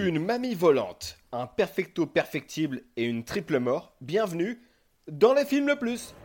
Une mamie volante, un perfecto perfectible et une triple mort. Bienvenue dans les films le plus.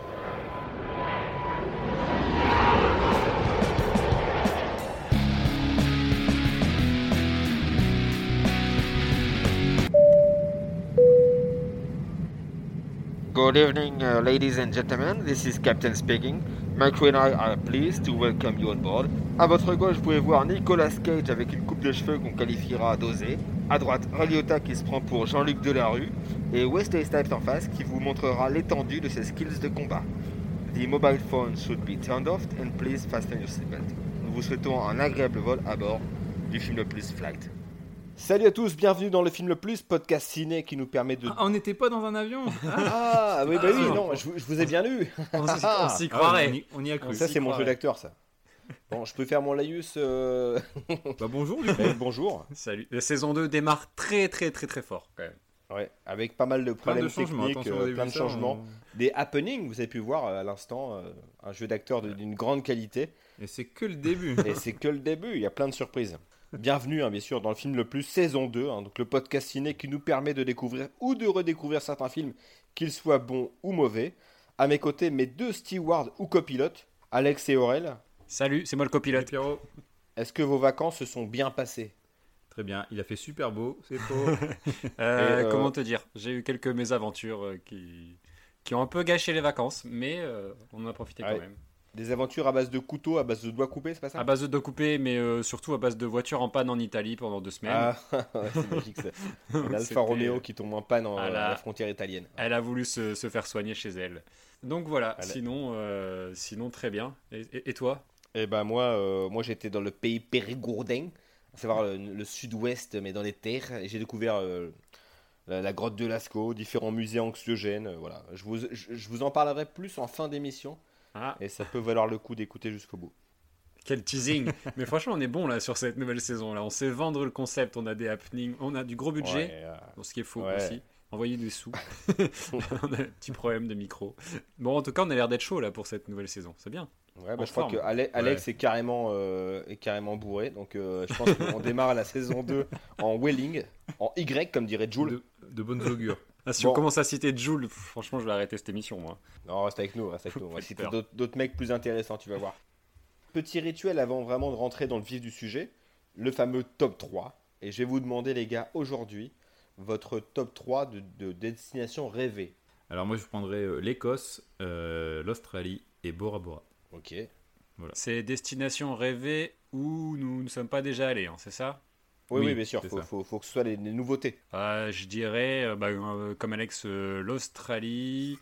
Good evening, ladies and gentlemen. This is Captain speaking. My crew and I are pleased to welcome you on board. À votre gauche, vous pouvez voir Nicolas Cage avec une coupe de cheveux qu'on qualifiera d'osée. À droite, Ray Liotta qui se prend pour Jean-Luc Delarue. Et Wesley Snipes en face qui vous montrera l'étendue de ses skills de combat. The mobile phone should be turned off and please fasten your seatbelt. Nous vous souhaitons un agréable vol à bord du film le plus Flight. Salut à tous, bienvenue dans le film le plus, podcast ciné qui nous permet de... Ah, on n'était pas dans un avion. Ah oui, non, je vous ai bien lu. On s'y croirait. On y a cru. Ça c'est mon jeu d'acteur ça. Bon, je peux faire mon laïus. Bah bonjour du coup. Bonjour. Salut. La saison 2 démarre très fort quand même. Ouais, avec pas mal de problèmes techniques, plein de changements, des happenings, vous avez pu voir à l'instant, un jeu d'acteur d'une grande qualité. Et c'est que le début. Il y a plein de surprises. Bienvenue, bien sûr, dans le film le plus, saison 2, donc le podcast ciné qui nous permet de découvrir ou de redécouvrir certains films, qu'ils soient bons ou mauvais. À mes côtés, mes deux stewards ou copilotes, Alex et Aurel. Salut, c'est moi le copilote. Pierrot. Est-ce que vos vacances se sont bien passées ? Très bien, il a fait super beau, c'est faux. Comment te dire ? J'ai eu quelques mésaventures qui ont un peu gâché les vacances, mais on en a profité quand même. Des aventures à base de couteaux, à base de doigts coupés, c'est pas ça ? À base de doigts coupés, mais surtout à base de voitures en panne en Italie pendant 2 semaines. Ah, c'est magique ça. L'Alfa Romeo qui tombe en panne à la frontière italienne. Elle a voulu se faire soigner chez elle. Donc voilà, sinon très bien. Et toi ? Eh ben moi j'étais dans le pays périgourdin, à savoir le sud-ouest, mais dans les terres, et j'ai découvert la grotte de Lascaux, différents musées anxiogènes. Voilà. Je vous en parlerai plus en fin d'émission. Et ça peut valoir le coup d'écouter jusqu'au bout. Quel teasing. Mais franchement, on est bon là sur cette nouvelle saison là. On sait vendre le concept, on a des happenings, on a du gros budget, ce qui est faux aussi. Envoyer des sous. On a un petit problème de micro. Bon, en tout cas, on a l'air d'être chaud là pour cette nouvelle saison. C'est bien. Ouais, je crois que Alex est carrément bourré. Donc je pense qu'on démarre la saison 2 en Welling, en Y comme dirait Jules. De bonnes augures. Si on commence à citer Jules, franchement, je vais arrêter cette émission, moi. Non, reste avec nous. On va citer d'autres mecs plus intéressants, tu vas voir. Petit rituel avant vraiment de rentrer dans le vif du sujet, le fameux top 3. Et je vais vous demander, les gars, aujourd'hui, votre top 3 de destinations rêvées. Alors moi, je prendrais l'Écosse, l'Australie et Bora Bora. Ok. Voilà. C'est destinations rêvées où nous ne sommes pas déjà allés, hein, c'est ça ? Oui, bien sûr, faut que ce soit les nouveautés. Je dirais, comme Alex, l'Australie,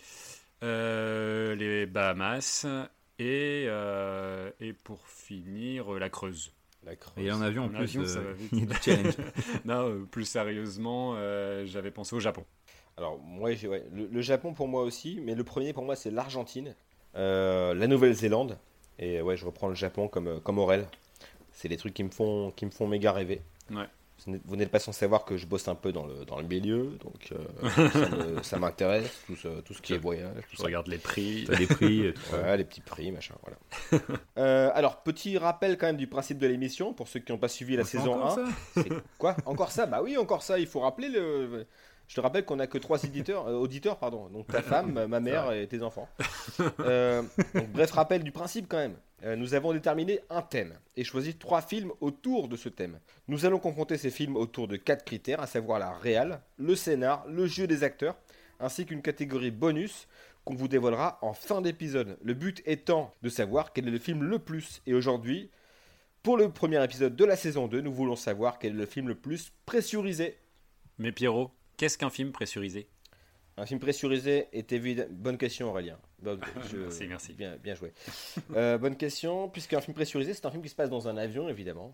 les Bahamas et pour finir, la Creuse. Et en avion, en plus, ça va vite. il y a du challenge. Non, plus sérieusement, j'avais pensé au Japon. Alors, moi, le Japon pour moi aussi, mais le premier pour moi, c'est l'Argentine, la Nouvelle-Zélande, et je reprends le Japon comme Aurel. C'est les trucs qui me font méga rêver. Ouais. Vous n'êtes pas sans savoir que je bosse un peu dans le milieu, donc ça m'intéresse, tout ce qui est voyage. Je regarde les prix. T'as les prix. Les petits prix, machin, voilà. Alors, petit rappel quand même du principe de l'émission, pour ceux qui n'ont pas suivi la saison 1. C'est quoi ? Encore ça ? Bah oui, encore ça, il faut rappeler Je te rappelle qu'on n'a que 3 auditeurs, donc ta femme, ma mère et tes enfants. Donc, bref, rappel du principe quand même. Nous avons déterminé un thème et choisi 3 films autour de ce thème. Nous allons confronter ces films autour de 4 critères, à savoir la réal, le scénar, le jeu des acteurs, ainsi qu'une catégorie bonus qu'on vous dévoilera en fin d'épisode. Le but étant de savoir quel est le film le plus. Et aujourd'hui, pour le premier épisode de la saison 2, nous voulons savoir quel est le film le plus pressurisé. Mais Pierrot, qu'est-ce qu'un film pressurisé ? Un film pressurisé est évidemment... Bonne question, Aurélien. Merci. Bien joué. Bonne question, puisqu'un film pressurisé, c'est un film qui se passe dans un avion, évidemment.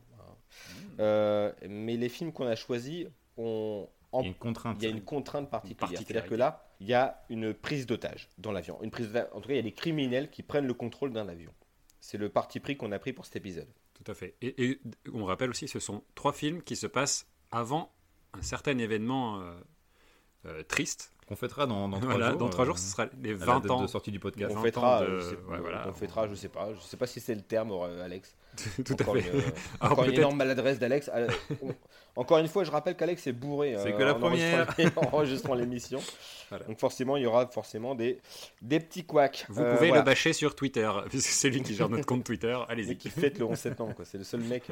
Mais les films qu'on a choisis ont... Il y a une contrainte particulière. C'est-à-dire que là, il y a une prise d'otage dans l'avion. En tout cas, il y a des criminels qui prennent le contrôle d'un avion. C'est le parti pris qu'on a pris pour cet épisode. Tout à fait. Et on rappelle aussi, ce sont 3 films qui se passent avant un certain événement triste Qu'on fêtera dans 3 voilà, jours. Dans 3 jours, ce sera les 20 ans de sortie du podcast. On fêtera, voilà. On fêtera, je sais pas si c'est le terme, Alex. Tout à fait. Encore une énorme maladresse d'Alex. Encore une fois, je rappelle qu'Alex est bourré. C'est que la première. En enregistrant l'émission. Voilà. Donc forcément, il y aura des petits couacs. Vous pouvez le bâcher sur Twitter, puisque c'est lui qui gère notre compte Twitter. Allez-y. Mais qui fête le 11 septembre, quoi. C'est le seul mec.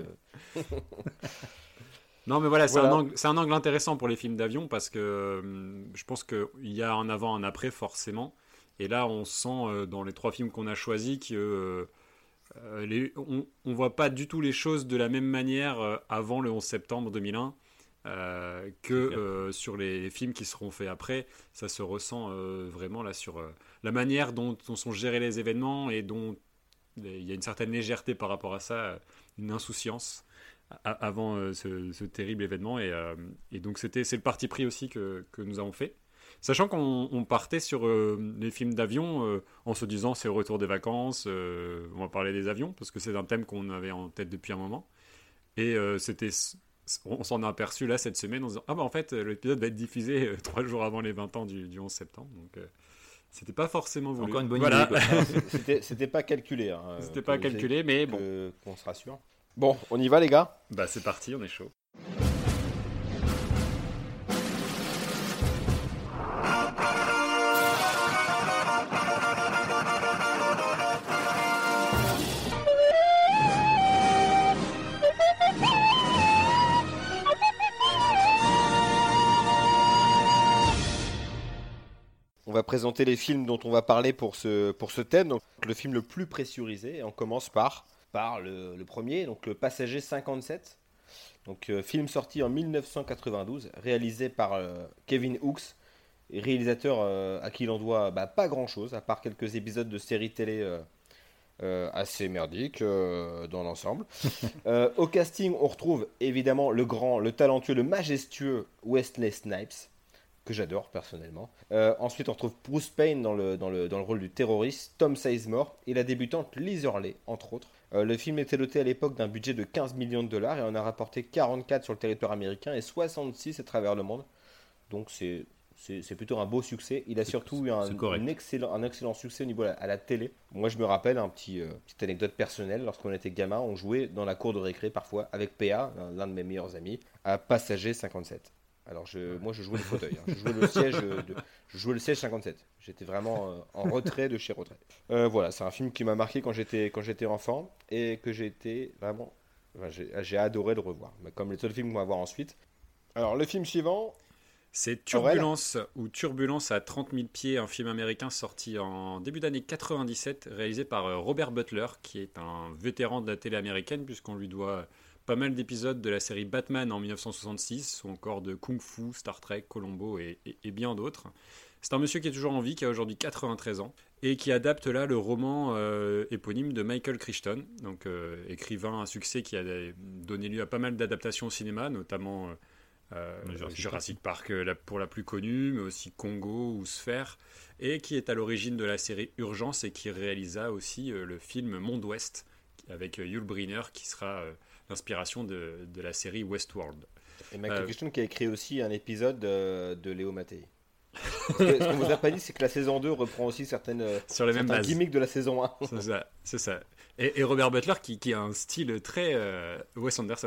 Non, mais voilà, c'est un angle intéressant pour les films d'avion parce que je pense qu'il y a un avant, un après, forcément. Et là, on sent dans les 3 films qu'on a choisis que on voit pas du tout les choses de la même manière avant le 11 septembre 2001 que sur les films qui seront faits après. Ça se ressent vraiment là sur la manière dont sont gérés les événements et dont il y a une certaine légèreté par rapport à ça, une insouciance avant ce terrible événement et donc c'est le parti pris aussi que nous avons fait, sachant qu'on partait sur les films d'avion en se disant c'est le retour des vacances, on va parler des avions parce que c'est un thème qu'on avait en tête depuis un moment et on s'en a aperçu là cette semaine en se disant en fait l'épisode va être diffusé 3 jours avant les 20 ans du 11 septembre, donc c'était pas forcément voulu. Encore une bonne idée. C'était pas calculé. C'était pas calculé, mais bon. Qu'on se rassure. Bon, on y va les gars ? Bah c'est parti, on est chaud. On va présenter les films dont on va parler pour ce thème. Donc, le film le plus pressurisé, et on commence par le premier, donc le Passager 57. Donc, film sorti en 1992, réalisé par Kevin Hooks, réalisateur à qui l'on doit pas grand-chose, à part quelques épisodes de séries télé assez merdiques dans l'ensemble. Au casting, on retrouve évidemment le grand, le talentueux, le majestueux Wesley Snipes, que j'adore personnellement. Ensuite, on retrouve Bruce Payne dans le rôle du terroriste, Tom Sizemore et la débutante Liz Hurley, entre autres. Le film était doté à l'époque d'un budget de 15 millions de dollars et on a rapporté 44 sur le territoire américain et 66 à travers le monde. Donc c'est plutôt un beau succès. Il a surtout eu un excellent succès au niveau à la télé. Moi, je me rappelle petite anecdote personnelle. Lorsqu'on était gamin, on jouait dans la cour de récré parfois avec PA, l'un de mes meilleurs amis, à Passager 57. Alors moi je jouais le fauteuil, je jouais le siège 57. J'étais vraiment en retrait de chez retrait. Voilà, c'est un film qui m'a marqué quand j'étais enfant et que j'ai adoré le revoir. Mais comme les seuls films qu'on va voir ensuite. Alors le film suivant, c'est Turbulence ou Turbulence à 30 000 pieds, un film américain sorti en début d'année 97, réalisé par Robert Butler, qui est un vétéran de la télé américaine puisqu'on lui doit pas mal d'épisodes de la série Batman en 1966, ou encore de Kung Fu, Star Trek, Columbo et bien d'autres. C'est un monsieur qui est toujours en vie, qui a aujourd'hui 93 ans, et qui adapte là le roman éponyme de Michael Crichton, donc écrivain à succès qui a donné lieu à pas mal d'adaptations au cinéma, notamment Jurassic Park pour la plus connue, mais aussi Congo ou Sphère, et qui est à l'origine de la série Urgence et qui réalisa aussi le film Monde Ouest, avec Yul Brynner, qui sera l'inspiration de la série Westworld. Et Michael Crichton qui a écrit aussi un épisode de Léo Mattei. Ce qu'on vous a pas dit, c'est que la saison 2 reprend aussi certaines gimmicks de la saison 1. C'est ça. Et Robert Butler qui a un style très Wes Anderson.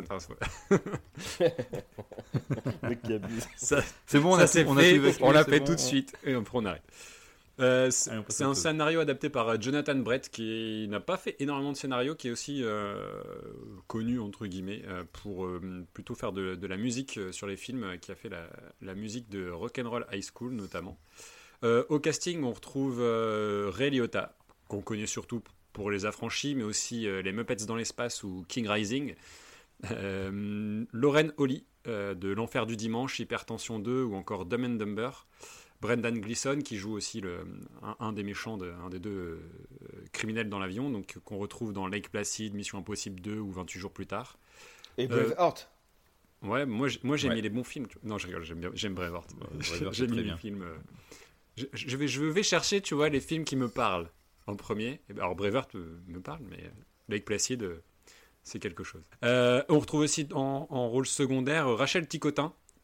C'est bon, on l'a fait tout de suite et après on arrête. C'est un scénario adapté par Jonathan Brett qui n'a pas fait énormément de scénarios, qui est aussi connu entre guillemets pour plutôt faire de la musique sur les films, qui a fait la musique de Rock'n'Roll High School notamment. Au casting on retrouve Ray Liotta, qu'on connaît surtout pour Les Affranchis, mais aussi Les Muppets dans l'espace ou King Rising. Lauren Holly de L'Enfer du Dimanche, Hypertension 2 ou encore Dumb and Dumber. Brendan Gleeson qui joue aussi un des méchants, un des deux criminels dans l'avion, donc qu'on retrouve dans Lake Placid, Mission Impossible 2 ou 28 jours plus tard. Et Braveheart. Ouais, moi j'ai mis les bons films. Non, je rigole, j'aime Braveheart. J'ai mis les films. Je vais chercher, tu vois, les films qui me parlent en premier. Alors Braveheart me parle, mais Lake Placid, c'est quelque chose. On retrouve aussi en rôle secondaire Rachel Ticotin,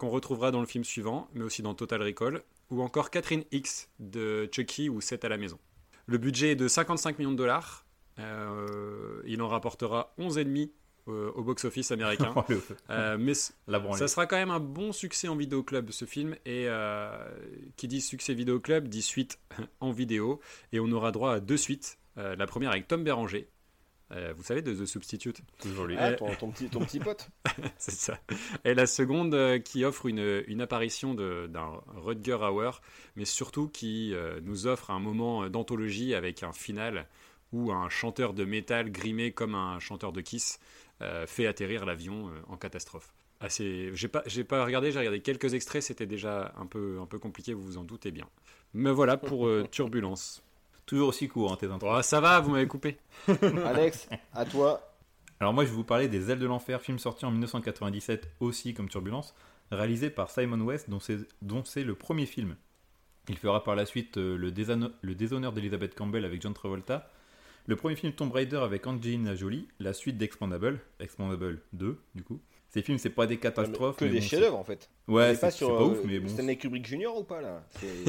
qu'on retrouvera dans le film suivant, mais aussi dans Total Recall, ou encore Catherine X de Chucky ou 7 à la maison. Le budget est de 55 millions de dollars. Il en rapportera 11,5 au box-office américain. Mais ça sera quand même un bon succès en vidéoclub, ce film. Et qui dit succès vidéoclub dit suite en vidéo. Et on aura droit à 2 suites. La première avec Tom Béranger. Vous savez, de The Substitute. Toujours lui. Ton petit pote. C'est ça. Et la seconde qui offre une apparition d'un Rutger Hauer, mais surtout qui nous offre un moment d'anthologie avec un final où un chanteur de métal grimé comme un chanteur de Kiss fait atterrir l'avion en catastrophe. J'ai pas regardé, j'ai regardé quelques extraits, c'était déjà un peu compliqué, vous vous en doutez bien. Mais voilà pour Turbulence. Toujours aussi court, tes intros. Oh, ça va, vous m'avez coupé. Alex, à toi. Alors moi, je vais vous parler des Ailes de l'Enfer, film sorti en 1997, aussi comme Turbulence, réalisé par Simon West, dont c'est le premier film. Il fera par la suite le déshonneur d'Elizabeth Campbell avec John Travolta, le premier film Tomb Raider avec Angelina Jolie, la suite d'Expendable 2, du coup. Ces films, c'est pas des catastrophes. Que des chefs-d'œuvre, en fait. Ouais, c'est pas ouf, mais bon. Stanley Kubrick Junior ou pas, là?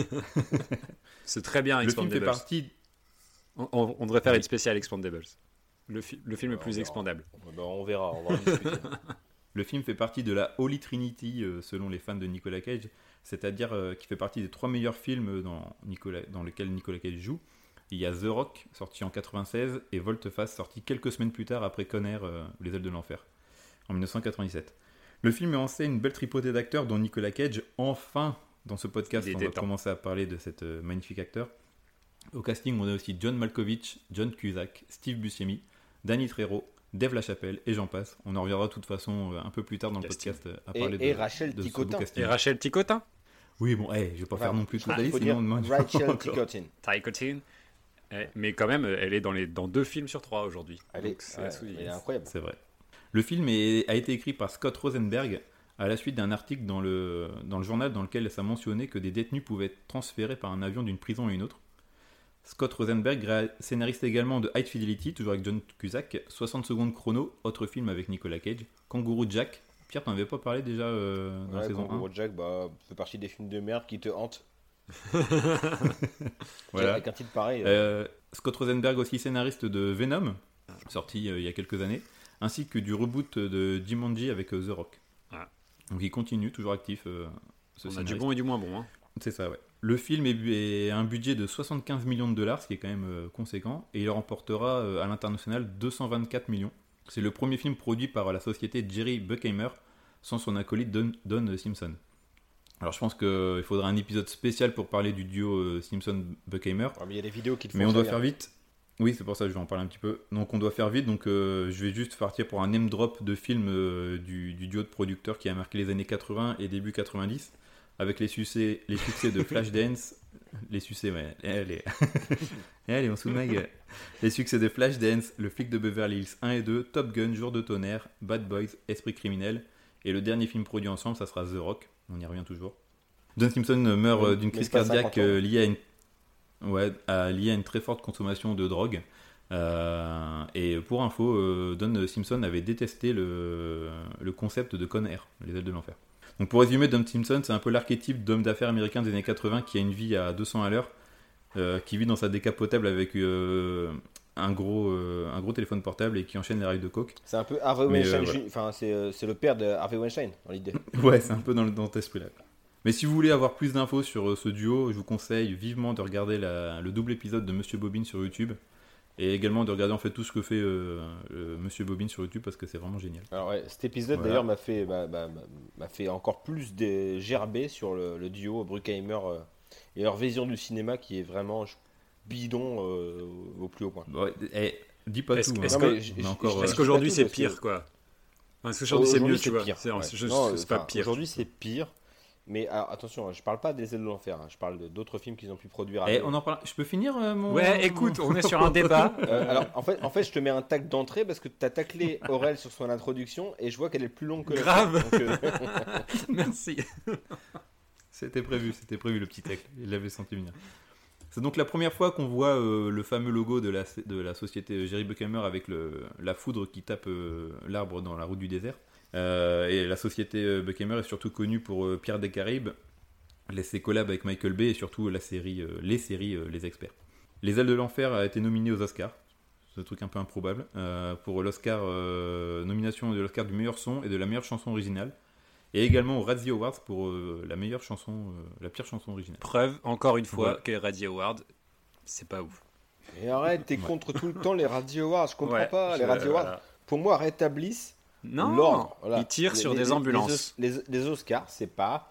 C'est très bien, Expendables. Le film fait partie... On devrait faire une spéciale Expendables. Le film le plus expandable. On verra, on va en discuter. Le film fait partie de la Holy Trinity, selon les fans de Nicolas Cage, c'est-à-dire qu'il fait partie des 3 meilleurs films dans lesquels Nicolas Cage joue. Il y a The Rock, sorti en 96, et Volte-Face, sorti quelques semaines plus tard après Con Air, Les Ailes de l'Enfer, en 1997. Le film met en scène une belle tripotée d'acteurs, dont Nicolas Cage. Enfin, dans ce podcast, on va commencer à parler de cet magnifique acteur. Au casting, on a aussi John Malkovich, John Cusack, Steve Buscemi, Danny Trejo, Dave LaChapelle, et j'en passe. On en reviendra de toute façon un peu plus tard dans le podcast à parler de Rachel Ticotin. Et Rachel Ticotin. Oui, bon, je vais pas faire non plus toute la liste, sinon Rachel Ticotin. Mais quand même, elle est dans 2 films sur 3 aujourd'hui. Elle est incroyable. C'est vrai. Le film a été écrit par Scott Rosenberg à la suite d'un article dans le journal dans lequel ça mentionnait que des détenus pouvaient être transférés par un avion d'une prison à une autre. Scott Rosenberg, scénariste également de High Fidelity, toujours avec John Cusack, 60 secondes chrono, autre film avec Nicolas Cage, Kangourou Jack. Pierre, t'en avais pas parlé déjà dans la saison 1? Kangourou Jack, fait partie des films de merde qui te hantent. Voilà. Avec un titre pareil. Scott Rosenberg aussi scénariste de Venom, sorti il y a quelques années, ainsi que du reboot de Jumanji avec The Rock. Ah. Donc il continue, toujours actif. On a du bon et du moins bon. Hein. C'est ça, ouais. Le film a un budget de 75 millions de dollars, ce qui est quand même conséquent, et il remportera à l'international 224 millions. C'est le premier film produit par la société Jerry Bruckheimer, sans son acolyte Don Simpson. Alors je pense qu'il faudra un épisode spécial pour parler du duo Simpson-Bruckheimer. Mais il y a des vidéos qui le font. Mais on doit faire vite. Oui, c'est pour ça que je vais en parler un petit peu. Donc on doit faire vite, donc je vais juste partir pour un name drop de films du duo de producteurs qui a marqué les années 80 et début 90, avec les succès de Flashdance, les succès, ouais, allez, on se fout de ma gueule. Les succès de Flashdance, Le flic de Beverly Hills 1 et 2, Top Gun, Jour de tonnerre, Bad Boys, Esprit criminel, et le dernier film produit ensemble, ça sera The Rock, on y revient toujours. John Simpson meurt d'une crise cardiaque liée à une très forte consommation de drogue. Et pour info, Don Simpson avait détesté le concept de Con Air, Les Ailes de l'Enfer. Donc pour résumer, Don Simpson, c'est un peu l'archétype d'homme d'affaires américain des années 80 qui a une vie à 200 à l'heure, qui vit dans sa décapotable avec un gros téléphone portable et qui enchaîne les rails de coke. C'est un peu Harvey Weinstein, voilà. Enfin, c'est le père de Harvey Weinstein dans l'idée. Ouais, c'est un peu dans cet esprit-là. Mais si vous voulez avoir plus d'infos sur ce duo, je vous conseille vivement de regarder le double épisode de Monsieur Bobine sur YouTube. Et également de regarder en fait tout ce que fait Monsieur Bobine sur YouTube parce que c'est vraiment génial. Alors ouais, cet épisode d'ailleurs m'a fait encore plus gerber sur le duo Bruckheimer et leur vision du cinéma qui est vraiment bidon au plus haut point. Dis pas tout. Est-ce qu'aujourd'hui c'est pire quoi? Est-ce qu'aujourd'hui c'est mieux, tu vois? C'est pas pire. Aujourd'hui c'est pire. Mais alors, attention, je parle pas des Ailes de l'Enfer, je parle d'autres films qu'ils ont pu produire. On en parle. Je peux finir mon. Ouais, écoute, on est sur un débat. Alors, en fait, je te mets un tac d'entrée parce que tu as taclé Aurel sur son introduction et je vois qu'elle est plus longue que grave. Merci. C'était prévu le petit tacle. Il l'avait senti venir. C'est donc la première fois qu'on voit le fameux logo de la société Jerry Bruckheimer avec la foudre qui tape l'arbre dans la route du désert. Et la société Buckhammer est surtout connue pour Pirates des Caraïbes, ses collabs avec Michael Bay et surtout les séries Les Experts. Les Ailes de l'Enfer a été nominé aux Oscars. C'est un truc un peu improbable. Pour l'Oscar, nomination de l'Oscar du meilleur son et de la meilleure chanson originale. Et également aux Razzie Awards pour la pire chanson originale. Preuve, encore une fois, que les Razzie Awards, c'est pas ouf. Et arrête, t'es contre tout le temps les Razzie Awards, je comprends pas. Les Razzie Awards, pour moi, rétablissent l'ordre. Voilà. Ils tirent sur des ambulances. Les Oscars, c'est pas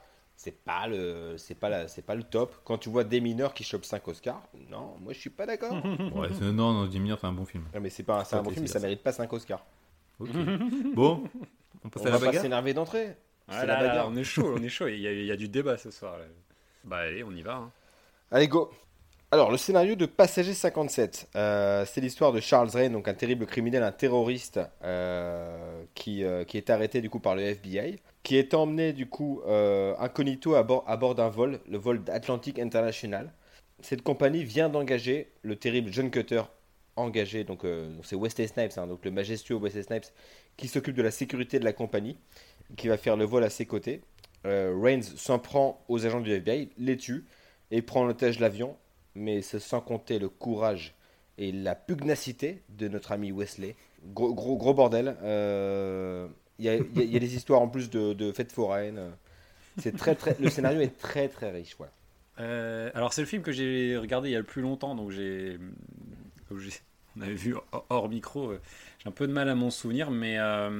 le top. Quand tu vois Des Mineurs qui chopent 5 Oscars, non, moi je suis pas d'accord. Non, Des Mineurs, c'est un bon film. Non, mais c'est un bon film, mais ça mérite pas 5 Oscars. Okay. Bon, on passe à la bagarre. On va pas s'énerver d'entrée. Là, on est chaud. Il y a du débat ce soir. Là. Bah allez, on y va. Allez, go. Alors, le scénario de Passager 57, c'est l'histoire de Charles Rane, donc un terrible criminel, un terroriste qui est arrêté du coup par le FBI, qui est emmené du coup incognito à bord d'un vol, le vol Atlantic International. Cette compagnie vient d'engager le terrible John Cutter, engagé, donc c'est Wesley Snipes, donc le majestueux Wesley Snipes, qui s'occupe de la sécurité de la compagnie, qui va faire le vol à ses côtés. Raines s'en prend aux agents du FBI, les tue et prend en otage l'avion. Mais c'est sans compter le courage et la pugnacité de notre ami Wesley. Gros bordel. Il y a des histoires en plus de fêtes foraines. Le scénario est très très riche. Voilà. Alors c'est le film que j'ai regardé il y a le plus longtemps, donc on avait vu hors micro. J'ai un peu de mal à m'en souvenir, mais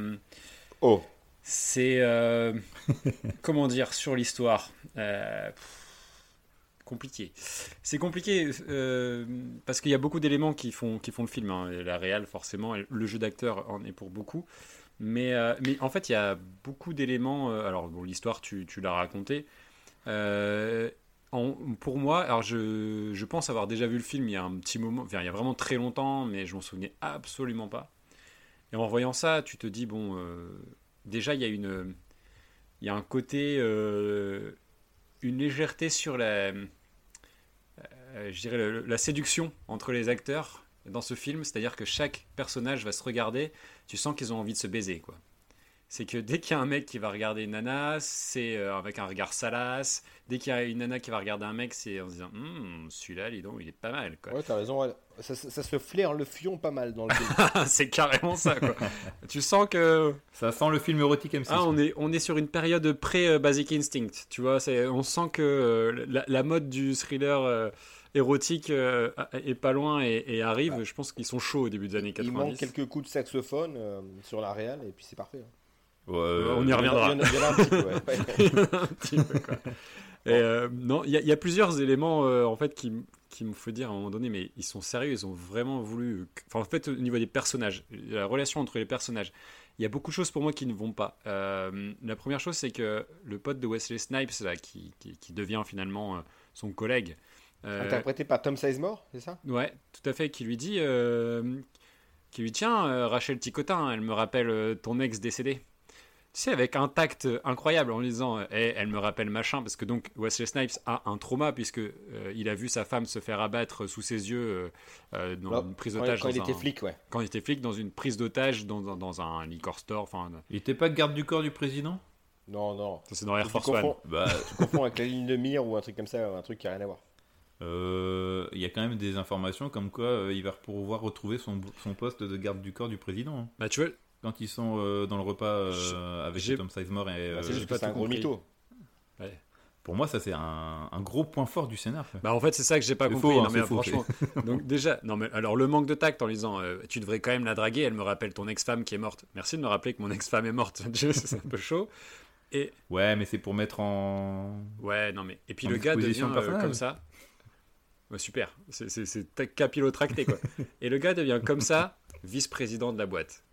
c'est comment dire sur l'histoire. Compliqué. C'est compliqué parce qu'il y a beaucoup d'éléments qui font le film. La réal, forcément, le jeu d'acteur en est pour beaucoup. Mais en fait, il y a beaucoup d'éléments. Alors, bon, l'histoire, tu l'as racontée. Pour moi, alors je pense avoir déjà vu le film il y a un petit moment, il y a vraiment très longtemps, mais je m'en souvenais absolument pas. Et en voyant ça, tu te dis, bon, déjà, il y a un côté, une légèreté sur je dirais la séduction entre les acteurs dans ce film, c'est-à-dire que chaque personnage va se regarder, tu sens qu'ils ont envie de se baiser, quoi. C'est que dès qu'il y a un mec qui va regarder une nana, c'est avec un regard salace. Dès qu'il y a une nana qui va regarder un mec, c'est en se disant celui-là, dis donc, il est pas mal, quoi. Ouais, t'as raison, ouais. Ça se flaire le fion pas mal dans le film. C'est carrément ça, quoi. Tu sens que ça sent le film érotique M6. On est sur une période pré-Basic Instinct, tu vois. On sent que la mode du thriller érotique est pas loin et arrive. Ouais. Je pense qu'ils sont chauds au début des années 90. Il manque quelques coups de saxophone sur la réal et puis c'est parfait. Hein. On y reviendra. Il y en a un petit peu, ouais. Un petit peu, quoi. Et, non, il y a plusieurs éléments en fait qui me fait dire à un moment donné, mais ils sont sérieux, ils ont vraiment voulu. Enfin, en fait, au niveau des personnages, la relation entre les personnages, il y a beaucoup de choses pour moi qui ne vont pas. La première chose, c'est que le pote de Wesley Snipes, là, qui devient finalement son collègue. Interprété par Tom Sizemore, c'est ça ? Ouais, tout à fait, qui lui dit tiens, Rachel Ticotin, elle me rappelle ton ex décédé. Tu sais, avec un tact incroyable en lui disant elle me rappelle machin, parce que donc Wesley Snipes a un trauma puisque il a vu sa femme se faire abattre sous ses yeux dans une prise d'otage. Quand il était flic, ouais. Quand il était flic, dans une prise d'otage dans un liquor store. Il était pas garde du corps du président ? Non. Ça, c'est dans Air Force One. Tu confonds avec la ligne de mire ou un truc comme ça, un truc qui n'a rien à voir. Il y a quand même des informations comme quoi il va pouvoir retrouver son poste de garde du corps du président. Hein. Bah, tu vois, quand ils sont dans le repas avec Tom Sizemore et c'est juste que c'est un gros mytho. Ouais. Pour moi, ça c'est un gros point fort du scénar. Bah en fait, c'est ça que j'ai pas compris. Faux, non, mais faux, franchement, donc déjà, non mais alors le manque de tact en lui disant, tu devrais quand même la draguer. Elle me rappelle ton ex-femme qui est morte. Merci de me rappeler que mon ex-femme est morte. C'est un peu chaud. Et ouais, mais c'est pour mettre en. Ouais, non mais et puis le gars devient comme ça. Ouais, super. C'est capillotracté quoi. Et le gars devient comme ça, vice-président de la boîte.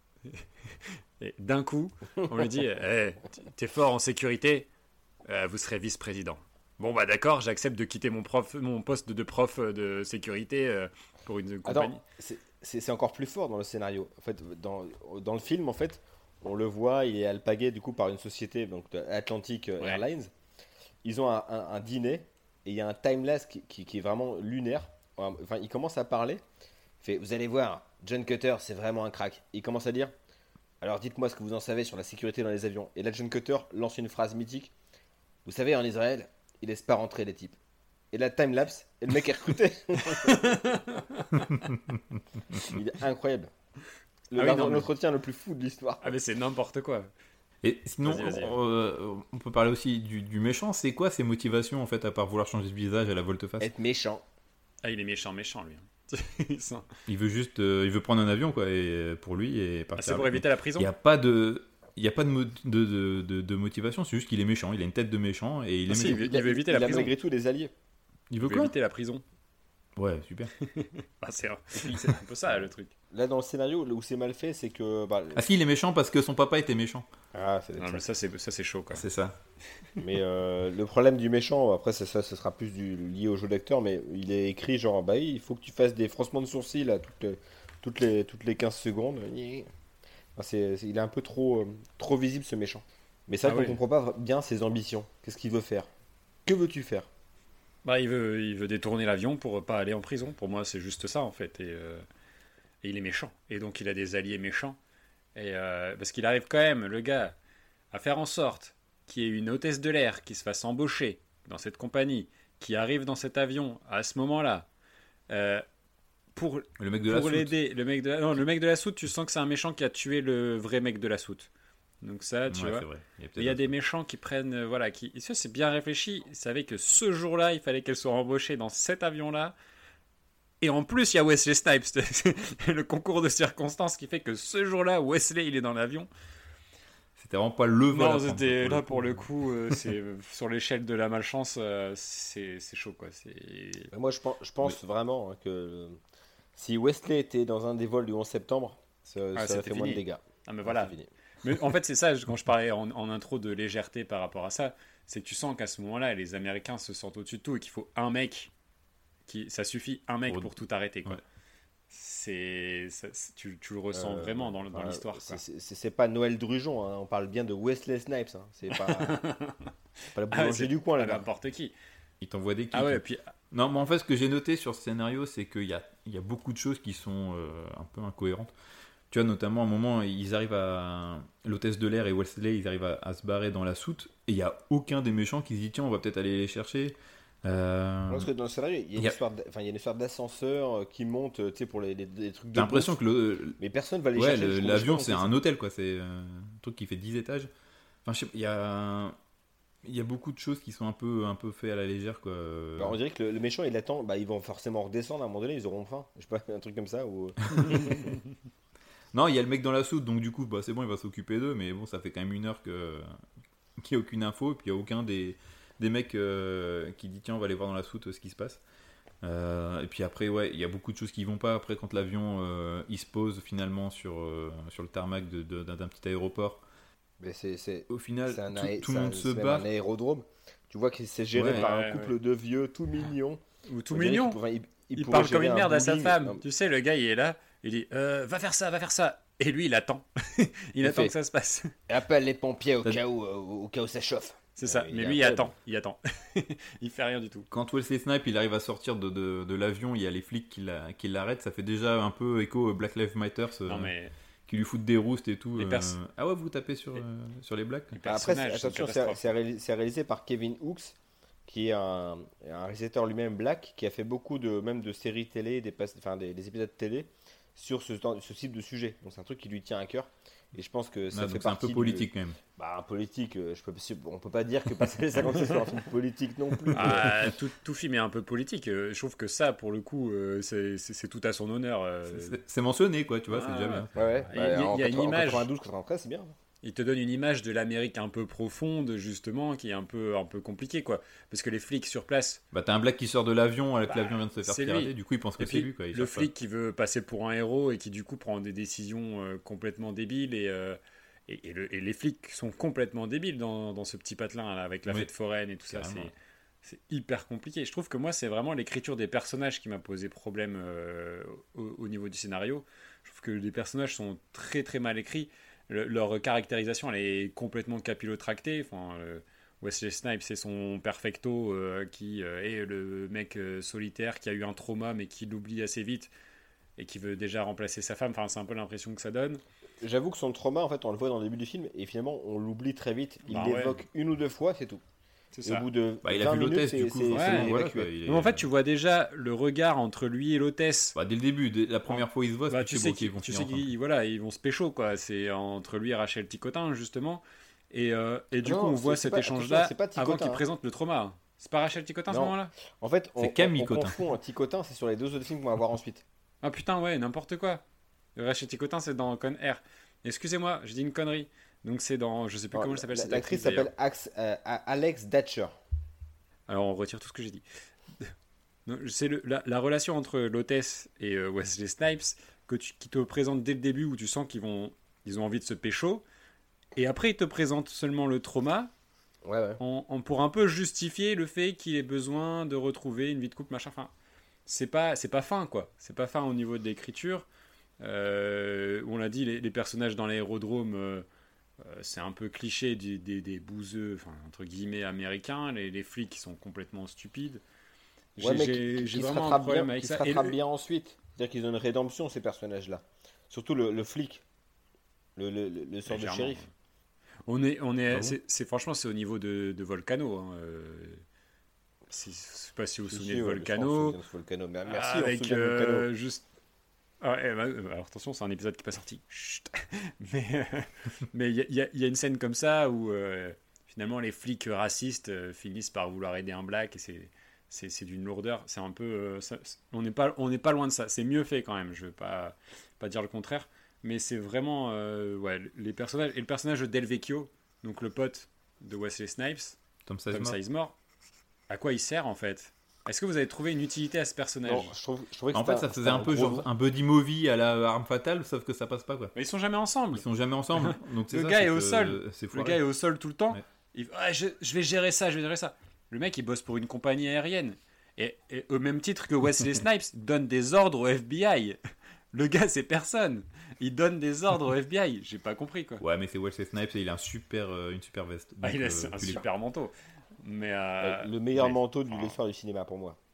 Et d'un coup, on lui dit t'es fort en sécurité, vous serez vice-président. Bon bah d'accord, j'accepte de quitter mon poste de prof de sécurité pour une compagnie. Attends, c'est encore plus fort dans le scénario. En fait, dans le film, en fait, on le voit, il est alpagué du coup par une société, donc Atlantic Airlines. Ils ont un dîner et il y a un timelapse qui est vraiment lunaire. Enfin, il commence à parler. Il fait, vous allez voir, John Cutter, c'est vraiment un crack. Il commence à dire, Alors dites-moi ce que vous en savez sur la sécurité dans les avions. Et là, John Cutter lance une phrase mythique. Vous savez, en Israël, ils laissent pas rentrer les types. Et là, time-lapse, et le mec est recruté. Il est incroyable. L'entretien le plus fou de l'histoire. Ah mais c'est n'importe quoi. Et sinon, Vas-y. on peut parler aussi du méchant. C'est quoi ses motivations, en fait, à part vouloir changer de visage à la volte-face? Être méchant. Ah, il est méchant, lui. Il veut juste il veut prendre un avion, quoi, et, pour lui, et partir. C'est pour éviter la prison. Il n'y a pas de... Il n'y a pas de motivation, c'est juste qu'il est méchant. Il a une tête de méchant et il est méchant. Il veut éviter la prison. Il a malgré tout des alliés. Il veut Il veut éviter la prison. Ouais, super. C'est un peu ça le truc. Là, dans le scénario, où c'est mal fait, c'est que. Ah si, il est méchant parce que son papa était méchant. Ah, non, mais ça c'est chaud, quoi. C'est ça. Mais le problème du méchant, après, ce sera plus lié au jeu d'acteur, mais il est écrit genre, bah, il faut que tu fasses des froncements de sourcils là, toutes les 15 secondes. Enfin, il est un peu trop visible, ce méchant. Mais ça, on ne comprend pas bien ses ambitions. Qu'est-ce qu'il veut faire? Que veux-tu faire? Bah, il veut détourner l'avion pour pas aller en prison. Pour moi, c'est juste ça, en fait. Et il est méchant. Et donc, il a des alliés méchants. Et parce qu'il arrive quand même, le gars, à faire en sorte qu'il y ait une hôtesse de l'air qui se fasse embaucher dans cette compagnie, qui arrive dans cet avion à ce moment-là, pour l'aider. Le mec de la soute, tu sens que c'est un méchant qui a tué le vrai mec de la soute. Donc ça, tu vois. Vrai. Il y a des méchants qui prennent, et ça c'est bien réfléchi. Ils savaient que ce jour-là, il fallait qu'elle soit embauchée dans cet avion-là. Et en plus, il y a Wesley Snipes, le concours de circonstances qui fait que ce jour-là, Wesley, il est dans l'avion. C'était vraiment pas le vol. Non, c'était là pour le coup, c'est sur l'échelle de la malchance, c'est chaud, quoi. Moi, je pense vraiment que si Wesley était dans un des vols du 11 septembre, ça aurait fait moins de dégâts. Ah, mais voilà. Mais en fait, c'est ça, quand je parlais en intro de légèreté par rapport à ça, c'est que tu sens qu'à ce moment-là, les Américains se sentent au-dessus de tout et qu'il faut un mec, ça suffit un mec pour tout arrêter, quoi. Ouais. Tu le ressens vraiment dans l'histoire. C'est pas Noël Drujon, hein. On parle bien de Wesley Snipes. Hein. C'est pas le boulanger du coin, là. N'importe qui. Il t'envoie des clips. Ah ouais, puis... Non, mais en fait, ce que j'ai noté sur ce scénario, c'est qu'il y a beaucoup de choses qui sont un peu incohérentes. Tu vois, notamment, à un moment, ils arrivent à... L'hôtesse de l'air et Wesley, ils arrivent à se barrer dans la soute, et il n'y a aucun des méchants qui se dit, tiens, on va peut-être aller les chercher. Parce que dans le scénario, il y a une histoire d'ascenseur qui monte, tu sais, pour les trucs de... T'as l'impression que mais personne va les chercher. L'avion, c'est un hôtel, quoi. C'est un truc qui fait 10 étages. Enfin, je sais pas, il y a beaucoup de choses qui sont un peu fait à la légère, quoi. Bah, on dirait que le méchant, il attend, ils vont forcément redescendre à un moment donné, ils auront faim. Je sais pas, un truc comme ça. Ou... Non, il y a le mec dans la soute, donc du coup, c'est bon, il va s'occuper d'eux, mais bon, ça fait quand même 1 heure qu'il n'y a aucune info, et puis il n'y a aucun des mecs qui dit, tiens, on va aller voir dans la soute ce qui se passe. Et puis après, il y a beaucoup de choses qui vont pas. Après, quand l'avion il se pose finalement sur le tarmac d'un petit aéroport, mais au final, tout le monde se bat. C'est un aérodrome. Tu vois que c'est géré par un couple de vieux tout mignons. Ou tout mignon. Il parle comme une merde à sa femme. Tu sais, le gars, il est là. Il dit va faire ça. Et lui, il attend. il attend que ça se passe. Appelle les pompiers au cas où ça chauffe. C'est ça. Mais lui, il attend. Il fait rien du tout. Quand Wesley Snipes il arrive à sortir de l'avion, il y a les flics qui l'arrêtent. Ça fait déjà un peu écho Black Lives Matter. Qui lui foutent des roustes et tout. Ah ouais, vous tapez sur les blacks. Après, attention, c'est réalisé par Kevin Hooks, qui est un réalisateur lui-même black, qui a fait beaucoup de séries télé, des épisodes télé sur ce type de sujet. Donc c'est un truc qui lui tient à cœur. Et je pense que ça fait partie. C'est un peu politique quand même. Un politique, on peut pas dire que Passer les 56 c'est un film politique non plus. Tout film est un peu politique. Je trouve que ça, pour le coup, c'est tout à son honneur. C'est mentionné, quoi, tu vois, c'est déjà bien. Ouais. Il y a une image. 92, 93, c'est bien. Il te donne une image de l'Amérique un peu profonde, justement, qui est un peu compliquée, quoi. Parce que les flics sur place... t'as un black qui sort de l'avion, alors que l'avion vient de se faire pirater, du coup il pense que c'est lui, quoi. Le flic qui veut passer pour un héros et qui du coup prend des décisions complètement débiles, et les flics sont complètement débiles dans ce petit patelin, là, avec la fête foraine et tout ça. C'est hyper compliqué. Je trouve que moi, c'est vraiment l'écriture des personnages qui m'a posé problème au niveau du scénario. Je trouve que les personnages sont très très mal écrits. Leur caractérisation, elle est complètement capillotractée. Enfin, Wesley Snipes, c'est son perfecto qui est le mec solitaire qui a eu un trauma mais qui l'oublie assez vite et qui veut déjà remplacer sa femme. Enfin, c'est un peu l'impression que ça donne. j'avoue que son trauma, en fait, on le voit dans le début du film et finalement, on l'oublie très vite. Il l'évoque une ou deux fois, c'est tout. C'est ça. Au bout de il a vu l'hôtesse, du coup. Mais en fait, tu vois déjà le regard entre lui et l'hôtesse. Dès le début, la première fois ils se voient, tu sais qu'ils vont finir ensemble. Ils vont se pécho, quoi. C'est entre lui et Rachel Ticotin, justement. Et du coup, on voit cet échange-là avant qu'il présente le trauma. C'est pas Rachel Ticotin à ce moment-là? En fait, on confond un Ticotin, c'est sur les 2 autres films qu'on va voir ensuite. Ah putain, ouais, n'importe quoi. Rachel Ticotin, c'est dans Con Air. Excusez-moi, je dis une connerie. Donc c'est dans, je sais plus comment elle s'appelle cette actrice. L'actrice s'appelle Alex Datcher. Alors on retire tout ce que j'ai dit. C'est la relation entre l'hôtesse et Wesley Snipes qui te présente dès le début où tu sens qu'ils ont envie de se pécho. Et après ils te présentent seulement le trauma. Ouais. Pour un peu justifier le fait qu'il ait besoin de retrouver une vie de couple, machin. Enfin, c'est pas fin, quoi. C'est pas fin au niveau de l'écriture. On l'a dit, les personnages dans l'aérodrome, c'est un peu cliché des bouseux, enfin, entre guillemets, américains. Les flics qui sont complètement stupides. J'ai vraiment un problème avec ça. Ils se rattrapent bien ensuite. C'est-à-dire qu'ils ont une rédemption, ces personnages-là. Surtout le flic, le sort de shérif. Franchement, c'est au niveau de Volcano. Hein. Je sais pas si vous vous souvenez de Volcano. Merci. Avec juste. Alors attention, c'est un épisode qui n'est pas sorti. Chut. Mais il y a une scène comme ça où finalement les flics racistes finissent par vouloir aider un black et c'est d'une lourdeur. C'est un peu. On n'est pas loin de ça. C'est mieux fait quand même. Je ne veux pas dire le contraire. Mais c'est vraiment les personnages et le personnage de Del Vecchio, donc le pote de Wesley Snipes, Tom Sizemore, à quoi il sert en fait? Est-ce que vous avez trouvé une utilité à ce personnage? Non, je trouvais que en fait ça faisait un peu genre un buddy movie à la Arme Fatale, sauf que ça passe pas, quoi. Mais ils sont jamais ensemble. Donc le gars est au sol. Le gars est au sol tout le temps. Ouais. Je vais gérer ça. Le mec il bosse pour une compagnie aérienne et au même titre que Wesley Snipes donne des ordres au FBI. Le gars, c'est personne. Il donne des ordres au FBI. J'ai pas compris, quoi. Ouais, mais c'est Wesley Snipes et il a une super veste. Donc, il a un super manteau. Mais le meilleur manteau de l'histoire du cinéma pour moi.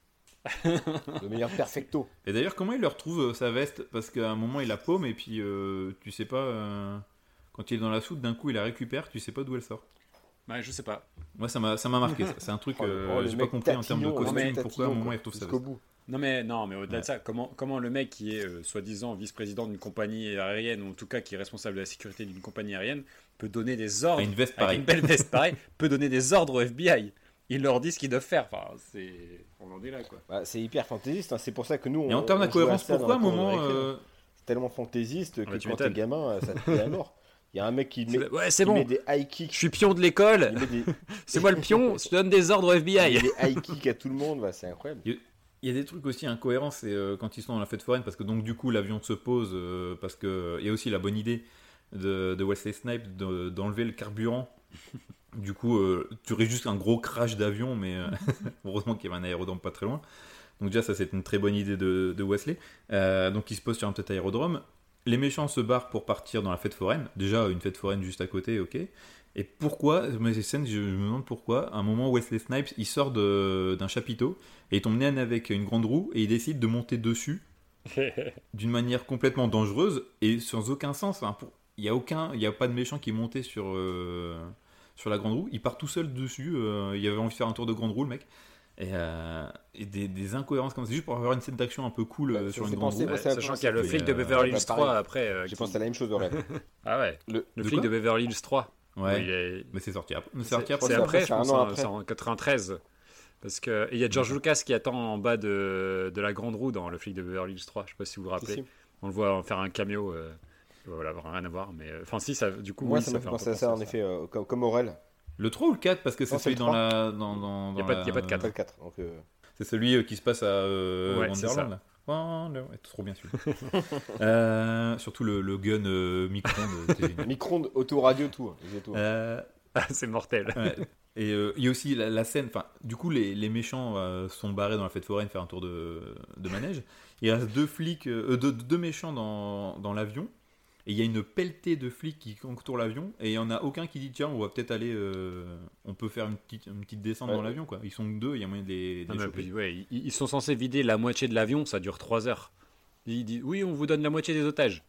Le meilleur perfecto. Et d'ailleurs, comment il leur trouve sa veste? Parce qu'à un moment, il la paume et puis tu sais pas. Quand il est dans la soude, d'un coup, il la récupère. Tu sais pas d'où elle sort. Bah, je sais pas. Moi, ça m'a marqué. C'est un truc j'ai pas compris en termes de costume. Pourquoi à un moment il retrouve sa veste? Non mais au-delà de ça, comment le mec qui est soi-disant vice-président d'une compagnie aérienne, ou en tout cas qui est responsable de la sécurité d'une compagnie aérienne, peut donner des ordres, une veste pareille. Avec une belle veste pareille, peut donner des ordres au FBI. Il leur dit ce qu'ils doivent faire. Enfin, on en est là, quoi. C'est hyper fantaisiste, hein. C'est pour ça que nous... Et en termes d'incohérence, pourquoi à un moment... C'est tellement fantaisiste que quand t'es gamin, ça te fait la mort. Il y a un mec qui met des high kicks. Je suis pion de l'école. C'est moi le pion, je donne des ordres au FBI. Il met des high kicks à tout le monde, c'est incroyable. Il y a des trucs aussi incohérents, c'est quand ils sont dans la fête foraine, parce que donc du coup l'avion se pose, parce que il y a aussi la bonne idée de Wesley Snipes d'enlever le carburant. Du coup, tu aurais juste un gros crash d'avion, mais heureusement qu'il y avait un aérodrome pas très loin. Donc déjà ça c'est une très bonne idée de Wesley. Donc il se pose sur un petit aérodrome. Les méchants se barrent pour partir dans la fête foraine. Déjà une fête foraine juste à côté, ok. Et pourquoi, ces scènes, je me demande pourquoi, à un moment Wesley Snipes, il sort d'un chapiteau et il tombe nez avec une grande roue et il décide de monter dessus d'une manière complètement dangereuse et sans aucun sens. Il n'y a pas de méchant qui est monté sur la grande roue. Il part tout seul dessus. Il avait envie de faire un tour de grande roue, le mec. Et des incohérences comme ça, juste pour avoir une scène d'action un peu cool sur une grande roue. Sachant qu'il y a le flic de Beverly Hills 3 après. J'ai pensé à la même chose, Aurélien. Ah ouais, le flic de Beverly Hills 3. Ouais, mais c'est sorti après. C'est après, je pense, c'est en 93. Parce qu'il y a George Lucas qui attend en bas de la grande roue dans Le flic de Beverly Hills 3. Je sais pas si vous vous rappelez. Si. On le voit faire un cameo. Voilà, rien à voir. Mais enfin, si, ça, du coup, moi, ça m'a fait penser à ça, en effet, comme Aurel. Le 3 ou le 4? Parce que c'est celui dans la. Il n'y a pas de 4. Donc, c'est celui qui se passe à Wonderland. C'est trop bien celui-là. Surtout le gun micro-ondes. Micro-ondes, autoradio, tout. C'est mortel. Ouais. Et il y a aussi la scène, du coup les méchants sont barrés dans la fête foraine faire un tour de manège. Il reste deux méchants dans l'avion. Et il y a une pelletée de flics qui entourent l'avion. Et il n'y en a aucun qui dit tiens, on va peut-être aller. On peut faire une petite descente dans l'avion, quoi. Ils sont que deux, il y a moyen de les choper. Ouais, ils sont censés vider la moitié de l'avion, ça dure 3 heures. Ils disent oui, on vous donne la moitié des otages.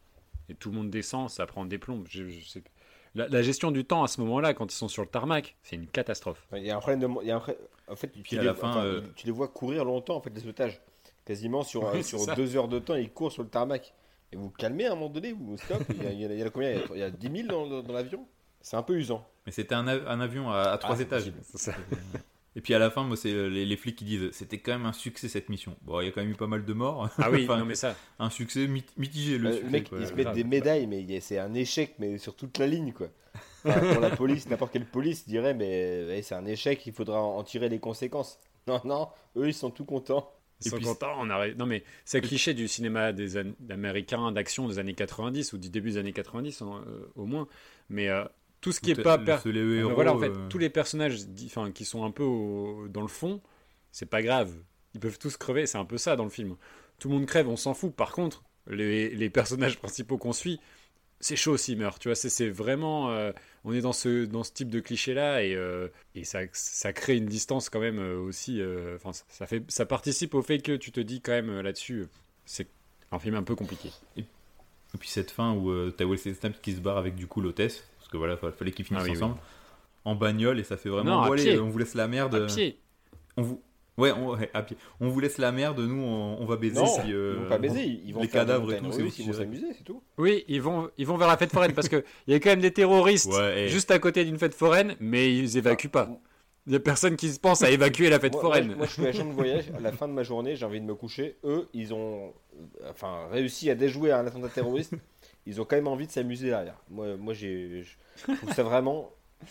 et tout le monde descend, ça prend des plombs. La gestion du temps à ce moment-là, quand ils sont sur le tarmac, c'est une catastrophe. Il y a un problème en fait, tu les vois courir longtemps, en fait, les otages. Quasiment sur 2 heures de temps, ils courent sur le tarmac. Et vous calmez à un moment donné, vous stop. Il y a combien? Il y a 10 000 dans l'avion. C'est un peu usant. Mais c'était un avion à 3 étages. Et puis à la fin, moi, c'est les flics qui disent c'était quand même un succès cette mission. Bon, il y a quand même eu pas mal de morts. Ah oui, non mais ça. Un succès mitigé. Le mec, ils se mettent des médailles, mais c'est un échec, mais sur toute la ligne, quoi. Pour la police, n'importe quelle police dirait, mais c'est un échec, il faudra en tirer les conséquences. Non, eux, ils sont tout contents. Ils sont contents, on arrête. Non mais c'est cliché du cinéma américain d'action des années 90 ou du début des années 90 au moins. Mais tout ce qui est pas voilà en fait tous les personnages qui sont un peu dans le fond, c'est pas grave. Ils peuvent tous crever, c'est un peu ça dans le film. Tout le monde crève, on s'en fout. Par contre, les personnages principaux qu'on suit, c'est chaud s'ils meurent, tu vois, c'est vraiment on est dans ce type de cliché là et ça crée une distance quand même aussi ça participe au fait que tu te dis quand même là-dessus c'est un film un peu compliqué. Et puis cette fin où t'as Wesley Snipes qui se barre avec du coup l'hôtesse parce que voilà, fallait qu'ils finissent ensemble en bagnole et ça fait vraiment on vous laisse la merde à pied. À pied. On vous laisse la merde, nous on va baiser. Non, ils vont pas baiser, ils vont les faire cadavres et tout, ils vont s'amuser, c'est tout. Oui, ils vont vers la fête foraine parce que il y a quand même des terroristes juste à côté d'une fête foraine, mais ils évacuent pas. Il y a personne qui se pense à évacuer la fête foraine. Moi, je suis agent de voyage. À la fin de ma journée, j'ai envie de me coucher. Eux, ils ont réussi à déjouer un attentat terroriste. Ils ont quand même envie de s'amuser derrière. Moi, je trouve ça vraiment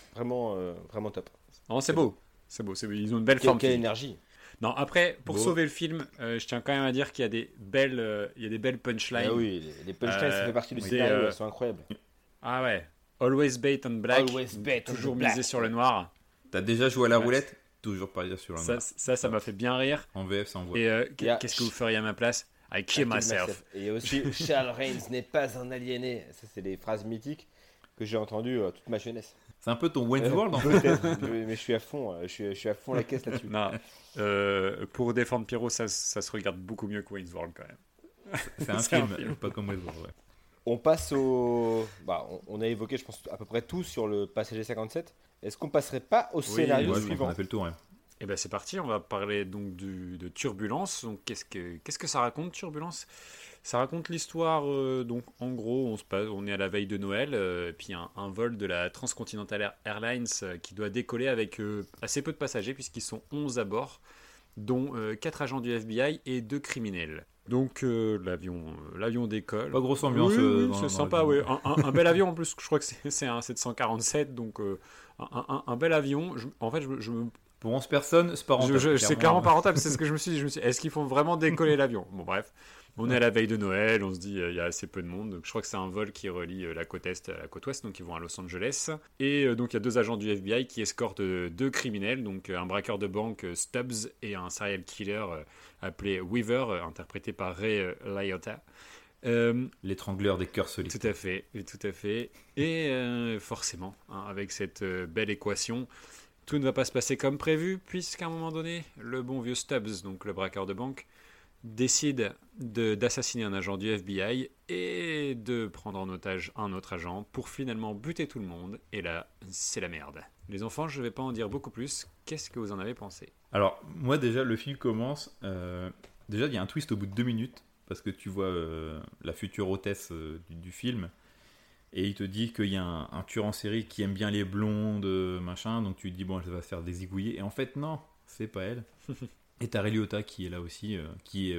top. Non, c'est beau. Ils ont une belle forme. Quelle énergie. Non, après, pour sauver le film, je tiens quand même à dire qu'il y a des belles punchlines. Ah oui, les punchlines, ça fait partie du scénario, elles sont incroyables. Ah ouais. Always bait on black. Toujours misé sur le noir. T'as déjà joué à la roulette? Toujours parier sur le noir. Ça m'a fait bien rire. En VF, ça envoie. Et qu'est-ce que vous feriez à ma place? I kill myself. Et aussi, Charles Rains n'est pas un aliéné. Ça, c'est des phrases mythiques que j'ai entendues toute ma jeunesse. C'est un peu ton Wayne's World en fait. Mais je suis à fond, je suis à fond la caisse là-dessus. Non, pour défendre Pierrot, ça se regarde beaucoup mieux que Wayne's World quand même. C'est un film, pas comme Wayne's World. Ouais. On passe au. On a évoqué, je pense, à peu près tout sur le Passager 57. Est-ce qu'on passerait pas au scénario suivant? On a fait le tour. Ouais. Et ben c'est parti, on va parler donc de Turbulence. Donc qu'est-ce que ça raconte, Turbulence? Ça raconte l'histoire, donc en gros, on est à la veille de Noël, puis un vol de la Transcontinental Airlines qui doit décoller avec assez peu de passagers, puisqu'ils sont 11 à bord, dont 4 agents du FBI et 2 criminels. Donc l'avion décolle. Pas grosse ambiance. C'est sympa, oui. Un bel avion en plus, je crois que c'est un 747, donc un bel avion. Pour 11 personnes, c'est pas rentable. C'est clairement pas rentable, c'est ce que je me suis dit. Est-ce qu'il faut vraiment décoller l'avion? Bon, bref. On est à la veille de Noël, on se dit il y a assez peu de monde. Donc, je crois que c'est un vol qui relie la côte Est à la côte Ouest, donc ils vont à Los Angeles. Et donc il y a 2 agents du FBI qui escortent 2 criminels, donc un braqueur de banque Stubbs et un serial killer appelé Weaver, interprété par Ray Liotta. L'étrangleur des cœurs solides. Tout à fait. Et forcément, avec cette belle équation, tout ne va pas se passer comme prévu, puisqu'à un moment donné, le bon vieux Stubbs, donc le braqueur de banque, décide d'assassiner un agent du FBI et de prendre en otage un autre agent pour finalement buter tout le monde. Et là, c'est la merde. Les enfants, je ne vais pas en dire beaucoup plus. Qu'est-ce que vous en avez pensé? Alors, moi déjà, le film commence... déjà, il y a un twist au bout de 2 minutes, parce que tu vois la future hôtesse du film, et il te dit qu'il y a un tueur en série qui aime bien les blondes, machin, donc tu te dis, bon, elle va se faire désiguiller. Et en fait, non, c'est pas elle. Et t'as Ray Liotta qui est là aussi, qui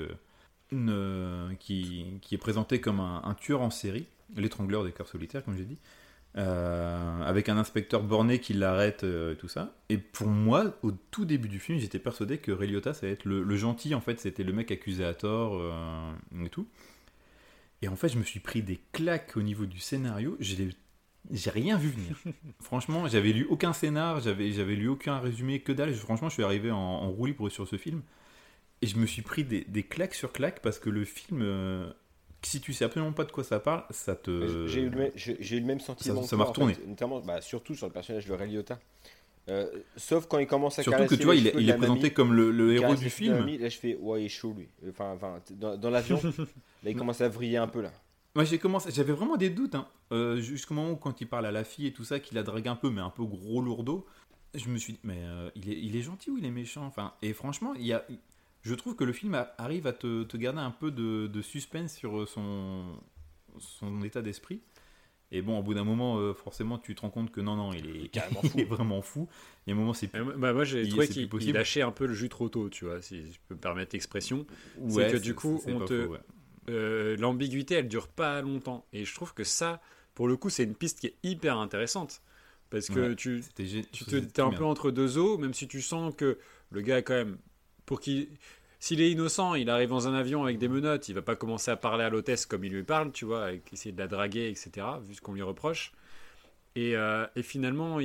est présenté comme un tueur en série, l'étrangleur des cœurs solitaires, comme j'ai dit, avec un inspecteur borné qui l'arrête et tout ça. Et pour moi, au tout début du film, j'étais persuadé que Ray Liotta, ça allait être le gentil, en fait, c'était le mec accusé à tort et tout. Et en fait, je me suis pris des claques au niveau du scénario, j'ai rien vu venir. Franchement, j'avais lu aucun scénar, j'avais lu aucun résumé, que dalle. Franchement, je suis arrivé en roue libre sur ce film. Et je me suis pris des claques sur claques parce que le film, si tu sais absolument pas de quoi ça parle, ça te... J'ai eu le même sentiment. Ça m'a retourné. En fait, notamment, surtout sur le personnage de Ray Liotta. Sauf quand il commence à surtout que tu vois, il est présenté comme le héros du film. Là, je fais, ouais, il est chaud lui. Enfin, dans l'avion, là, il commence à vriller un peu là. Moi, j'avais vraiment des doutes, hein. Jusqu'au moment où, quand il parle à la fille et tout ça, qu'il la drague un peu, mais un peu gros lourdeau, je me suis dit, mais il est gentil ou il est méchant, enfin, et franchement, je trouve que le film arrive à te garder un peu de suspense sur son état d'esprit. Et bon, au bout d'un moment, forcément, tu te rends compte que non, il est carrément fou. Il est vraiment fou. Et à un moment, c'est plus. Moi, j'ai trouvé qu'il lâchait un peu le jus trop tôt, tu vois, si je peux me permettre l'expression. Ouais, c'est que du coup, l'ambiguïté, elle dure pas longtemps. Et je trouve que ça, pour le coup, c'est une piste qui est hyper intéressante. Parce que tu t'es un peu entre deux eaux, même si tu sens que le gars, quand même, s'il est innocent, il arrive dans un avion avec des menottes, il va pas commencer à parler à l'hôtesse comme il lui parle, tu vois, essayer de la draguer, etc., vu ce qu'on lui reproche. Et finalement,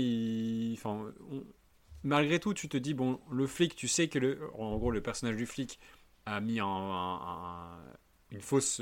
malgré tout, tu te dis, bon, le flic, tu sais que en gros, le personnage du flic a mis une fausse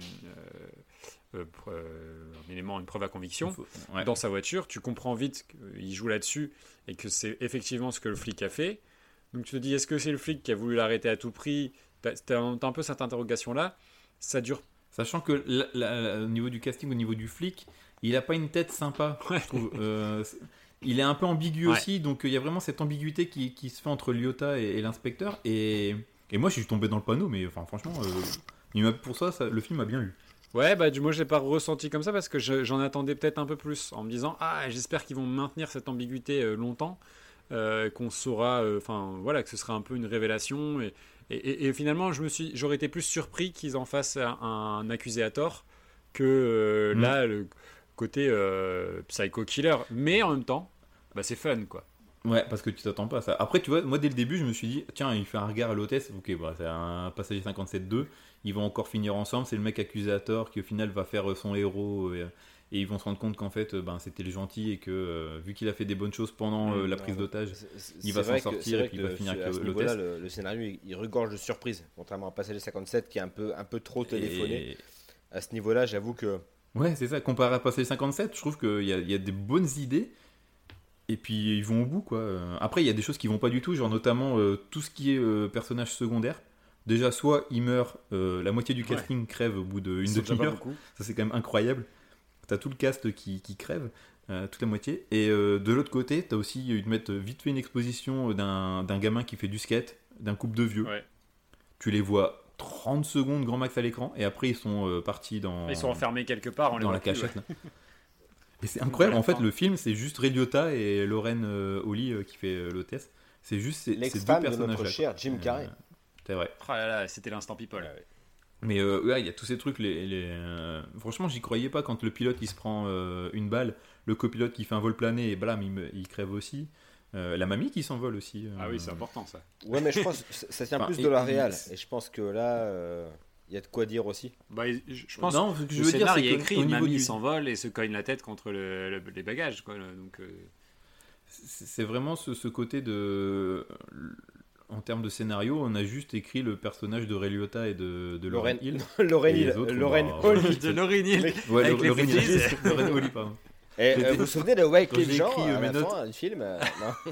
un élément, une preuve à conviction dans sa voiture. Tu comprends vite qu'il joue là-dessus et que c'est effectivement ce que le flic a fait. Donc tu te dis, est-ce que c'est le flic qui a voulu l'arrêter à tout prix ? T'as un peu cette interrogation-là. Ça dure. Sachant que au niveau du casting, au niveau du flic, il a pas une tête sympa, je trouve. Il est un peu ambigu aussi, donc il y a vraiment cette ambiguïté qui se fait entre Liotta et l'inspecteur. Et moi, je suis tombé dans le panneau, mais enfin, franchement, pour ça, le film m'a bien eu. Ouais, moi je l'ai pas ressenti comme ça parce que j'en attendais peut-être un peu plus en me disant, j'espère qu'ils vont maintenir cette ambiguïté longtemps. Qu'on saura, que ce sera un peu une révélation et finalement j'aurais été plus surpris qu'ils en fassent un accusé à tort que là le côté psycho killer, mais en même temps c'est fun quoi. Ouais, parce que tu t'attends pas à ça. Après, tu vois, moi dès le début je me suis dit, tiens, il fait un regard à l'hôtesse, ok, c'est un passager 57-2, ils vont encore finir ensemble, c'est le mec accusé à tort qui au final va faire son héros et ils vont se rendre compte qu'en fait c'était le gentil et que vu qu'il a fait des bonnes choses pendant la prise d'otage, il va s'en sortir et puis il va finir avec l'hôtesse. Le scénario il regorge de surprises, contrairement à Passager 57 qui est un peu trop téléphoné. À ce niveau-là, j'avoue que... Ouais, c'est ça, comparé à Passager 57, je trouve qu'il y a des bonnes idées et puis ils vont au bout quoi. Après, il y a des choses qui vont pas du tout, genre notamment tout ce qui est personnage secondaire. Déjà, soit il meurt, la moitié du casting crève au bout d'une demi-heure. Ça, c'est quand même incroyable. T'as tout le cast qui crève, toute la moitié. Et de l'autre côté, t'as aussi, ils te mettent vite fait une exposition d'un gamin qui fait du skate, d'un couple de vieux. Ouais. Tu les vois 30 secondes grand max à l'écran, et après ils sont partis dans... Ils sont enfermés quelque part, dans la cachette. Ouais. Et c'est incroyable, en fait, le film, c'est juste Ray Liotta et Lauren Holly qui fait l'hôtesse. C'est juste ces deux personnages-là. De notre cher Jim Carrey. C'est vrai. Oh là là, c'était l'instant people. Ouais. Mais il y a tous ces trucs. Franchement, j'y croyais pas quand le pilote il se prend une balle, le copilote qui fait un vol plané et blam, il crève aussi. La mamie qui s'envole aussi. Ah oui, c'est important ça. Ouais, mais je pense que ça tient plus de la réal. Et je pense que là, il y a de quoi dire aussi. Je pense que le scénario est écrit, mamie s'envole et se cogne la tête contre les bagages. Quoi, donc, c'est vraiment ce côté de... En termes de scénario, on a juste écrit le personnage de Ray Liotta et de Lauren Hill. Lauren Hill. Lauren Hill. Ouais, Lauren Holly, pardon. Et vous vous souvenez de Wyclef Jean à la fin du film non.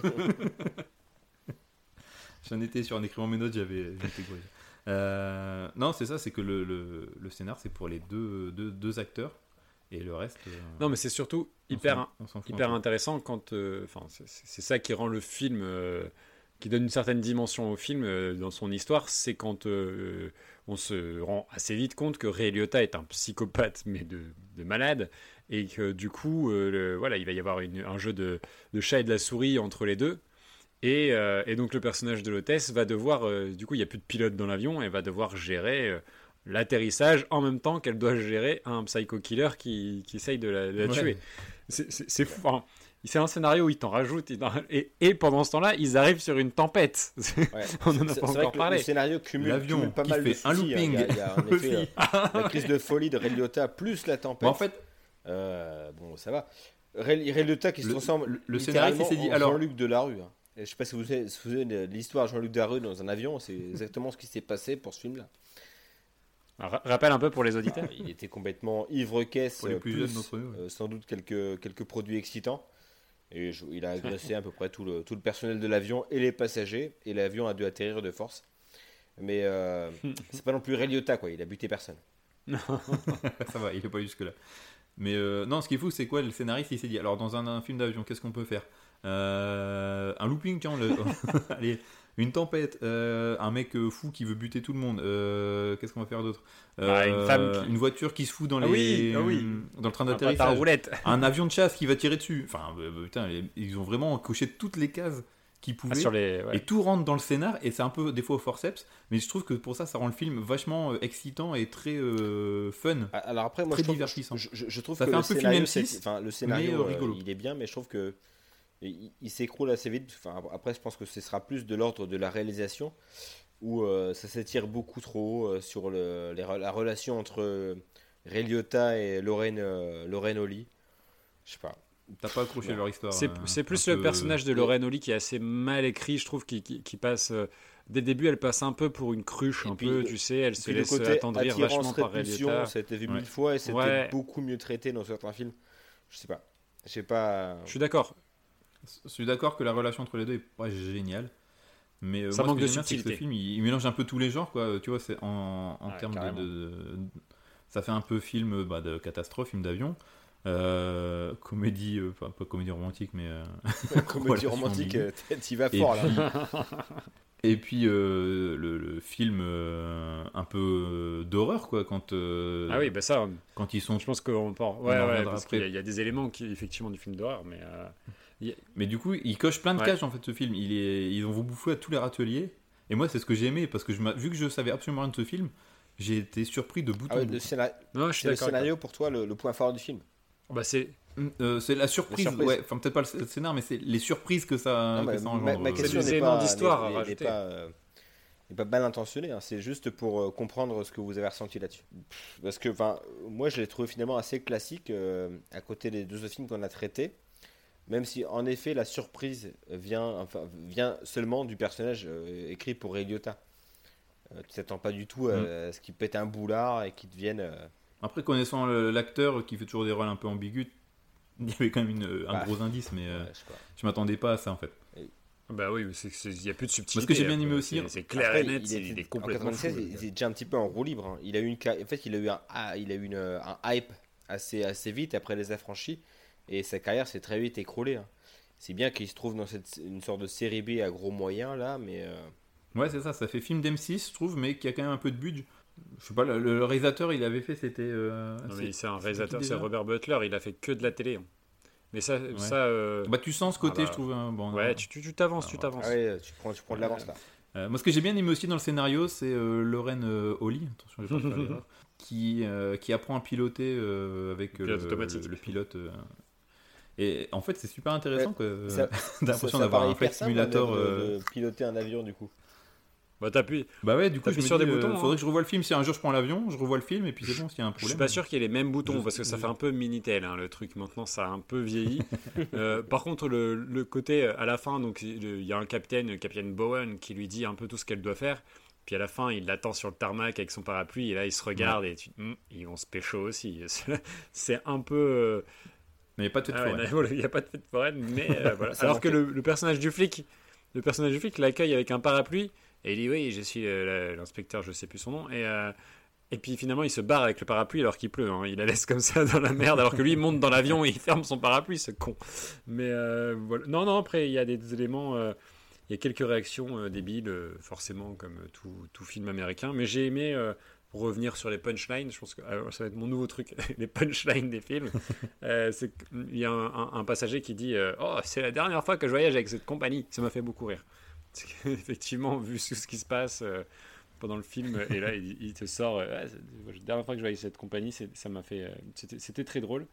J'en étais sur en écrivant mes notes, j'étais non, c'est ça, c'est que le scénar, c'est pour les deux acteurs. Et le reste... non, mais c'est surtout hyper intéressant quand... c'est ça qui rend le film... qui donne une certaine dimension au film dans son histoire, c'est quand on se rend assez vite compte que Ray Liotta est un psychopathe, mais de malade, et que du coup, il va y avoir un jeu de chat et de la souris entre les deux, et donc le personnage de l'hôtesse va devoir, du coup il n'y a plus de pilote dans l'avion, elle va devoir gérer l'atterrissage en même temps qu'elle doit gérer un psycho-killer qui essaye de la tuer. C'est fou, hein. C'est un scénario où ils t'en rajoutent et pendant ce temps-là, ils arrivent sur une tempête. Ouais. On n'en a pas encore parlé. Le scénario cumule pas mal de soucis. Un looping. Il y a en effet la crise de folie de Ray Liotta plus la tempête. Bon, en fait, ça va. Ray Liotta qui se transforme le scénario qui s'est dit alors Jean-Luc Delarue. Hein. Et je sais pas si vous savez l'histoire de Jean-Luc Delarue dans un avion, c'est exactement ce qui s'est passé pour ce film-là. Alors, rappelle un peu pour les auditeurs. Il était complètement ivre-caisse, pour les plus jeunes d'entre nous, sans doute quelques produits excitants. Et il a agressé à peu près tout le personnel de l'avion et les passagers. Et l'avion a dû atterrir de force. Mais c'est pas non plus Ray Liotta, quoi. Il a buté personne. Ça va, il est pas jusque-là. Mais non, ce qui est fou, c'est quoi? Le scénariste, il s'est dit, alors dans un film d'avion, qu'est-ce qu'on peut faire? Un looping, tiens, allez, une tempête, un mec fou qui veut buter tout le monde. Qu'est-ce qu'on va faire d'autre? Une voiture qui se fout dans dans le train d'atterrissage. Un avion de chasse qui va tirer dessus. Enfin, putain, ils ont vraiment coché toutes les cases qu'ils pouvaient. Et tout rentre dans le scénar, et c'est un peu des fois au forceps, mais je trouve que pour ça rend le film vachement excitant et très fun. Alors après, moi, très divertissant. Je trouve ça que fait un peu film M6, le scénario, rigolo. Il est bien, mais je trouve que il s'écroule assez vite. Enfin, après, je pense que ce sera plus de l'ordre de la réalisation, où ça s'étire beaucoup trop sur la relation entre Ray Liotta et Lorraine Holly. Je sais pas. T'as pas accroché leur histoire. C'est plus le personnage de Lorraine Holly qui est assez mal écrit, je trouve, qui passe. Dès le début, elle passe un peu pour une cruche, tu sais, elle se laisse attendrir vachement par Ray Liotta. Ça a été vu 1000 fois et c'était beaucoup mieux traité dans certains films. Je sais pas. Je suis d'accord. Je suis d'accord que la relation entre les deux est pas géniale. Mais ça manque de subtilité. Ce film, il mélange un peu tous les genres, quoi. Tu vois, c'est en termes ça fait un peu film de catastrophe, film d'avion. Comédie, pas comédie romantique, mais comédie romantique, t'y vas fort là. Et puis le film un peu d'horreur, quoi, quand ah oui, ça quand ils sont, je pense qu'on part parce qu'il y a des éléments effectivement du film d'horreur, mais du coup il coche plein de cases en fait, ce film. Ils ont vous bouffé à tous les râteliers, et moi c'est ce que j'ai aimé, parce que vu que je savais absolument rien de ce film, j'ai été surpris de bout en bout. C'est le scénario pour toi le point fort du film. C'est la surprise. Ouais, enfin peut-être pas le scénar, mais c'est les surprises que ça engendre. Ma question n'est pas mal intentionnée, hein. C'est juste pour comprendre ce que vous avez ressenti là-dessus. Parce que moi je l'ai trouvé finalement assez classique à côté des deux autres films qu'on a traités, même si en effet la surprise vient seulement du personnage écrit pour Ray Liotta. Tu t'attends pas du tout à ce qu'il pète un boulard et qu'il devienne... Après, connaissant l'acteur qui fait toujours des rôles un peu ambigus, il y avait quand même un gros indice, mais je m'attendais pas à ça en fait. Bah oui, il n'y a plus de subtilité. Parce que j'ai bien aimé aussi. C'est clair et net, il est complètement fou. Il est déjà un petit peu en roue libre. Hein. Il a eu un hype assez vite après Les Affranchis, et sa carrière s'est très vite écroulée. Hein. C'est bien qu'il se trouve dans une sorte de série B à gros moyens là, mais. Ouais, c'est ça fait film d'M6, je trouve, mais qui a quand même un peu de budget. Je sais pas, le réalisateur, il avait fait, c'était. Non, mais c'est un réalisateur, c'est Robert Butler, il a fait que de la télé. Hein. Mais ça. Tu sens ce côté, je trouve. Tu t'avances, Ah ouais, tu prends de l'avance là. Moi, ce que j'ai bien aimé aussi dans le scénario, c'est Lorraine Holly, attention, je vais pas faire l'erreur, qui apprend à piloter avec le pilote. Et en fait, c'est super intéressant que t'as l'impression d'avoir un flight simulator. De piloter un avion, du coup. T'appuies. Bah ouais, du coup, je me sur dis, des boutons. Faudrait que je revoie le film. Si un jour je prends l'avion, je revois le film et puis c'est bon, s'il y a un problème. Je suis pas sûr qu'il y ait les mêmes boutons parce que ça fait un peu Minitel, le truc. Maintenant, ça a un peu vieilli. Par contre, le côté à la fin, donc il y a un capitaine Bowen, qui lui dit un peu tout ce qu'elle doit faire. Puis à la fin, il l'attend sur le tarmac avec son parapluie et là, il se regarde et ils vont se pécho aussi. C'est un peu. Mais il n'y a pas de fête foraine. Il n'y a pas de fête foraine, mais voilà. Alors que le personnage du flic l'accueille avec un parapluie. Et il dit oui, je suis l'inspecteur, je sais plus son nom. Et puis finalement, il se barre avec le parapluie alors qu'il pleut. Hein. Il la laisse comme ça dans la merde alors que lui, il monte dans l'avion et il ferme son parapluie, ce con. Mais voilà. Non, après, il y a des éléments... il y a quelques réactions débiles, forcément, comme tout film américain. Mais j'ai aimé, pour revenir sur les punchlines, je pense que ça va être mon nouveau truc, les punchlines des films. Il y a un passager qui dit « Oh, c'est la dernière fois que je voyage avec cette compagnie. » Ça m'a fait beaucoup rire. Effectivement, vu ce qui se passe pendant le film, et là il te sort la dernière fois que je voyais cette compagnie, ça m'a fait c'était très drôle,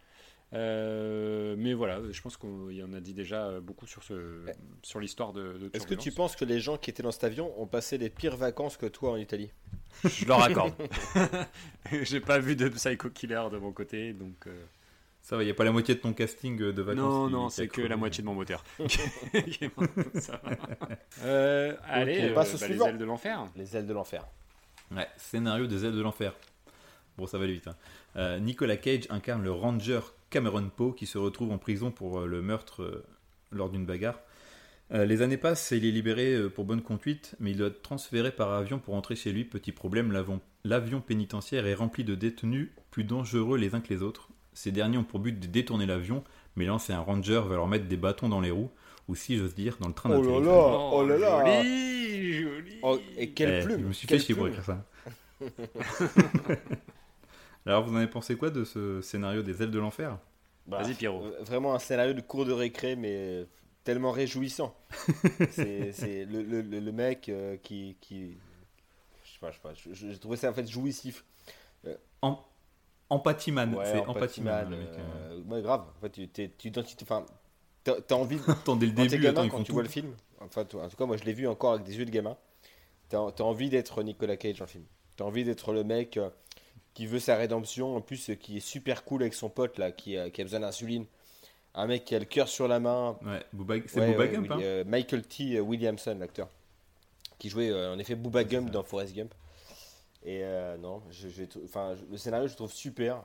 mais voilà, je pense qu'il y en a dit déjà beaucoup sur l'histoire de Turbulence. Est-ce que tu penses que les gens qui étaient dans cet avion ont passé les pires vacances que toi en Italie? Je leur accorde. J'ai pas vu de Psycho Killer de mon côté, donc ça va, il n'y a pas la moitié de ton casting de vacances. Non, c'est que la moitié de mon moteur. Allez, on passe au suivant. Les ailes de l'enfer. Les ailes de l'enfer. Ouais, scénario des ailes de l'enfer. Bon, ça va aller vite. Nicolas Cage incarne le ranger Cameron Poe qui se retrouve en prison pour le meurtre lors d'une bagarre. Les années passent et il est libéré pour bonne conduite, mais il doit être transféré par avion pour rentrer chez lui. Petit problème, l'avion pénitentiaire est rempli de détenus plus dangereux les uns que les autres. Ces derniers ont pour but de détourner l'avion, mais l'ancien ranger va leur mettre des bâtons dans les roues, ou si j'ose dire, dans le train d'atterrissage. Oh là là, joli. Oh, et quelle plume. Je me suis fait chier pour écrire ça. Alors, vous en avez pensé quoi de ce scénario des ailes de l'enfer ? Vas-y, Pierrot. Vraiment un scénario de cours de récré, mais tellement réjouissant. c'est le mec qui je sais pas, j'ai trouvé ça en fait jouissif. Empathyman, ouais, c'est Empathyman. Ouais, grave. En fait, enfin, t'as envie. Attends, dès le début, gamin, quand tu vois le film. Enfin, en tout cas, moi, je l'ai vu encore avec des yeux de gamin. T'as envie d'être Nicolas Cage dans le film. T'as envie d'être le mec qui veut sa rédemption, en plus qui est super cool avec son pote là, qui a besoin d'insuline. Un mec qui a le cœur sur la main. Ouais, Booba Gump. Michael T. Williamson, l'acteur, qui jouait en effet Booba Gump dans Forrest Gump. Et non, le scénario je trouve super.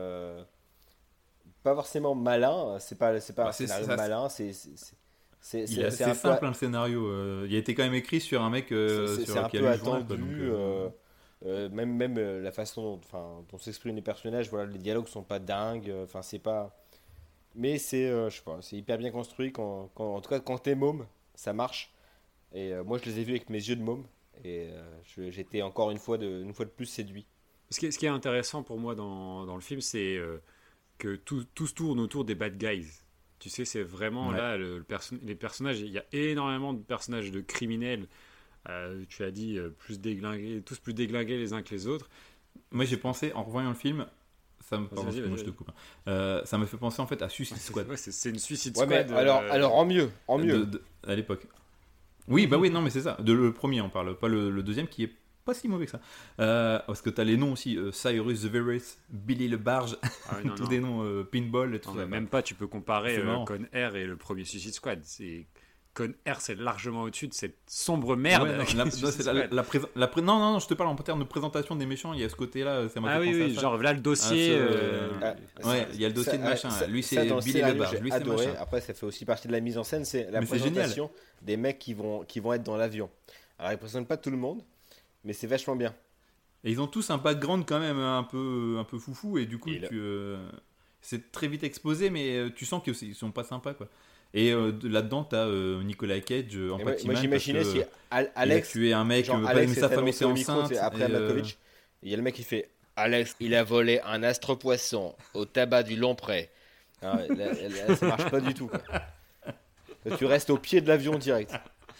Pas forcément malin, c'est pas un scénario malin, il est assez simple, le scénario. Il a été quand même écrit sur un mec c'est un peu attendu. Même la façon dont s'expriment les personnages, voilà, les dialogues sont pas dingues. Enfin, c'est pas. Mais je sais pas, c'est hyper bien construit. En tout cas, quand t'es môme, ça marche. Et moi, je les ai vus avec mes yeux de môme. Et j'étais encore une fois de plus séduit. Ce qui est intéressant pour moi dans le film, c'est que tout se tourne autour des bad guys. Tu sais, c'est vraiment là les personnages. Il y a énormément de personnages de criminels. Tu as dit tous plus déglingués les uns que les autres. Moi, j'ai pensé en revoyant le film. Ça me je te coupe. Ça me fait penser en fait à Suicide Squad. C'est une Suicide Squad. Mais alors en mieux. À l'époque. Oui, bah oui, non, mais c'est ça. Le premier, on parle, pas le deuxième qui est pas si mauvais que ça. Parce que t'as les noms aussi, Cyrus the Virus, Billy le Barge, tous des noms, Pinball et tout ça. Même pas, tu peux comparer Con Air et le premier Suicide Squad. Con Air, c'est largement au-dessus de cette sombre merde. Ouais, non, je te parle en termes de présentation des méchants, il y a ce côté-là, ça m'a fait penser à ça. Genre là le dossier. Ouais, il y a le dossier de machin. Lui, c'est Billy le Barge. Lui, c'est machin. Après, ça fait aussi partie de la mise en scène, c'est la présentation des mecs qui vont être dans l'avion. Alors, ils présentent pas tout le monde, mais c'est vachement bien. Et ils ont tous un background quand même un peu foufou, et du coup, c'est très vite exposé, mais tu sens qu'ils sont pas sympas, quoi. Et là-dedans, t'as Nicolas Cage en Pac-Man. Moi, j'imaginais si Alex. Il a tué un mec, sa femme était enceinte. Après Malkovich, il y a le mec qui fait Alex, il a volé un astre-poisson au tabac du Longpré. Là, ça marche pas du tout, quoi. Tu restes au pied de l'avion direct.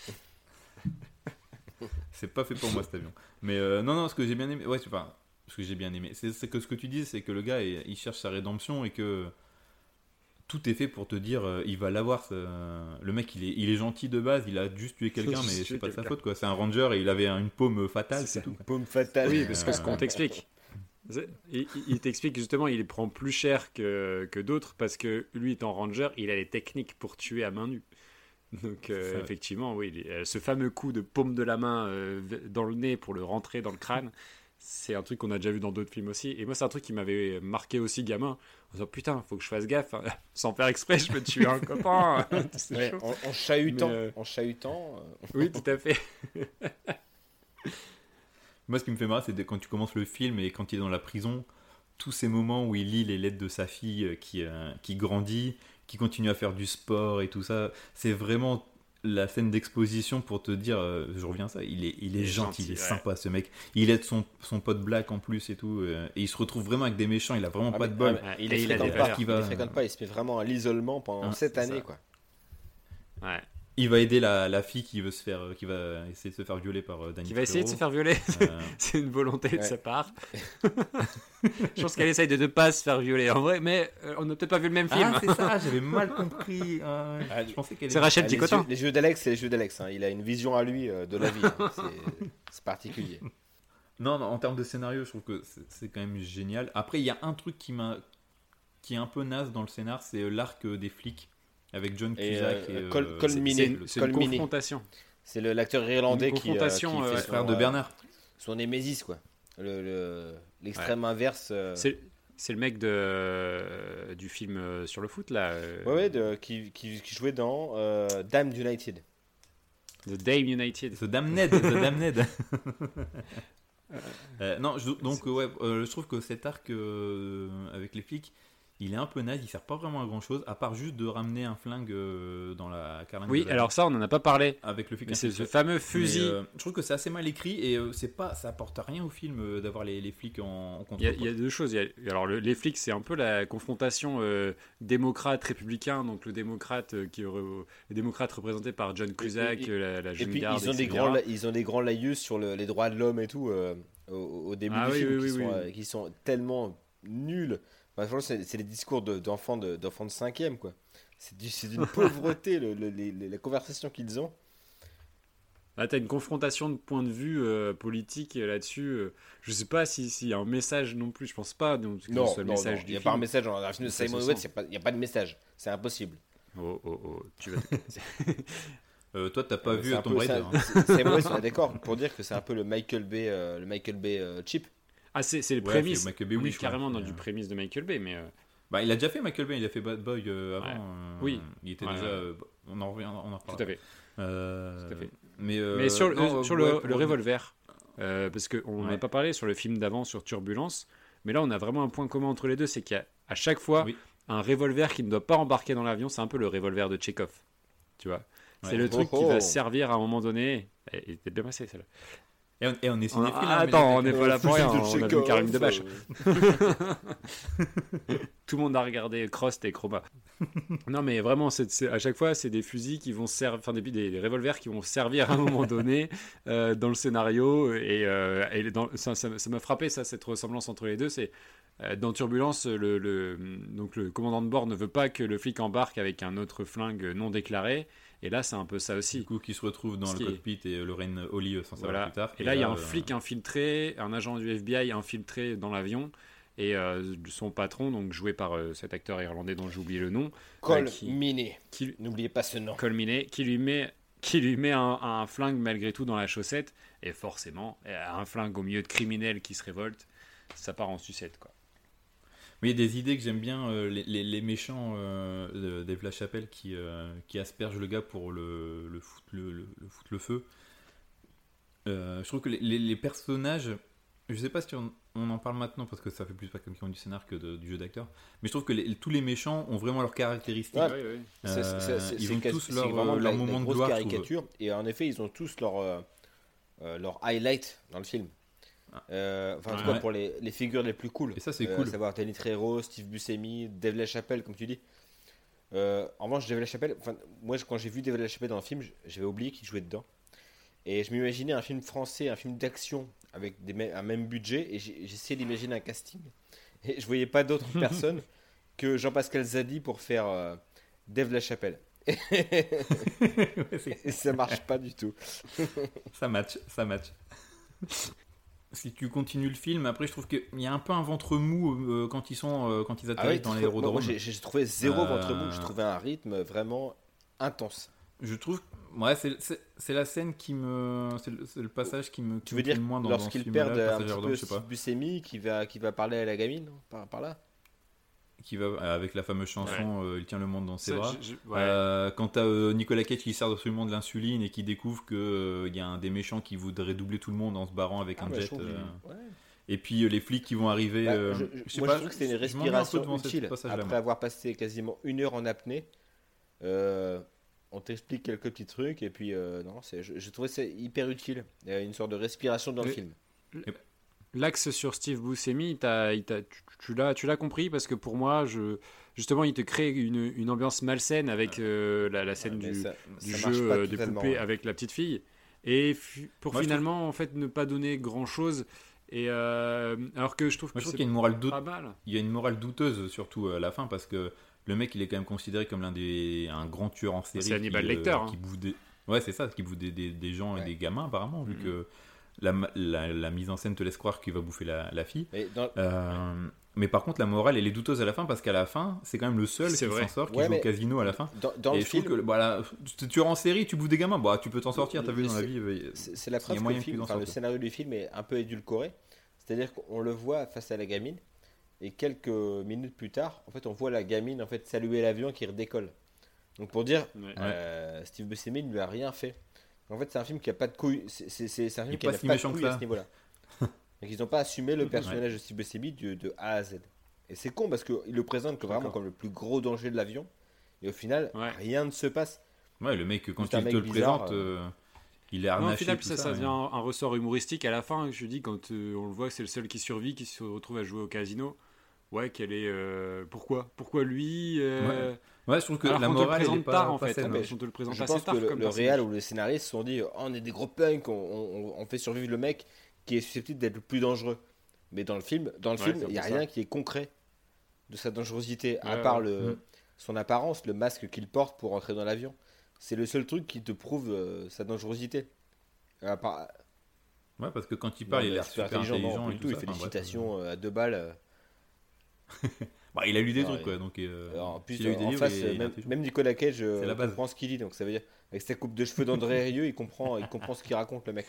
C'est pas fait pour moi cet avion. Mais non, ce que j'ai bien aimé. Ouais, ce que j'ai bien aimé. C'est que ce que tu dis, c'est que le gars, il cherche sa rédemption et que. Tout est fait pour te dire il va l'avoir. Le mec il est gentil de base, il a juste tué quelqu'un, mais c'est pas de sa faute, quoi. C'est un ranger et il avait une paume fatale. C'est tout. Une paume fatale. Oui, parce que ce qu'on t'explique, il t'explique justement, il prend plus cher que d'autres parce que lui étant ranger, il a les techniques pour tuer à main nue. Donc effectivement, oui, ce fameux coup de paume de la main dans le nez pour le rentrer dans le crâne. C'est un truc qu'on a déjà vu dans d'autres films aussi. Et moi, c'est un truc qui m'avait marqué aussi gamin. En disant, putain, faut que je fasse gaffe. Sans faire exprès, je peux tuer un copain. En chahutant. En chahutant. Oui, tout à fait. Moi, ce qui me fait marrer, c'est quand tu commences le film et quand il est dans la prison, tous ces moments où il lit les lettres de sa fille qui grandit, qui continue à faire du sport et tout ça. C'est vraiment la scène d'exposition pour te dire, je reviens à ça, il est gentil, il est sympa, ce mec. Il aide son pote Black en plus et tout, et il se retrouve vraiment avec des méchants, il a vraiment pas de bol. Il fréquente pas, il se met vraiment à l'isolement pendant 7 années, quoi. Ouais. Il va aider la fille qui va essayer de se faire violer par Danny. Qui va essayer de se faire violer. C'est une volonté de sa part. Je pense qu'elle essaye de ne pas se faire violer en vrai, mais on n'a peut-être pas vu le même film. Ah, c'est ça, j'avais mal compris. Je pensais qu'elle c'est Rachel Ticotin. Les jeux d'Alex, c'est les jeux d'Alex. Hein. Il a une vision à lui de la vie. Hein. C'est particulier. Non, en termes de scénario, je trouve que c'est quand même génial. Après, il y a un truc qui est un peu naze dans le scénar, c'est l'arc des flics. Avec John Cusack et Colmini. C'est une confrontation. C'est l'acteur irlandais qui fait le frère de Bernard. Son némésis, quoi. L'extrême inverse. C'est le mec du film sur le foot, là. Qui jouait dans Damned United. The Dame United. The Damned. Non, je trouve que cet arc avec les flics, il est un peu naze, il sert pas vraiment à grand chose, à part juste de ramener un flingue dans la carlingue. Oui, alors ça, on n'en a pas parlé. Avec le flic. Mais c'est ce fameux fusil. Je trouve que c'est assez mal écrit et ça apporte rien au film d'avoir les flics en contre. Il y a deux choses. Alors, les flics, c'est un peu la confrontation démocrate-républicain. Donc, le démocrate représenté par John Cusack, la jeune garde. Ils ont des grands laïus sur les droits de l'homme et tout au début du film qui sont tellement nuls. Bah, c'est les discours d'enfants de 5e, quoi. C'est d'une pauvreté la conversation qu'ils ont. Là, tu as une confrontation de points de vue politique là-dessus. Je sais pas s'il y a un message non plus. Je pense pas. Non, il n'y a pas un message dans un film de Simon West. Il n'y a pas de message. C'est impossible. Tu vas te toi, t'as pas vu Tomb Raider. Simon West, on est d'accord pour dire que c'est un peu le Michael Bay cheap. Ah, c'est le prémisse. Michael Bay, on est carrément dans du prémisse de Michael Bay, mais. Il a déjà fait Michael Bay, il a fait Bad Boy avant. Oui. Il était déjà. On en revient, on en reparle. Tout à fait. Tout à fait. Mais sur le revolver, parce qu'on n'a pas parlé sur le film d'avant, sur Turbulence, mais là on a vraiment un point commun entre les deux, c'est qu'il y a à chaque fois un revolver qui ne doit pas embarquer dans l'avion, c'est un peu le revolver de Tchekhov. Tu vois, c'est le truc qui va servir à un moment donné. Il était bien passé celle-là. Et on est cinéphile. Attends, on n'est pas là pour rien. On a vu Karim Debache. Tout le monde a regardé Crost et Chroma. Non, mais vraiment, à chaque fois, c'est des fusils qui vont servir, enfin des revolvers qui vont servir à un moment donné dans le scénario. Et ça m'a frappé, cette ressemblance entre les deux. C'est dans Turbulence, donc le commandant de bord ne veut pas que le flic embarque avec un autre flingue non déclaré. Et là, c'est un peu ça aussi. Du coup, qui se retrouve dans le cockpit et Lorraine Holly sans savoir plus tard. Et là, il y a un flic infiltré, un agent du FBI infiltré dans l'avion. Et son patron, donc joué par cet acteur irlandais dont j'ai oublié le nom. Cole Meaney. N'oubliez pas ce nom. Cole Meaney, qui lui met un flingue malgré tout dans la chaussette. Et forcément, un flingue au milieu de criminels qui se révoltent, ça part en sucette, quoi. Mais il y a des idées que j'aime bien, les méchants Dave LaChapelle qui aspergent le gars pour le foutre le feu. Je trouve que les personnages, je sais pas si on en parle maintenant parce que ça fait plus pas comme qui ont du scénar que du jeu d'acteur, mais je trouve que tous les méchants ont vraiment leurs caractéristiques. Ils ont tous leur moment de gloire. Caricature, et en effet, ils ont tous leur highlight dans le film. En tout cas pour les figures les plus cool. Et ça c'est cool. Savoir Danny Trejo, Steve Buscemi, Dave LaChapelle comme tu dis. En revanche, Dave LaChapelle, moi quand j'ai vu Dave LaChapelle dans le film, j'avais oublié qu'il jouait dedans. Et je m'imaginais un film français, un film d'action avec un même budget, et j'essayais d'imaginer un casting. Et je voyais pas d'autres personnes que Jean-Pascal Zadi pour faire Dave LaChapelle. Et ça marche pas du tout. Ça match. Si tu continues le film, après je trouve qu'il y a un peu un ventre mou quand ils atterrissent dans l'aérodrome. Moi j'ai trouvé zéro ventre mou, j'ai trouvé un rythme vraiment intense. Je trouve, c'est la scène c'est le passage qui me. Tu veux dire moins dans lorsqu'ils perdent un petit peu Steve Buscemi qui va parler à la gamine par là. Qui va avec la fameuse chanson il tient le monde dans ses bras. Quand t'as Nicolas Cage qui sert absolument de l'insuline et qui découvre que il y a des méchants qui voudraient doubler tout le monde en se barrant avec un jet. Et puis les flics qui vont arriver. Je trouve que c'est une respiration utile. Après avoir passé quasiment 1 heure en apnée, on t'explique quelques petits trucs et puis je trouvais ça hyper utile. Il y a une sorte de respiration dans le film. L'axe sur Steve Buscemi, tu l'as compris parce que pour moi, justement, il te crée une ambiance malsaine avec la scène du jeu de poupée avec la petite fille. Et pour finalement, en fait, ne pas donner grand-chose. Et alors que je trouve qu'il y a une morale il y a une morale douteuse surtout à la fin parce que le mec, il est quand même considéré comme un grand tueur en série. C'est Hannibal Lecter. Qui bouffe c'est ça, qui bouffe des gens et des gamins apparemment, vu que la mise en scène te laisse croire qu'il va bouffer la fille. Mais par contre, la morale, elle est douteuse à la fin parce qu'à la fin, c'est quand même le seul qui s'en sort, qui joue au casino à la fin. Dans et le je film, trouve que tueur en série, tu bouffes des gamins, tu peux t'en sortir, t'as vu dans la vie. C'est la preuve que le scénario du film est un peu édulcoré. C'est-à-dire qu'on le voit face à la gamine et quelques minutes plus tard, en fait, on voit la gamine en fait saluer l'avion qui redécolle. Donc pour dire, Steve Buscemi ne lui a rien fait. En fait, c'est un film qui a pas de couilles. C'est un film qui pas n'a si pas de méchant que couilles à ça. ce niveau-là. Donc ils n'ont pas assumé le personnage de Steve Buscemi de A à Z. Et c'est con parce qu'il le présente vraiment comme le plus gros danger de l'avion. Et au final, rien ne se passe. Ouais, le mec, quand C'est un il mec te le bizarre, présente, il est Non, harnaché. au final, tout ça ouais. devient un ressort humoristique à la fin. Je dis, quand on le voit, c'est le seul qui survit, qui se retrouve à jouer au casino. Ouais, quelle est. Pourquoi lui Ouais, je trouve que alors la qu'on te le morale elle est présente pas, tard, en pas fait. saine. mais On te le présente Je assez pense tard que comme le personnage. réal ou les scénaristes se sont dit on est des gros punks, on fait survivre le mec qui est susceptible d'être le plus dangereux. Mais dans le film, il n'y a rien qui est concret de sa dangerosité, à part son apparence, le masque qu'il porte pour entrer dans l'avion. C'est le seul truc qui te prouve sa dangerosité. À part... Ouais, parce que quand il parle, il a l'air super intelligent et tout. Il fait des citations à 2 balles. Bah, il a lu des trucs, quoi. Donc, en plus, il a eu des en livres, face, il est même Nicolas Cage la base. comprend ce qu'il dit. Donc ça veut dire, avec sa coupe de cheveux d'André Rieu, il comprend ce qu'il raconte, le mec.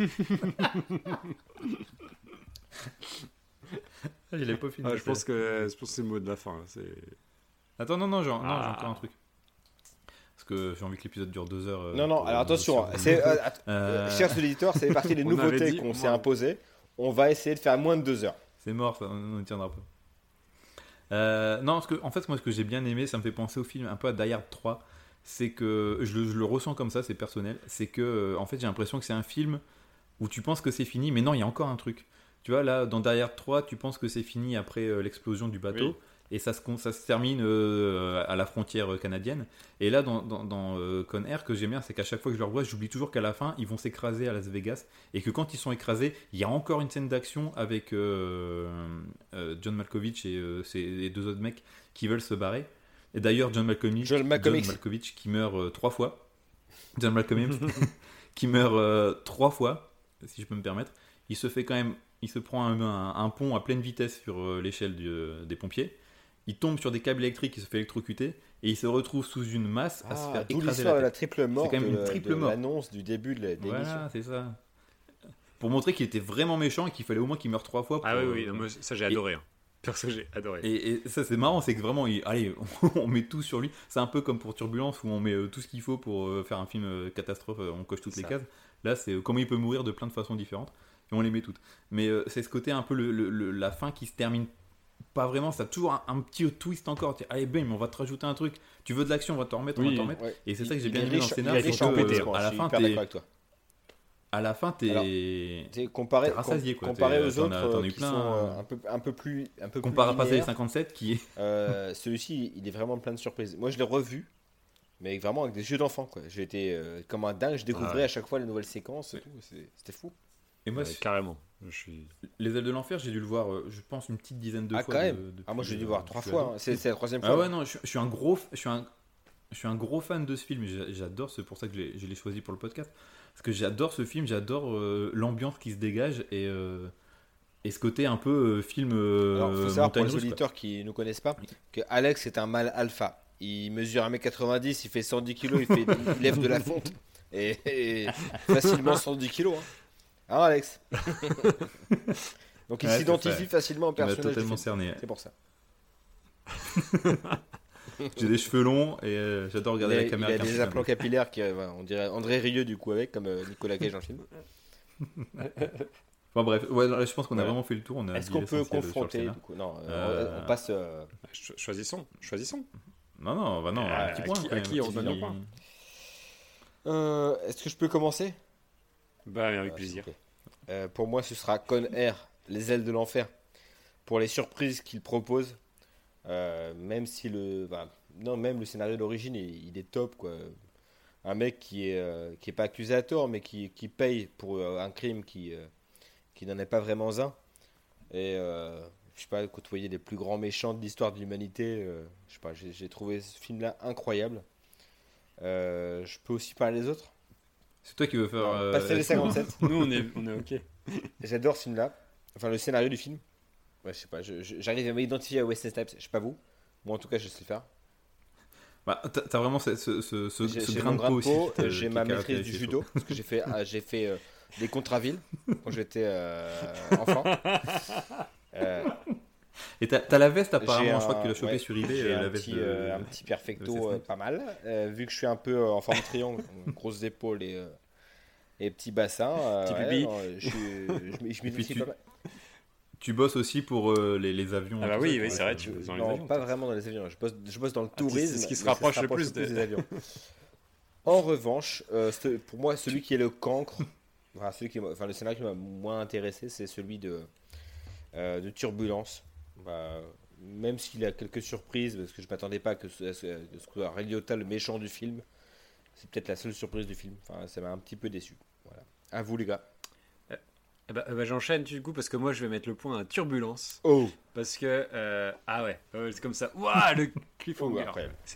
Il a pas fini. Je pense que c'est le mot de la fin. Attends, non, j'ai encore un truc. Parce que j'ai envie que l'épisode dure 2 heures. Non, alors attention, chers auditeurs, c'est partie des nouveautés qu'on s'est imposées. On va essayer de faire moins de 2 heures. C'est mort, ça, on ne tiendra pas. Non, parce que, en fait, moi, ce que j'ai bien aimé, ça me fait penser au film un peu à Die Hard 3. C'est que, je le ressens comme ça, c'est personnel. C'est que, en fait, j'ai l'impression que c'est un film où tu penses que c'est fini, mais non, il y a encore un truc. Tu vois, là, dans Die Hard 3, tu penses que c'est fini après l'explosion du bateau. Oui. Et ça se termine à la frontière canadienne. Et là, dans Con Air, que j'aime bien, c'est qu'à chaque fois que je le revois, j'oublie toujours qu'à la fin, ils vont s'écraser à Las Vegas. Et que quand ils sont écrasés, il y a encore une scène d'action avec John Malkovich et les 2 autres mecs qui veulent se barrer. Et d'ailleurs, John Malkovich qui meurt 3 fois. John Malkovich qui meurt 3 fois, si je peux me permettre. Il se prend un pont à pleine vitesse sur l'échelle des pompiers. Il tombe sur des câbles électriques, il se fait électrocuter et il se retrouve sous une masse à se faire écraser la triple mort. C'est quand même une triple mort. L'annonce du début de l'émission. Voilà, c'est ça. Pour montrer qu'il était vraiment méchant et qu'il fallait au moins qu'il meure 3 fois. Oui, non, ça j'ai adoré. Perso, j'ai adoré. Et ça, c'est marrant, c'est que vraiment, allez, on met tout sur lui. C'est un peu comme pour Turbulence où on met tout ce qu'il faut pour faire un film catastrophe, on coche toutes les cases. Là, c'est comment il peut mourir de plein de façons différentes et on les met toutes. Mais c'est ce côté un peu la fin qui se termine. Pas vraiment, ça a toujours un petit twist encore. Allez, bam, on va te rajouter un truc. Tu veux de l'action, on va te remettre, on va te remettre. Ouais. Et c'est ça que j'ai bien aimé dans le scénario. À la fin, t'es rassasié, quoi. Comparé aux autres qui sont un peu plus comparé à Passer les 57 qui est celui-ci, il est vraiment plein de surprises. Moi, je l'ai revu, mais vraiment avec des yeux d'enfant, quoi. J'ai été comme un dingue, je découvrais à chaque fois les nouvelles séquences et tout. C'était fou. Et moi, carrément. Les Ailes de l'Enfer, j'ai dû le voir, je pense, une petite dizaine de fois. Quand même. Moi, j'ai dû le voir 3 fois. C'est la 3e fois. Ah ouais, non, je suis un gros fan de ce film. J'adore, c'est pour ça que je l'ai choisi pour le podcast. Parce que j'adore ce film, j'adore l'ambiance qui se dégage et ce côté un peu film. Alors, il faut savoir pour les auditeurs qui ne nous connaissent pas que Alex est un mâle alpha. Il mesure 1m90, il fait 110 kg, il lève de la fonte et facilement 110 kg. Hein, Alex. Donc il s'identifie facilement au personnage. Totalement cerné. C'est pour ça. J'ai des cheveux longs et j'adore regarder la caméra. Il a des implants capillaires qui, on dirait André Rieu du coup avec comme Nicolas Cage dans le film. Bon bref, je pense qu'on a vraiment fait le tour. Est-ce qu'on peut confronter du coup? Non, on passe. Choisissons. Non, un petit point. À qui on donne un point? Est-ce que je peux commencer? Avec plaisir. Pour moi, ce sera Con Air, Les Ailes de l'Enfer. Pour les surprises qu'il propose, même si même le scénario d'origine, il est top, quoi. Un mec qui est pas accusé à tort, mais qui paye pour un crime qui n'en est pas vraiment un. Et je sais pas, côtoyer les plus grands méchants de l'histoire de l'humanité. Je sais pas, j'ai trouvé ce film-là incroyable. Je peux aussi parler des autres. C'est toi qui veux faire. Passer les 57. Nous, on est ok. J'adore ce film-là. Enfin, le scénario du film. Ouais, je sais pas. J'arrive à m'identifier à Wesley Snipes. Je sais pas vous. Moi, en tout cas, je sais le faire. T'as vraiment ce grain de peau aussi. J'ai ma maîtrise du judo. Parce que j'ai fait des contre-villes quand j'étais enfant. Et t'as la veste apparemment. Je crois que tu l'as chopé sur eBay. J'ai la veste un petit perfecto pas mal. Vu que je suis un peu en forme de triangle, grosses épaules et Et petit bassin. Petit pipi. Je m'identifie pas mal. Tu bosses aussi pour les avions. Ah bah oui, c'est vrai, tu bosses dans les avions. Non, pas vraiment dans les avions. Je bosse dans le tourisme. C'est ce qui se rapproche le plus des avions. En revanche, pour moi, celui qui est le cancre, le scénario qui m'a moins intéressé, c'est celui de Turbulence. Même s'il a quelques surprises, parce que je m'attendais pas que ce soit Ray Liotta le méchant du film. C'est peut-être la seule surprise du film. Enfin, ça m'a un petit peu déçu. Voilà. À vous les gars. J'enchaîne du coup parce que moi je vais mettre le point à Turbulence. Oh. Parce que c'est comme ça. Waouh, le cliffhanger.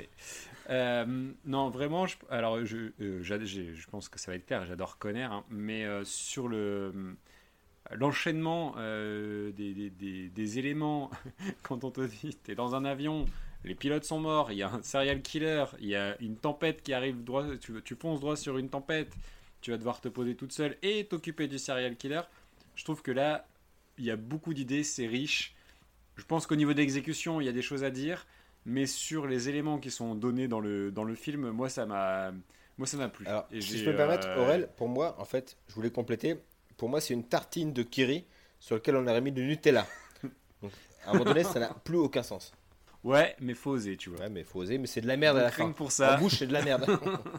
Non, vraiment, je pense que ça va être clair. J'adore Conner, hein, mais sur l'enchaînement des éléments, quand on te dit t'es dans un avion, les pilotes sont morts, il y a un serial killer, il y a une tempête qui arrive droit, tu fonces droit sur une tempête, tu vas devoir te poser toute seule et t'occuper du serial killer. Je trouve que là, il y a beaucoup d'idées, c'est riche. Je pense qu'au niveau d'exécution, il y a des choses à dire, mais sur les éléments qui sont donnés dans le film, moi ça m'a plu. Alors, si je peux me permettre, Aurel, pour moi, en fait, je voulais compléter. Pour moi, c'est une tartine de Kiri sur laquelle on aurait mis du Nutella. Donc, à un moment donné, ça n'a plus aucun sens. Ouais, mais faut oser, tu vois. Ouais, mais faut oser, mais c'est de la merde à la fin. Pour ça. En bouche, c'est de la merde.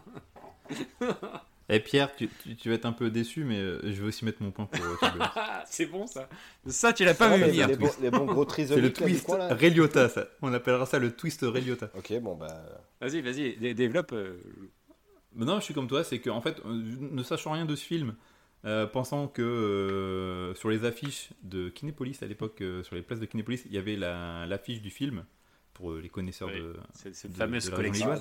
Et Pierre, tu vas être un peu déçu, mais je vais aussi mettre mon point pour Turbulence. C'est bon ça. Ça, tu l'as pas vu venir. Les bons gros c'est le twist Ray Liotta, ça. On appellera ça le twist Ray Liotta. Ok, bon bah. Vas-y, développe. Non, je suis comme toi, c'est que en fait, ne sachant rien de ce film, pensant que sur les affiches de Kinépolis à l'époque, sur les places de Kinépolis, il y avait l'affiche du film pour les connaisseurs de cette fameuse collection.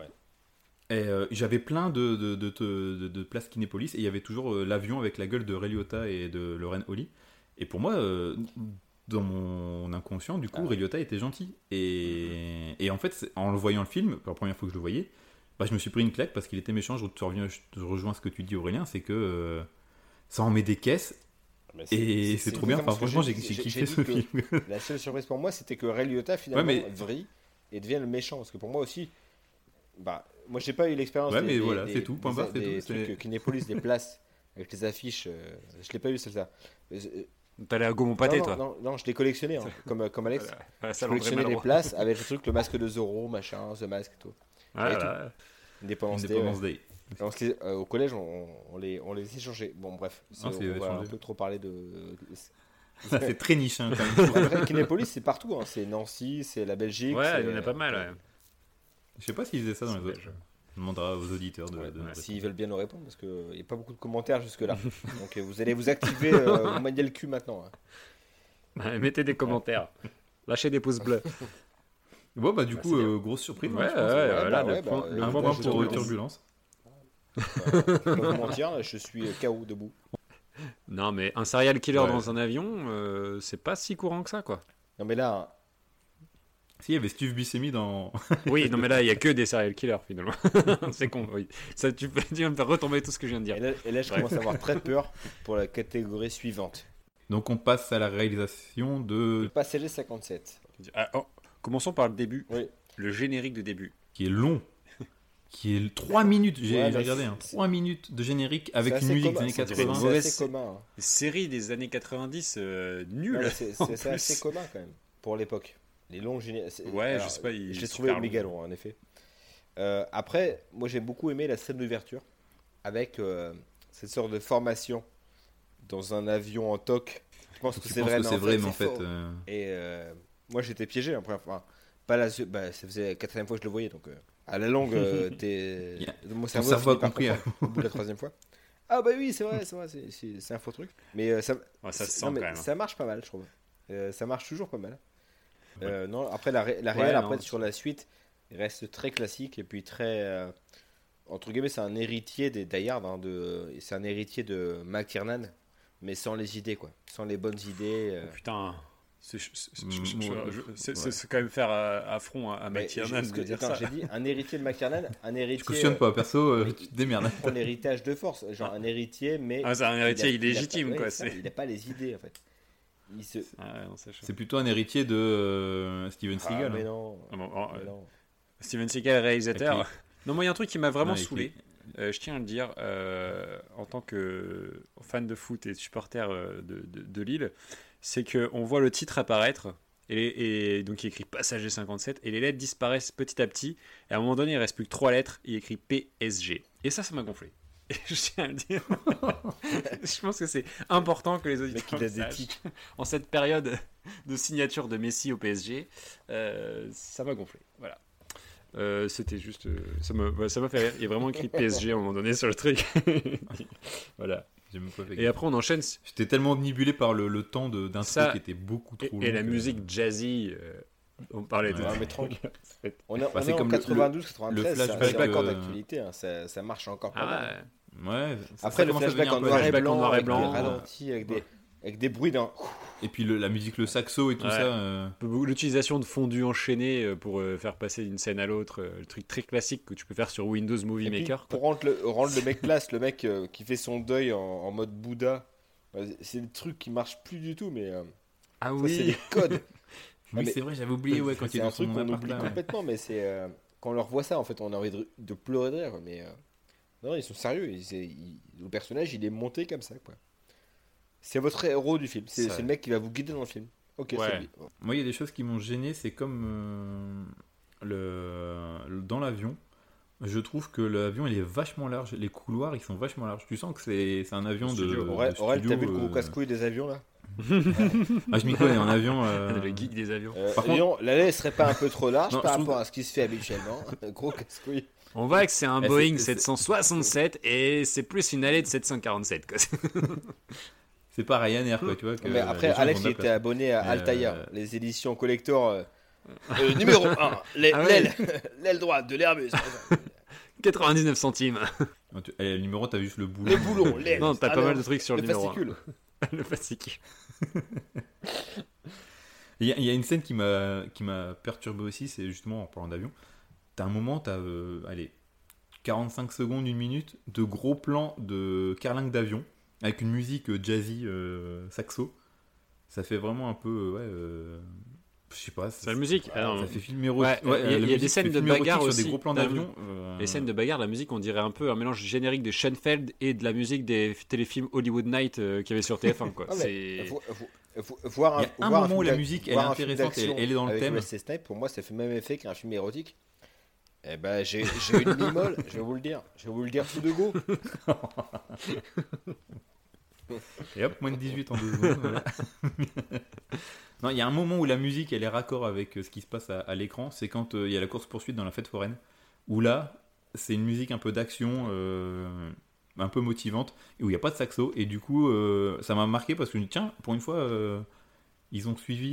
Et j'avais plein de places Kinépolis et il y avait toujours l'avion avec la gueule de Ray Liotta et de Lauren Holly. Et pour moi, dans mon inconscient, du coup, Ray Liotta était gentil. Et en fait, en le voyant le film, la première fois que je le voyais, je me suis pris une claque parce qu'il était méchant. Je rejoins ce que tu dis, Aurélien, c'est que ça en met des caisses. Et c'est trop bien. Enfin, franchement, j'ai kiffé ce film. La seule surprise pour moi, c'était que Ray Liotta finalement vrille et devient le méchant. Parce que pour moi aussi, moi j'ai pas eu l'expérience. Ouais, mais voilà, c'est tout. Point barre, c'est des tout. Trucs Kinépolis, des places avec les affiches. Je l'ai pas eu celle-là. T'allais à Gaumont Pâté, toi? Non, je l'ai collectionné, comme Alex. Je collectionnais les places avec le truc, le masque de Zorro, machin, The Mask et tout. Independence Day. Au collège, on les échangeait. Bon, bref, on va un peu trop parler de. Ça fait très niche, hein, quand même. Après, Kinépolis, c'est partout. Hein. C'est Nancy, c'est la Belgique. Ouais, il y en a pas mal. Ouais. Je sais pas s'ils faisaient ça dans les autres. On demandera aux auditeurs de s'ils veulent bien nous répondre, parce qu'il n'y a pas beaucoup de commentaires jusque-là. Donc vous allez vous activer, vous maniez le cul maintenant. Hein. Mettez des commentaires. Lâchez des pouces bleus. Bon, du coup, grosse surprise. Le point pour Turbulence. Je vais pas mentir, là, je suis KO debout. Non, mais un serial killer dans un avion, c'est pas si courant que ça, quoi. Non, mais là. Si, il y avait Steve Buscemi dans. Oui, non, mais là, il n'y a que des serial killers, finalement. C'est con, oui. Ça, tu vas me faire retomber tout ce que je viens de dire. Et là je commence à avoir très peur pour la catégorie suivante. Donc, on passe à la réalisation de. Le Passager 57. Commençons par le début. Oui. Le générique de début. Qui est long. Qui est 3 minutes. J'ai regardé, 3 minutes de générique avec une musique des années 80. C'est assez commun. Série des années 90, nulle. Ouais, c'est assez commun, quand même, pour l'époque. Les longs génériques. Ouais, je sais pas. Je l'ai trouvé méga long, en effet. Après, moi j'ai beaucoup aimé la scène d'ouverture avec cette sorte de formation dans un avion en toc. Je pense que c'est vrai, mais en fait. Et moi j'étais piégé la première fois. Ça faisait la 4e fois que je le voyais, donc à la longue, mon cerveau a compris au bout de la 3e fois. Ah bah oui, c'est vrai, c'est un faux truc. Mais ça se sent quand même. Ça marche pas mal, je trouve. Ça marche toujours pas mal. Non, après la réelle, sur la suite, il reste très classique et puis très entre guillemets, c'est un héritier des Die Hard, hein, c'est un héritier de McTiernan, mais sans les idées, quoi, sans les bonnes idées. Putain, c'est quand même faire affront à McTiernan de dire ça. J'ai dit un héritier de McTiernan, un héritier. Je cautionne pas, perso, tu te démerdes. Pour l'héritage de force, genre un héritier, mais. C'est un héritier illégitime, quoi. Il n'a pas les idées, en fait. C'est plutôt un héritier de Steven Seagal. Ah, mais non. Steven Seagal, réalisateur. Non, moi, il y a un truc qui m'a vraiment saoulé. je tiens à le dire, en tant que fan de foot et supporter de Lille, c'est qu'on voit le titre apparaître, et donc il écrit Passager 57, et les lettres disparaissent petit à petit, et à un moment donné, il reste plus que 3 lettres, il écrit PSG. Et ça m'a gonflé. Et je tiens à le dire. Je pense que c'est important que les auditeurs le sachent. En cette période de signature de Messi au PSG, ça m'a gonflé. Voilà. C'était juste. Ça m'a fait rire. Il y a vraiment écrit PSG à un moment donné sur le truc. Voilà. Et après, on enchaîne. J'étais tellement omnibulé par le temps d'un truc qui était beaucoup trop long. Et la musique jazzy. On parlait de. Mais tranquille. On est comme 92, 93. C'est un flashback d'actualité. Hein. Ça marche encore pas mal. Ouais. Après, le flashback en noir et blanc, avec des ralentis, avec des bruits dans. Et puis la musique, le saxo et tout ça. L'utilisation de fondus enchaînés pour faire passer d'une scène à l'autre, le truc très classique que tu peux faire sur Windows Movie Maker. Pour rendre le mec classe, le mec qui fait son deuil en mode Bouddha, c'est des trucs qui marchent plus du tout, mais. Oui. C'est des codes. Oui, c'est vrai, j'avais oublié quand il est dans son appart. C'est un truc qu'on oublie complètement, mais c'est quand on leur voit ça, en fait, on a envie de pleurer de rire, mais non, ils sont sérieux. Le personnage, il est monté comme ça, quoi. C'est votre héros du film. C'est le mec qui va vous guider dans le film. Ok, c'est lui. Moi, il y a des choses qui m'ont gêné. C'est comme dans l'avion. Je trouve que l'avion, il est vachement large. Les couloirs, ils sont vachement larges. Tu sens que c'est un avion de Aurel, t'as vu le gros casse-couille des avions, là? Je m'y connais en avion. Le geek des avions. Par contre, l'allée serait pas un peu trop large par rapport à ce qui se fait habituellement. Gros casse-couille. On voit que c'est un Boeing 767 et c'est plus une allée de 747. Quoi. C'est pas Ryanair, quoi, tu vois. Mais après, Alex, il était abonné à Altaïa, les éditions collector. Numéro 1, l'aile droite de l'Airbus. 99 centimes. Le numéro, t'as juste le boulon. Le boulon, l'aile. Non, t'as pas mal de trucs sur le numéro. Fascicule. Le fascicule. Il y a une scène qui m'a perturbé aussi, c'est justement en parlant d'avion. T'as un moment, 45 secondes, 1 minute de gros plans de carlingue d'avion avec une musique jazzy saxo. Ça fait vraiment un peu je sais pas. C'est la musique. Ça fait film il y a des scènes de bagarre aussi. Sur des gros plans d'avion. Les scènes de bagarre, la musique, on dirait un peu un mélange générique de Schoenfeld et de la musique des téléfilms Hollywood Night qu'il y avait sur TF1. Quoi. Il y a un moment où la musique elle est intéressante, elle est dans le thème. Wesley Snipes, pour moi, ça fait le même effet qu'un film érotique. Eh ben, j'ai une mi-molle, je vais vous le dire. Je vais vous le dire tout de go. Et hop, moins de 18 en 2 secondes. Voilà. Non, il y a un moment où la musique elle est raccord avec ce qui se passe à l'écran. C'est quand il y a la course-poursuite dans la fête foraine. Où là, c'est une musique un peu d'action, un peu motivante, et où il n'y a pas de saxo. Et du coup, ça m'a marqué parce que, tiens, pour une fois, ils ont suivi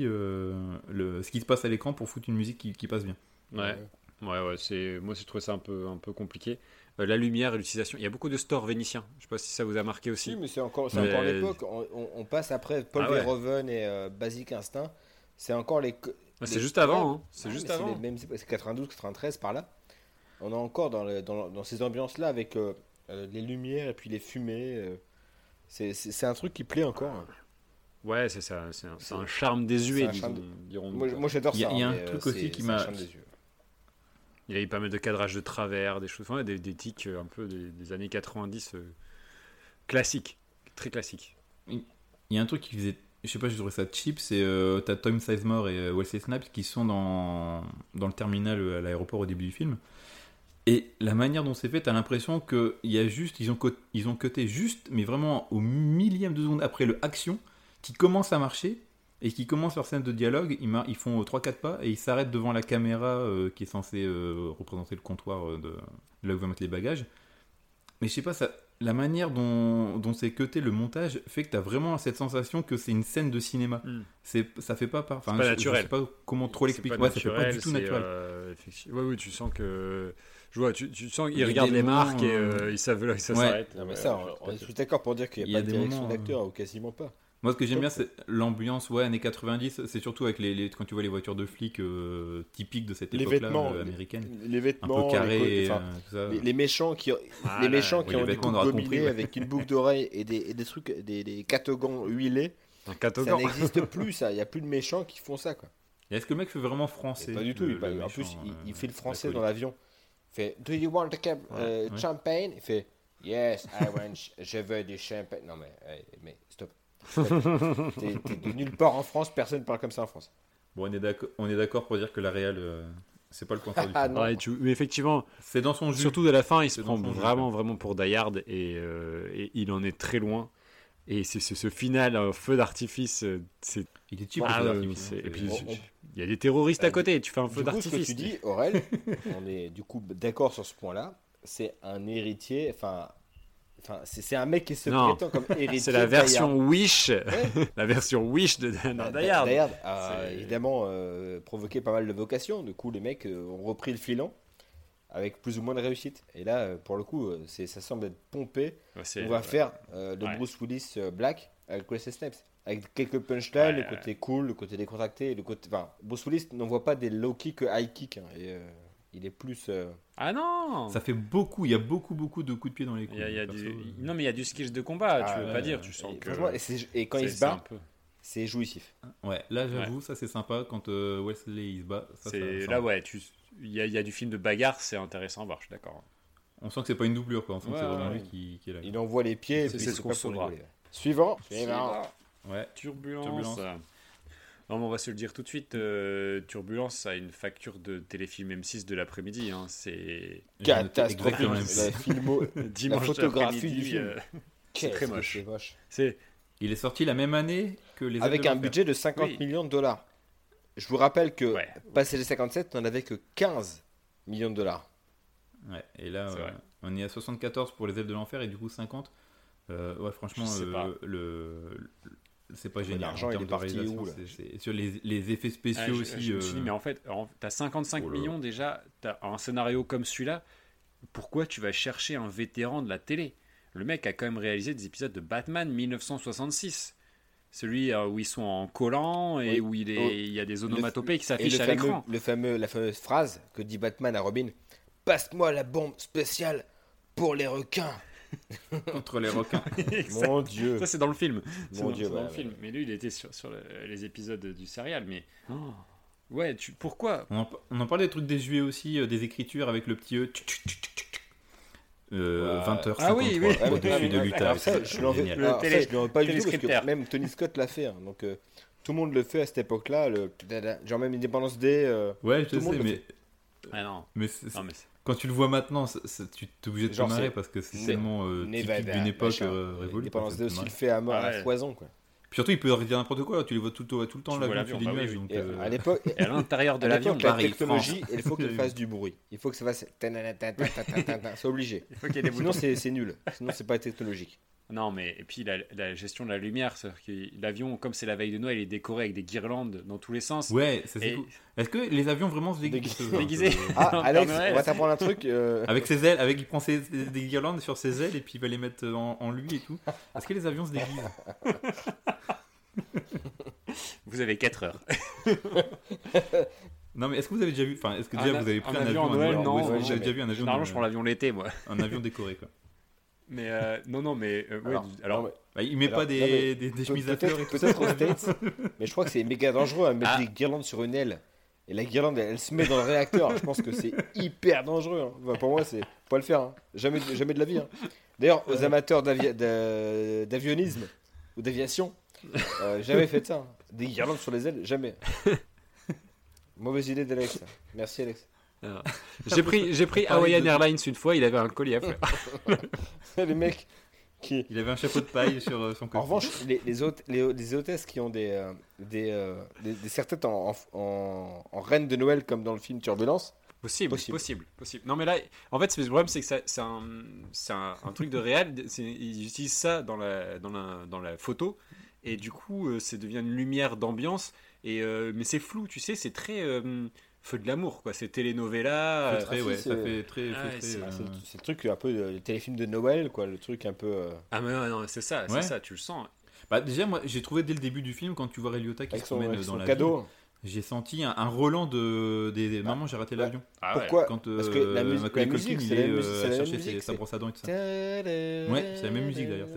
ce qui se passe à l'écran pour foutre une musique qui passe bien. Ouais. Moi, j'ai trouvé ça un peu compliqué. La lumière et l'utilisation. Il y a beaucoup de stores vénitiens. Je ne sais pas si ça vous a marqué aussi. Oui, mais c'est encore l'époque. On passe après Paul Verhoeven et Basic Instinct. C'est encore les. C'est juste avant. C'est juste avant. C'est 92, 93 par là. On est encore dans ces ambiances-là avec les lumières et puis les fumées. C'est un truc qui plaît encore. Ouais, c'est ça. C'est un charme désuet, dirons-nous. Moi, j'adore ça. Il y a un truc aussi qui m'a. Il y a eu pas mal de cadrages de travers, des choses, des tics un peu des années 90 classiques, très classiques. Il y a un truc qui faisait, je sais pas, je trouve ça cheap, c'est t'as Tom Sizemore et Wesley Snipes qui sont dans le terminal à l'aéroport au début du film. Et la manière dont c'est fait, t'as l'impression que il y a juste, ils ont cuté juste, mais vraiment au millième de seconde après le action, qui commence à marcher. Et qui commencent leur scène de dialogue, ils font 3-4 pas et ils s'arrêtent devant la caméra qui est censée représenter le comptoir de là où on va mettre les bagages. Mais je sais pas, la manière dont c'est cuté le montage fait que tu as vraiment cette sensation que c'est une scène de cinéma. Ça fait pas c'est pas naturel. Je sais pas comment trop l'expliquer. Ouais, ça fait pas du tout naturel. Oui, tu sens que. Tu sens qu'ils regardent les marques et ils savent ça s'arrête. Non, mais ça, on est tous d'accord pour dire qu'il n'y a pas de direction d'acteur ou quasiment pas. Moi, ce que j'aime bien, c'est l'ambiance années 90. C'est surtout avec quand tu vois les voitures de flics typiques de cette époque-là américaine. Les vêtements, un peu carrés, les méchants qui ont des coupes gominées avec une boucle d'oreille et des trucs, des catogans huilés. Ça n'existe plus, ça. Il n'y a plus de méchants qui font ça, quoi. Et est-ce que le mec fait vraiment français? Pas du tout. En plus, il fait le français dans l'avion. fait Do you want a champagne? Il fait Yes, I want. Je veux du champagne. Non, mais stop. T'es de nulle part en France, personne ne parle comme ça en France. Bon, on est d'accord pour dire que la Real, c'est pas le point fort du film. Ouais, mais effectivement, c'est dans son jus. Surtout à la fin, il se prend vraiment pour Die Hard et il en est très loin. Et c'est ce final feu d'artifice. Il est cheap, feu d'artifice. Et puis, il y a des terroristes à côté. Tu fais un feu d'artifice. Ce que tu dis, Aurel, on est du coup d'accord sur ce point-là. C'est un héritier. Enfin, c'est un mec qui se prétend comme héritier. C'est la version Wish, la version Wish de Die Hard. Die Hard a évidemment provoqué pas mal de vocations. Du coup, les mecs ont repris le filon avec plus ou moins de réussite. Et là, pour le coup, ça semble être pompé. On va faire le Bruce Willis Black avec Wesley Snipes, avec quelques punchlines, le côté cool, le côté décontracté, le côté. Enfin, Bruce Willis n'envoie pas des low kick high kick. Et il est plus. Ah non. Ça fait beaucoup. Il y a beaucoup de coups de pied dans les coups. Non, mais il y a du skills de combat. Tu veux pas dire. Tu sens que. Et quand il se bat, c'est jouissif. Ouais. Là, j'avoue, ça c'est sympa quand Wesley il se bat. Là, ouais. Il y a du film de bagarre, c'est intéressant à voir. Je suis d'accord. On sent que c'est pas une doublure, quoi. On sent que c'est vraiment lui qui est là. Il envoie les pieds. C'est ce qu'on saura. Suivant. Ouais. Turbulence. Non, mais on va se le dire tout de suite. Turbulence a une facture de téléfilm M6 de l'après-midi. Hein. C'est catastrophique. La photographie du film. C'est très moche. Il est sorti la même année que les. Avec un budget de 50 millions de dollars. Je vous rappelle que passé les 57, on n'avait que 15 millions de dollars. Ouais. Et là, on est à 74 pour les ailes de l'enfer et du coup 50. Ouais, franchement, c'est pas génial. L'argent, il est parti où là? Sur les effets spéciaux aussi. Je me suis dit, mais en fait, t'as 55 millions déjà, t'as un scénario comme celui-là. Pourquoi tu vas chercher un vétéran de la télé? Le mec a quand même réalisé des épisodes de Batman 1966. Celui où ils sont en collant et où il y a des onomatopées qui s'affichent à l'écran. La fameuse phrase que dit Batman à Robin: passe-moi la bombe spéciale pour les requins. Contre les requins. Mon Dieu. Ça c'est dans le film. Mon Dieu, dans le film. Mais lui il était sur les épisodes du serial. Mais ouais, pourquoi on en parlait des trucs désuets aussi, des écritures avec le petit 20h53 au-dessus de l'Utah. Je ne l'en pas du tout parce que même Tony Scott l'a fait. Donc tout le monde le fait à cette époque-là. Genre même Independence Day. Ouais, je sais, mais. Ah non. Mais quand tu le vois maintenant, tu es obligé de te marrer parce que c'est tellement typique d'une époque révolue. Independence Day aussi le fait à foison, quoi. Puis surtout, il peut dire n'importe quoi. Tu les vois tout le temps là, sur des nuages. À l'époque, à l'intérieur de l'avion, la technologie, il faut qu'il fasse du bruit. Il faut que ça fasse. C'est obligé. Sinon, c'est nul. Sinon, c'est pas technologique. Non, mais et puis la gestion de la lumière, c'est-à-dire que l'avion, comme c'est la veille de Noël, il est décoré avec des guirlandes dans tous les sens. Ouais, c'est cool. Est-ce que les avions vraiment se déguisés? Ah, Alex, on va t'apprendre un truc. Avec ses ailes, il prend des guirlandes sur ses ailes et puis il va les mettre en lui et tout. Est-ce que les avions se déguisent? Vous avez 4 heures. Non, mais est-ce que vous avez déjà vu, est-ce que déjà vous avez pris un avion en Noël? Non, j'ai déjà vu un avion. Normalement, je prends l'avion l'été, moi. Un avion décoré, quoi. Mais mais il met pas des chemises à fleurs et tout ça. Peut-être aux States, mais je crois que c'est méga dangereux à mettre des guirlandes sur une aile. Et la guirlande, elle se met dans le réacteur. Je pense que c'est hyper dangereux. Enfin, pour moi, c'est pas le faire. Hein. Jamais de la vie. Hein. D'ailleurs, aux amateurs d'avionisme ou d'aviation, jamais fait ça. Hein. Des guirlandes sur les ailes, jamais. Mauvaise idée d'Alex. Merci, Alex. J'ai pris Hawaiian Airlines une fois, il avait un collier à fleurs. Les mecs qui... Il avait un chapeau de paille sur son côté. En revanche, les hôtesses qui ont des serre-têtes en reine de Noël comme dans le film Turbulence. Possible. Non mais là, en fait, le problème c'est que c'est un truc de réel. Ils utilisent ça dans la photo et du coup, ça devient une lumière d'ambiance. Mais c'est flou, tu sais, c'est très... Feu de l'amour, quoi. C'est telenovela. Ça fait très. C'est le truc un peu le téléfilm de Noël, quoi. Le truc un peu. Ah mais non, c'est ça, tu le sens. Bah déjà, moi, j'ai trouvé dès le début du film quand tu vois Ray Liotta qui se promène dans la cadeau. ville, j'ai senti un Relent des maman, j'ai raté l'avion. Pourquoi? Quand parce que la musique, il est chercher sa brosse à dents et tout ça. Ouais, c'est la même musique d'ailleurs, c'est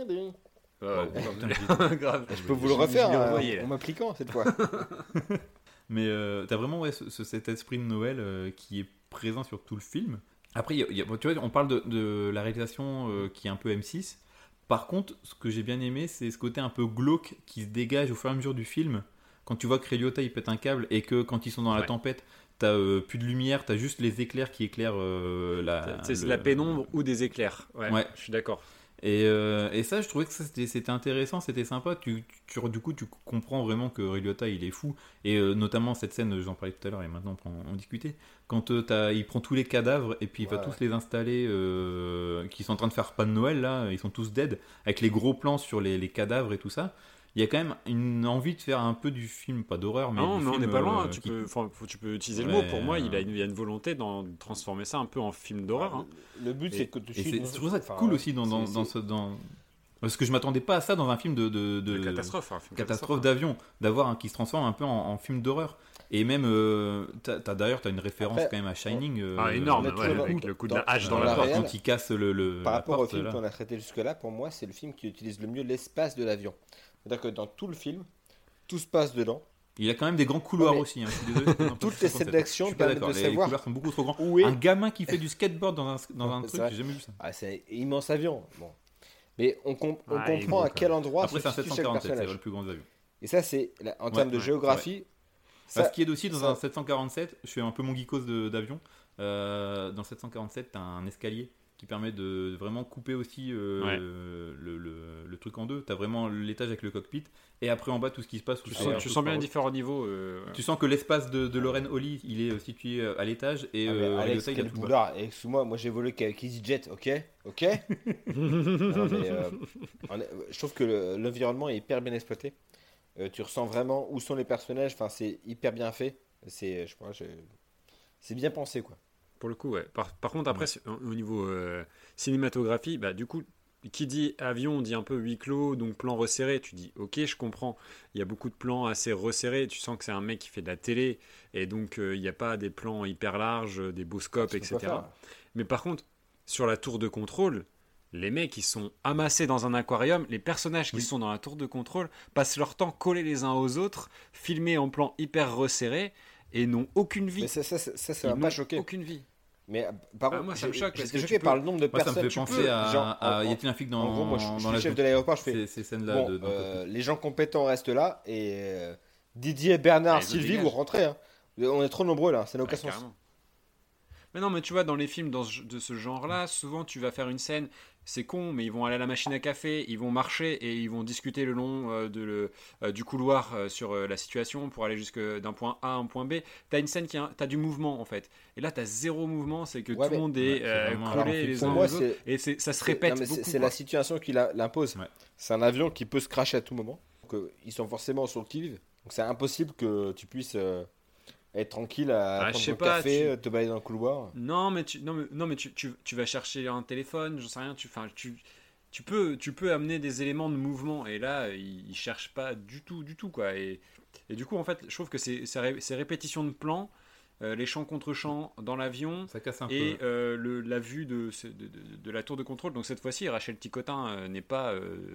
vrai. Grave. Je peux vous le refaire en m'appliquant cette fois. Mais t'as vraiment cet esprit de Noël qui est présent sur tout le film. Après, tu vois, on parle de la réalisation qui est un peu M6. Par contre, ce que j'ai bien aimé, c'est ce côté un peu glauque qui se dégage au fur et à mesure du film. Quand tu vois que Ray Liotta il pète un câble et que quand ils sont dans la tempête, t'as plus de lumière, t'as juste les éclairs qui éclairent c'est la pénombre ou des éclairs. Ouais. Je suis d'accord. Et ça, je trouvais que c'était intéressant, c'était sympa. Du coup, tu comprends vraiment que Ray Liotta il est fou. Et notamment cette scène, j'en parlais tout à l'heure et maintenant on peut en discuter. Quand il prend tous les cadavres et puis il va tous les installer qui sont en train de faire pas de Noël là, ils sont tous dead, avec les gros plans sur les cadavres et tout ça. Il y a quand même une envie de faire un peu du film, pas d'horreur, mais non, mais on n'est pas loin. Tu peux utiliser le mot. Pour moi, il y a une volonté de transformer ça un peu en film d'horreur. Hein. Le but, c'est que tu filmes. Je trouve ça cool aussi parce que je m'attendais pas à ça dans un film de catastrophe, catastrophe d'avion, d'avoir qui se transforme un peu en film d'horreur. Et même, d'ailleurs, t'as une référence quand même à Shining. Énorme, avec le coup de la hache dans la porte. Quand il casse le. Par rapport au film qu'on a traité jusque-là, pour moi, c'est le film qui utilise le mieux l'espace de l'avion. C'est-à-dire que dans tout le film, tout se passe dedans. Il y a quand même des grands couloirs aussi. Hein. Je suis désolé. Toutes les scènes d'action permettent de savoir. Les couloirs sont beaucoup trop grands. Un gamin qui fait du skateboard dans un truc, j'ai jamais vu ça. C'est un immense avion. Bon. Mais on comprend à quel endroit se situe chaque personnage. C'est le plus grand avion. Et ça, c'est en termes de géographie. Ça, ce qui est aussi dans un 747, je fais un peu mon geekos d'avion. Dans le 747, t'as un escalier qui permet de vraiment couper aussi le truc en deux. T'as vraiment l'étage avec le cockpit et après en bas tout ce qui se passe. Tu sens bien les différents niveaux. Tu sens que l'espace de Lorraine Holly il est situé à l'étage et Alex, il a tout bas. Excuse-moi, moi j'ai volé avec EasyJet, ok. Non, mais, je trouve que l'environnement est hyper bien exploité. Tu ressens vraiment où sont les personnages. Enfin, c'est hyper bien fait. C'est bien pensé quoi. Pour le coup, ouais. Par contre, après, au niveau cinématographie, du coup, qui dit avion, dit un peu huis clos, donc plan resserré. Tu dis, ok, je comprends. Il y a beaucoup de plans assez resserrés. Tu sens que c'est un mec qui fait de la télé. Et donc, il n'y a pas des plans hyper larges, des beaux scopes, etc. Mais par contre, sur la tour de contrôle, les mecs, ils sont amassés dans un aquarium. Les personnages qui sont dans la tour de contrôle passent leur temps collés les uns aux autres, filmés en plan hyper resserré et n'ont aucune vie. Mais ça m'a pas choqué. Aucune vie. Mais par contre, moi ça me choque parce que j'étais choqué par le nombre de personnes. Ça me fait penser à Y a-t-il un flic dans en gros, moi, je suis le chef de l'aéroport, je fais ces scènes-là. Les gens compétents restent là et Didier, Bernard, Sylvie, vous rentrez. Hein. On est trop nombreux là, ça n'a aucun sens. Carrément. Mais non, mais tu vois, dans les films de ce genre-là, souvent tu vas faire une scène, c'est con, mais ils vont aller à la machine à café, ils vont marcher et ils vont discuter le long du couloir sur la situation pour aller d'un point A à un point B. T'as une scène t'as du mouvement en fait. Et là, t'as zéro mouvement, c'est que tout le monde est collé les uns aux autres et ça se répète beaucoup. C'est la situation qui l'impose. Ouais. C'est un avion qui peut se crasher à tout moment. Donc, ils sont forcément sur le qui-vive. Donc c'est impossible que tu puisses... être tranquille à prendre ton café, te balader dans le couloir. Non, mais tu vas chercher un téléphone, j'en sais rien. Tu peux amener des éléments de mouvement. Et là, ils cherchent pas du tout, quoi. Et du coup, en fait, je trouve que ces répétitions de plans, les champs contre champs dans l'avion, ça casse un et peu. La vue de la tour de contrôle. Donc cette fois-ci, Rachel Ticotin n'est pas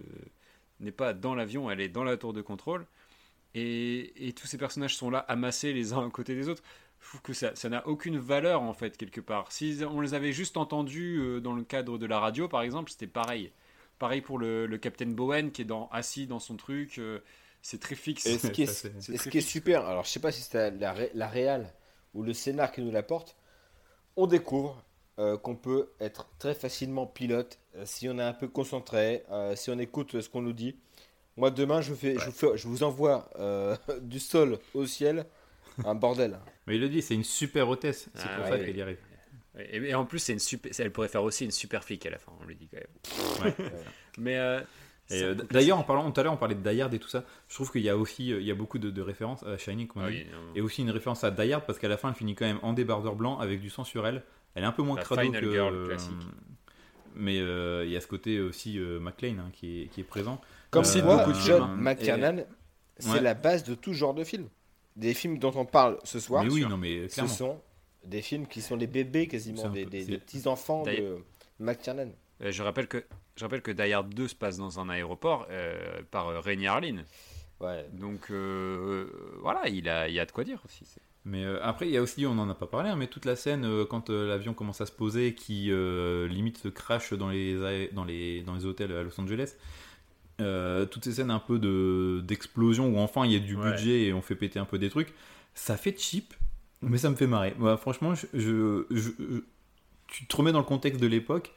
dans l'avion, elle est dans la tour de contrôle. Et tous ces personnages sont là, amassés les uns à côté des autres. Je trouve que ça n'a aucune valeur, en fait, quelque part. Si on les avait juste entendus dans le cadre de la radio, par exemple, c'était pareil. Pareil pour le Captain Bowen, qui est assis dans son truc. C'est très fixe. Et ce qui est super, alors je sais pas si c'est la réal ou le scénar qui nous l'apporte, on découvre qu'on peut être très facilement pilote si on est un peu concentré, si on écoute ce qu'on nous dit. Moi, demain, je vous envoie du sol au ciel, un bordel. Mais il le dit, c'est une super hôtesse. C'est pour ça qu'elle y arrive. Et en plus, elle pourrait faire aussi une super flic à la fin, on lui dit quand même. Mais d'ailleurs, tout à l'heure, on parlait de Die Hard et tout ça. Je trouve qu'il y a aussi beaucoup de références à Shining, comme on a dit. Et aussi une référence à Die Hard, parce qu'à la fin, elle finit quand même en débardeur blanc avec du sang sur elle. Elle est un peu moins crado que... Girl classique. Mais il y a ce côté aussi McClane qui est présent. Comme si beaucoup de John McTiernan, c'est la base de tout genre de film. Des films dont on parle ce soir, mais ce sont des films qui sont les bébés quasiment, des petits-enfants de McTiernan. Je rappelle que Die Hard 2 se passe dans un aéroport par Rennie Harlin. Ouais. Donc voilà, il y a de quoi dire aussi. Mais après, il y a aussi, on n'en a pas parlé, hein, mais toute la scène quand l'avion commence à se poser, qui limite se crache dans les hôtels à Los Angeles. Toutes ces scènes un peu d'explosion où enfin il y a du budget et on fait péter un peu des trucs, ça fait cheap, mais ça me fait marrer. Franchement, tu te remets dans le contexte de l'époque,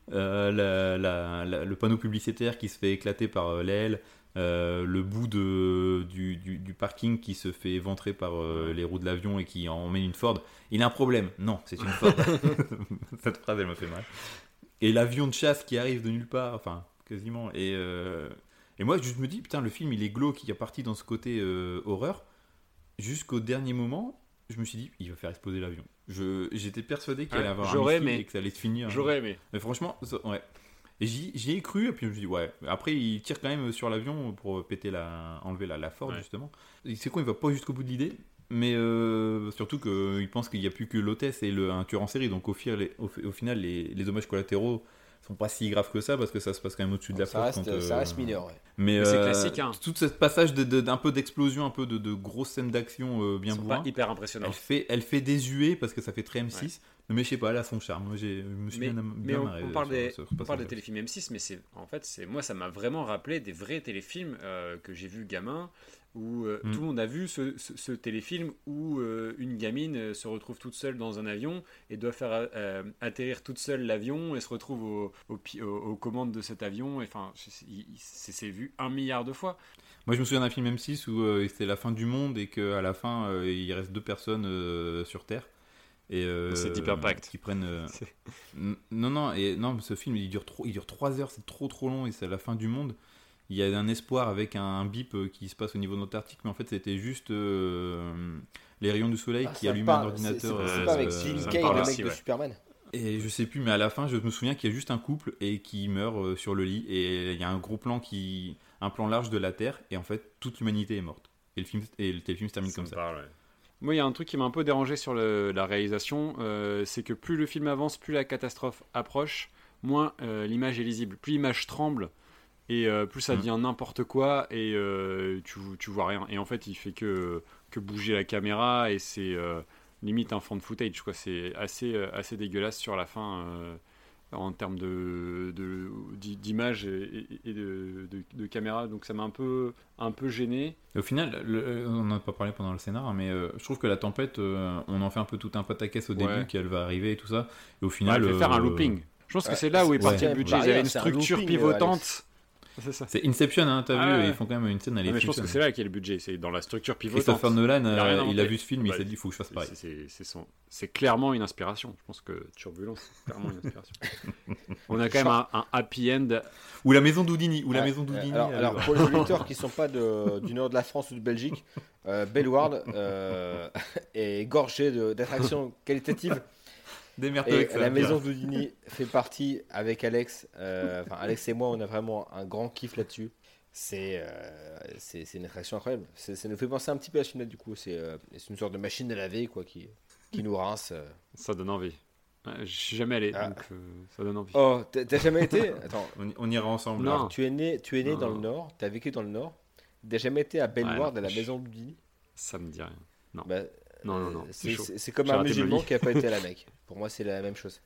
le panneau publicitaire qui se fait éclater par l'aile. Le bout du parking qui se fait éventrer par les roues de l'avion et qui emmène une Ford. Il a un problème. Non, c'est une Ford. Cette phrase, elle m'a fait mal. Et l'avion de chasse qui arrive de nulle part, enfin, quasiment. Et moi, je me dis, putain, le film, il est glauque, il est parti dans ce côté horreur. Jusqu'au dernier moment, je me suis dit, il va faire exploser l'avion. J'étais persuadé qu'il allait avoir un missile et que ça allait se finir. J'aurais aimé. Mais franchement, ouais. Et j'y ai cru, et puis je me suis dit, ouais. Après, il tire quand même sur l'avion pour enlever la Ford, justement. C'est con, il va pas jusqu'au bout de l'idée, mais surtout qu'il pense qu'il n'y a plus que l'hôtesse et un tueur en série. Donc au final, les dommages collatéraux sont pas si graves que ça, parce que ça se passe quand même au-dessus de la Ford. Ça reste mineur, ouais. Mais c'est classique, hein. Tout ce passage d'un peu d'explosion, un peu de grosses scènes d'action bien bourrin. C'est pas hyper impressionnant. Elle fait désuet, parce que ça fait très M6. Ouais. Mais je sais pas, elle a son charme. Moi, je me suis bien marré. On parle des téléfilms M6, mais moi, ça m'a vraiment rappelé des vrais téléfilms que j'ai vus gamin, où tout le monde a vu ce téléfilm où une gamine se retrouve toute seule dans un avion et doit faire atterrir toute seule l'avion et se retrouve aux commandes de cet avion. Enfin, c'est vu 1 milliard de fois. Moi, je me souviens d'un film M6 où c'était la fin du monde et qu'à la fin, il reste 2 personnes sur Terre. Et c'est Deep Impact qui prennent non, ce film il dure 3 heures, c'est trop long et c'est la fin du monde. Il y a un espoir avec un bip qui se passe au niveau de l'Antarctique, mais en fait c'était juste les rayons du soleil qui allument un ordinateur. C'est pas avec Jim Kay, le mec de Superman. Et je sais plus, mais à la fin je me souviens qu'il y a juste un couple et qui meurt sur le lit, et il y a un gros plan un plan large de la Terre, et en fait toute l'humanité est morte, et le téléfilm se termine comme ça. Moi, il y a un truc qui m'a un peu dérangé sur la réalisation, c'est que plus le film avance, plus la catastrophe approche, moins l'image est lisible. Plus l'image tremble, et plus ça devient n'importe quoi, et tu vois rien. Et en fait, il fait que bouger la caméra, et c'est limite un fan footage, quoi. C'est assez dégueulasse sur la fin, en termes d'image et de caméra, donc ça m'a un peu gêné. Et au final, on n'en a pas parlé pendant le scénar, mais je trouve que la tempête, on en fait un peu tout un pataquès au début, qu'elle va arriver et tout ça, et au final elle fait faire un looping. Je pense que c'est là où est parti le budget. Ils avaient une structure pivotante. C'est ça. C'est Inception, hein, t'as vu, ils font quand même une scène à l'effet. Mais je pense que c'est là qu'il y a le budget, c'est dans la structure pivotante. Christopher Nolan, il a vu ce film, il s'est dit il faut que je fasse pareil. C'est clairement une inspiration. Je pense que Turbulence, c'est clairement une inspiration. On a quand même un happy end. Ou la maison d'Houdini. Alors pour les auditeurs qui ne sont pas du nord de la France ou de Belgique, Bellward est gorgé d'attractions qualitatives. Et la maison d'Houdini fait partie avec Alex. Alex et moi, on a vraiment un grand kiff là-dessus. C'est une attraction incroyable. Ça nous fait penser un petit peu à Chine, du coup. C'est une sorte de machine à laver, quoi, qui nous rince. Ça donne envie. Je suis jamais allé, donc ça donne envie. Oh, t'as jamais été? Attends, on ira ensemble. Non. Alors, tu es né dans le Nord. T'as vécu dans le Nord. T'as jamais été à Bellward, à la maison d'Houdini? Ça me dit rien. Non. Non. C'est comme un musulman qui n'a pas été à la Mecque. Pour moi, c'est la même chose.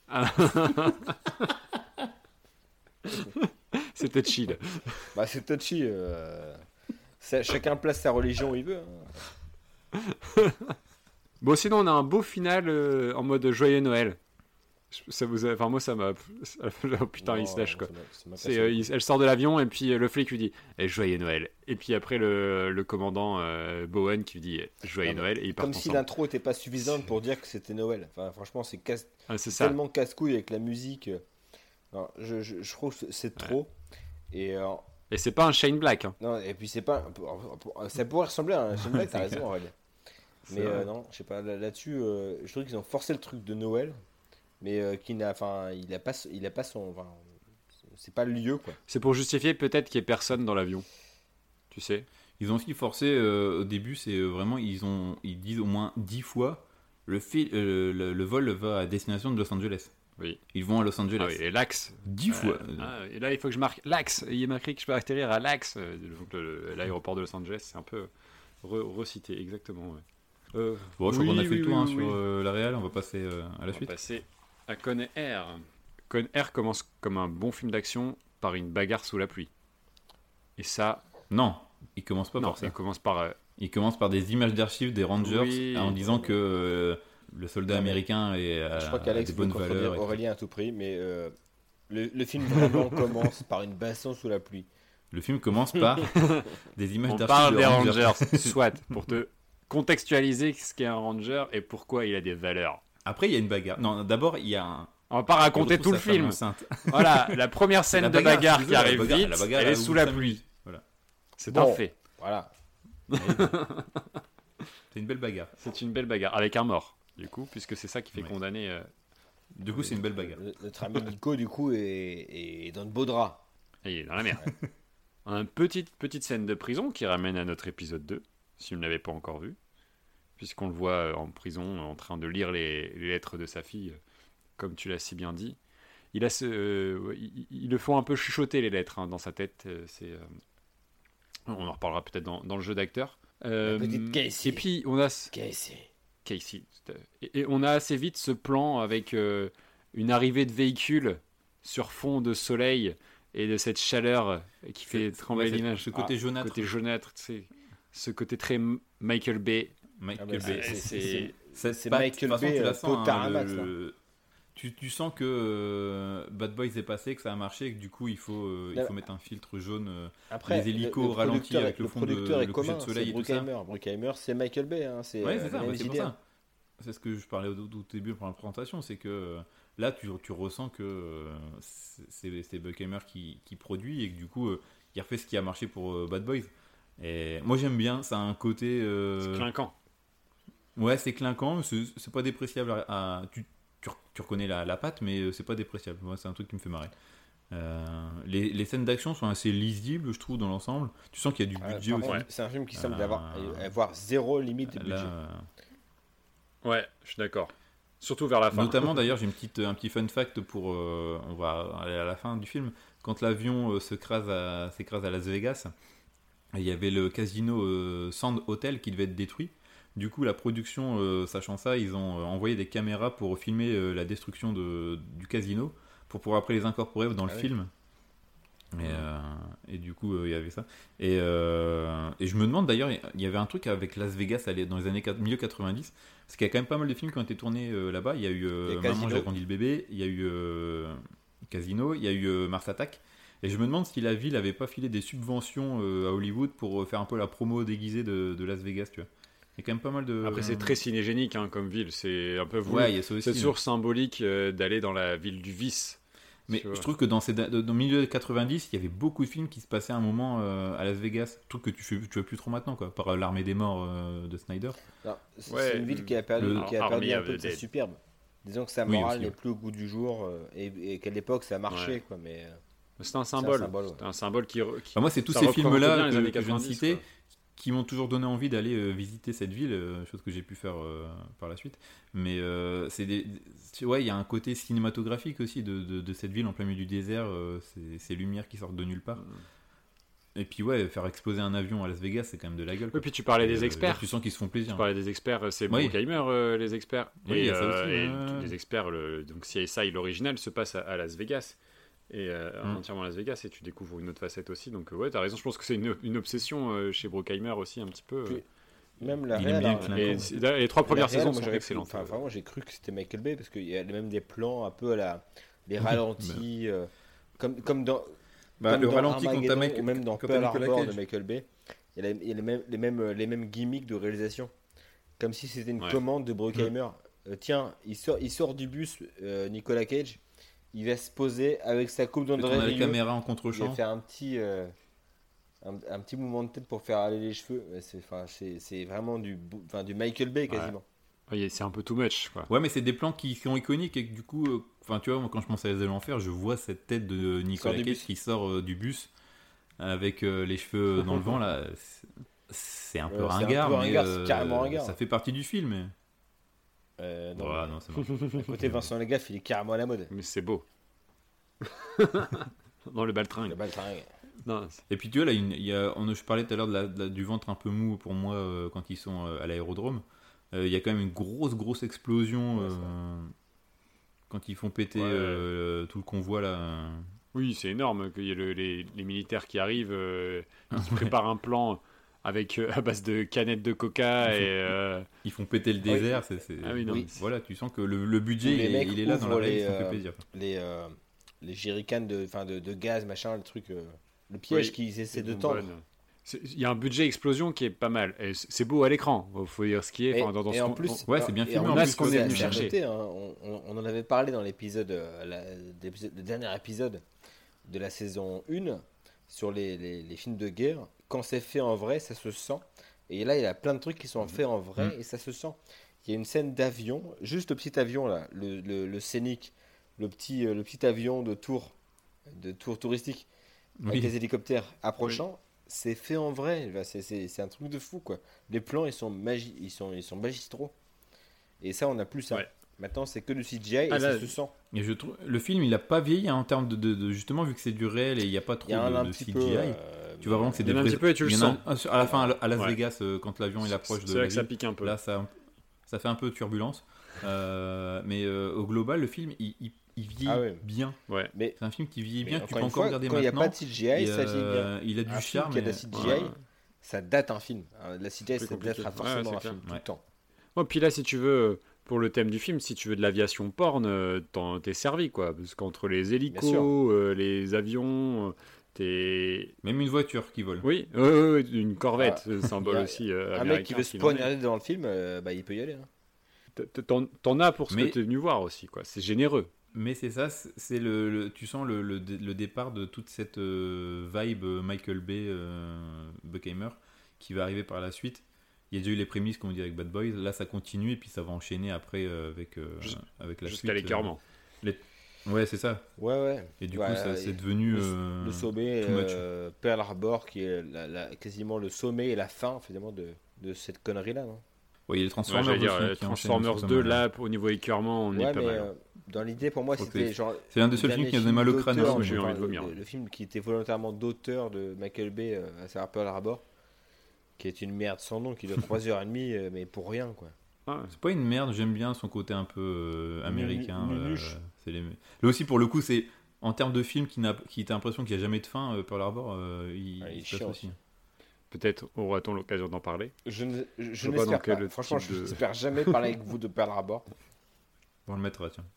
C'est touchy, là. C'est touchy. Chacun place sa religion où il veut. Hein. Bon, sinon, on a un beau final en mode Joyeux Noël. Moi, ça m'a. Oh putain, il se lâche, quoi. Elle sort de l'avion, et puis le flic lui dit Joyeux Noël. Et puis après, le commandant Bowen qui lui dit Joyeux Noël, et ils partent comme si ensemble. L'intro n'était pas suffisante pour dire que c'était Noël. Enfin, franchement, c'est tellement casse-couille avec la musique. Non, je trouve que c'est trop. Et c'est pas un Shane Black. Hein. Non, et puis c'est pas. Ça pourrait ressembler à un Shane Black, t'as raison, Aurélien. Mais non, je sais pas, là-dessus, je trouve qu'ils ont forcé le truc de Noël. Mais il a pas son, c'est pas le lieu, quoi. C'est pour justifier peut-être qu'il y ait personne dans l'avion, tu sais. Ils ont aussi forcé au début, c'est vraiment ils disent au moins 10 fois le vol va à destination de Los Angeles. Oui. Ils vont à Los Angeles. Ah oui, et l'axe. 10 fois. Et là il faut que je marque l'axe. Il est marqué que je peux atterrir à l'axe. L'aéroport de Los Angeles, c'est un peu recité exactement. Ouais. Bon, je crois qu'on a fait le tour sur la réal, on va passer à la suite. On va passer à Con Air. Con Air commence comme un bon film d'action par une bagarre sous la pluie. Et ça... Non, il commence pas par ça. Il commence par des images d'archives des Rangers en disant que le soldat américain je crois qu'Alex des bonnes valeurs. Aurélien à tout prix, mais le film vraiment commence par une baston sous la pluie. Le film commence par des images d'archives. On parle des Rangers, soit pour te contextualiser ce qu'est un Ranger et pourquoi il a des valeurs. Après, il y a une bagarre. Non, d'abord, il y a un... On va pas raconter tout le film. Voilà, la première scène de bagarre qui arrive vite, elle est sous la pluie. Voilà. C'est un fait. Voilà. C'est une belle bagarre. C'est une belle bagarre, avec un mort, du coup, puisque c'est ça qui fait condamner... Du coup, c'est une belle bagarre. Notre ami Nico, du coup, est dans de beaux draps. Et il est dans la merde. Une petite scène de prison qui ramène à notre épisode 2, si vous ne l'avez pas encore vu, puisqu'on le voit en prison en train de lire les lettres de sa fille, comme tu l'as si bien dit. Ils le font un peu chuchoter les lettres dans sa tête. On en reparlera peut-être dans le jeu d'acteur. Petite Casey. Et puis on a Casey. Et on a assez vite ce plan avec une arrivée de véhicules sur fond de soleil et de cette chaleur qui fait trembler l'image. Ce côté jaunâtre. Ce côté très Michael Bay. C'est Michael Bay Taramax. Tu sens que Bad Boys est passé, que ça a marché, et que du coup il faut mettre un filtre jaune. Après, les hélicos ralentis avec le fond de coucher de soleil et tout ça. Bruckheimer, c'est Michael Bay. C'est ça, c'est pour ça. C'est ce que je parlais au début pour la présentation, c'est que là tu ressens que c'est Bruckheimer qui produit et que du coup il refait ce qui a marché pour Bad Boys. Et moi j'aime bien, ça a un côté... C'est clinquant. Ouais, c'est clinquant, c'est pas dépréciable tu reconnais la patte, mais c'est pas dépréciable. Moi, c'est un truc qui me fait marrer. Les scènes d'action sont assez lisibles, je trouve, dans l'ensemble. Tu sens qu'il y a du budget aussi. C'est un film qui semble avoir zéro limite de budget. Ouais, je suis d'accord. Surtout vers la fin. Notamment, d'ailleurs, j'ai un petit fun fact pour... on va aller à la fin du film. Quand l'avion s'écrase à Las Vegas, il y avait le casino Sand Hotel qui devait être détruit. Du coup, la production, sachant ça, ils ont envoyé des caméras pour filmer la destruction du casino, pour pouvoir après les incorporer dans le film. Et du coup, il y avait ça. Et je me demande d'ailleurs, il y avait un truc avec Las Vegas dans les années milieu 90, parce qu'il y a quand même pas mal de films qui ont été tournés là-bas. Il y a eu Maman, j'ai agrandi le bébé, il y a eu Casino, il y a eu Mars Attack. Et je me demande si la ville n'avait pas filé des subventions à Hollywood pour faire un peu la promo déguisée de Las Vegas, tu vois. Il y a quand même pas mal de... Après, c'est très cinégénique comme ville. C'est un peu voulu. Ouais, il y a ça aussi. C'est toujours symbolique d'aller dans la ville du vice. Mais je trouve que dans le milieu des 90, il y avait beaucoup de films qui se passaient à un moment à Las Vegas. Truc que tu fais plus trop maintenant, quoi. Par l'Armée des Morts de Snyder. C'est une ville qui a perdu un peu de sa superbe. Disons que sa morale n'est plus au goût du jour et qu'à l'époque ça marchait, quoi. Mais c'est un symbole. C'est un symbole qui... moi, c'est tous ces films-là que je viens de citer qui m'ont toujours donné envie d'aller visiter cette ville, chose que j'ai pu faire par la suite. Mais il y a un côté cinématographique aussi de cette ville en plein milieu du désert, ces lumières qui sortent de nulle part. Et puis faire exploser un avion à Las Vegas, c'est quand même de la gueule. Et puis tu parlais des experts. Là, tu sens qu'ils se font plaisir. Tu parlais des experts, c'est Bruckheimer, les experts. Oui, et les experts, donc CSI, l'original, se passe à Las Vegas. Et entièrement à Las Vegas, et tu découvres une autre facette aussi. Donc t'as raison, je pense que c'est une obsession chez Bruckheimer aussi un petit peu. Puis, même la réelle, les 3 premières saisons sont excellentes. Vraiment, j'ai cru que c'était Michael Bay parce qu'il y a même des plans un peu les ralentis, comme dans le ralenti qu'on t'a ou même dans Pearl Harbor de Michael Bay. Il y a les mêmes gimmicks de réalisation, comme si c'était une commande de Bruckheimer. Tiens, il sort du bus, Nicolas Cage. Il va se poser avec sa coupe d'André Rieu. La caméra en contre-champ. Il va faire un petit mouvement de tête pour faire aller les cheveux. C'est vraiment du Michael Bay quasiment. Ouais, c'est un peu too much, quoi. Ouais, mais c'est des plans qui sont iconiques et que du coup, tu vois, moi, quand je pense à Les L'Enfer, je vois cette tête de Nicolas Cage qui sort du bus avec les cheveux dans le vent là. C'est un peu ringard, c'est carrément ringard. Ça fait partie du film. Non, c'est bon. À côté Vincent Lagaffe, il est carrément à la mode. Mais c'est beau. Dans le baltringue. Non, et puis tu vois là, je parlais tout à l'heure du ventre un peu mou pour moi quand ils sont à l'aérodrome. Il y a quand même une grosse explosion quand ils font péter tout le convoi là. Oui, c'est énorme qu'il y ait les militaires qui arrivent, ils se préparent un plan avec à base de canettes de coca ils font péter le désert. Ah oui, non. Voilà, tu sens que le budget il est là dans la règle, ça fait plaisir. Les jerrycans de gaz, machin, le truc, le piège qu'ils essaient de tendre. Il y a un budget explosion qui est pas mal. Et c'est beau à l'écran, il faut dire ce qui est. Et en plus, c'est bien filmé. On a ce qu'on est venu chercher. On en avait parlé dans l'épisode, le dernier épisode de la saison 1 sur les films de guerre. Quand c'est fait en vrai, ça se sent. Et là, il y a plein de trucs qui sont faits en vrai et ça se sent. Il y a une scène d'avion, juste le petit avion là, le scénic, le petit avion de tour touristique avec les hélicoptères approchant. C'est fait en vrai, c'est un truc de fou quoi. Les plans ils sont magistraux. Et ça on a plus ça. Maintenant c'est que du CGI et ça se sent. Et je trouve le film il a pas vieilli en termes de justement vu que c'est du réel et il y a pas trop de CGI. Tu vois vraiment que c'est un petit peu et tu le sens. À la fin à Las Vegas quand l'avion il approche de c'est là que ça pique un peu. Là ça fait un peu turbulence. Mais au global le film il vieillit bien. Ouais. C'est un film qui vieillit bien. Tu peux encore regarder maintenant. Quand il n'y a pas de CGI, ça vieillit bien. Il a du charme. Quand il y a de la CGI, ça date un film. La CGI, ça datera forcément un film tout le temps. Puis là, si tu veux, pour le thème du film, si tu veux de l'aviation porn, t'es servi, quoi. Parce qu'entre les hélicos, les avions... Même une voiture qui vole. Oui, une Corvette, symbole aussi un mec qui veut se poignarder dans le film, il peut y aller. T'en as pour ce que t'es venu voir aussi, quoi. C'est généreux. Mais c'est ça, c'est tu sens le départ de toute cette vibe Michael Bay, Buckheimer, qui va arriver par la suite. Il y a déjà eu les prémices, comme on dit, avec Bad Boys. Là, ça continue et puis ça va enchaîner après avec la suite. Jusqu'à l'écœurement. Ouais, c'est ça. Ouais. Et du coup, ça c'est devenu le sommet, Pearl Harbor, qui est quasiment le sommet et la fin, finalement, de cette connerie-là, non? Oui, il y a les Transformers aussi. Transformers 2, là, au niveau écœurement, on est pas mal. Dans l'idée, pour moi, c'était genre. C'est l'un des seuls films qui a donné mal au crâne. J'ai envie de vomir. Le film qui était volontairement d'auteur de Michael Bay, à savoir Pearl Harbor, qui est une merde sans nom, qui dure 3h30, mais pour rien, quoi. C'est pas une merde, j'aime bien son côté un peu américain. Là aussi, pour le coup, c'est en termes de film qui t'a l'impression qu'il n'y a jamais de fin, Pearl Harbor, il se passe aussi. Peut-être aura-t-on l'occasion d'en parler. Je n'espère pas. Franchement, je n'espère jamais parler avec vous de Pearl Harbor. On le mettra, tiens.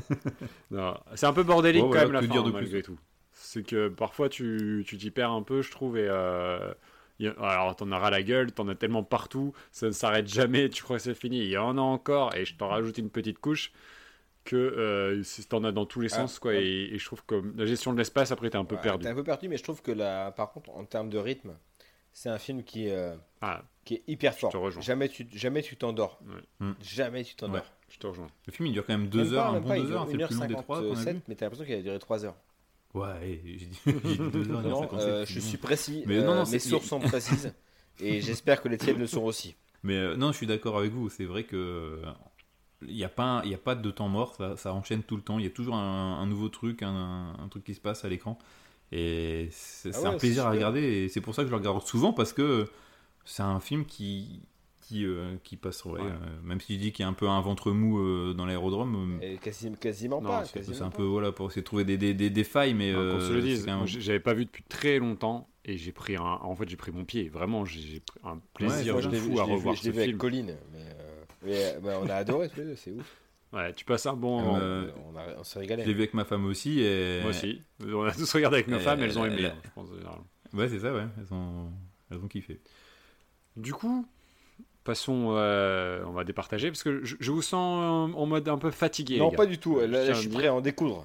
Non, c'est un peu bordélique quand même la fin, malgré tout. C'est que parfois tu t'y perds un peu, je trouve, et alors t'en as ras la gueule, t'en as tellement partout, ça ne s'arrête jamais, tu crois que c'est fini, il y en a encore, et je t'en rajoute une petite couche que t'en as dans tous les sens, quoi, et je trouve que la gestion de l'espace, après t'es un peu perdu. T'es un peu perdu, mais je trouve que là, par contre, en termes de rythme, c'est un film qui est hyper fort. Jamais tu t'endors. Jamais tu t'endors. Ouais, je te rejoins. Le film il dure quand même 2 heures, un bon 2 heures, c'est le plus long des 3 qu'on a vu. Mais t'as l'impression qu'il a duré 3 heures. Ouais, j'ai dit 2 heures. Non, je suis précis, mes sources sont précises et j'espère que les tiennes le sont aussi. Mais non, je suis d'accord avec vous, c'est vrai que il n'y a pas de temps mort, ça enchaîne tout le temps, il y a toujours un nouveau truc, un truc qui se passe à l'écran. Et c'est un plaisir à regarder et c'est pour ça que je le regarde souvent parce que c'est un film qui passe même si je dis qu'il y a un peu un ventre mou dans l'aérodrome quasiment pas c'est un peu pour essayer de trouver des failles mais qu'on se le dise, j'avais pas vu depuis très longtemps et j'ai pris mon pied vraiment, j'ai pris un plaisir fou à revoir ce film. Je l'ai vu avec Colline mais on a adoré tous les deux, c'est ouf. Ouais, tu passes un bon moment. On s'est régalé. Je l'ai vu avec ma femme aussi. Moi aussi. On a tous regardé avec nos femmes, elles ont aimé, je pense. Ouais, c'est ça, ouais. Elles ont kiffé. Du coup, passons, on va départager, parce que je vous sens en mode un peu fatigué. Non, pas du tout. Là, je suis prêt à en découdre.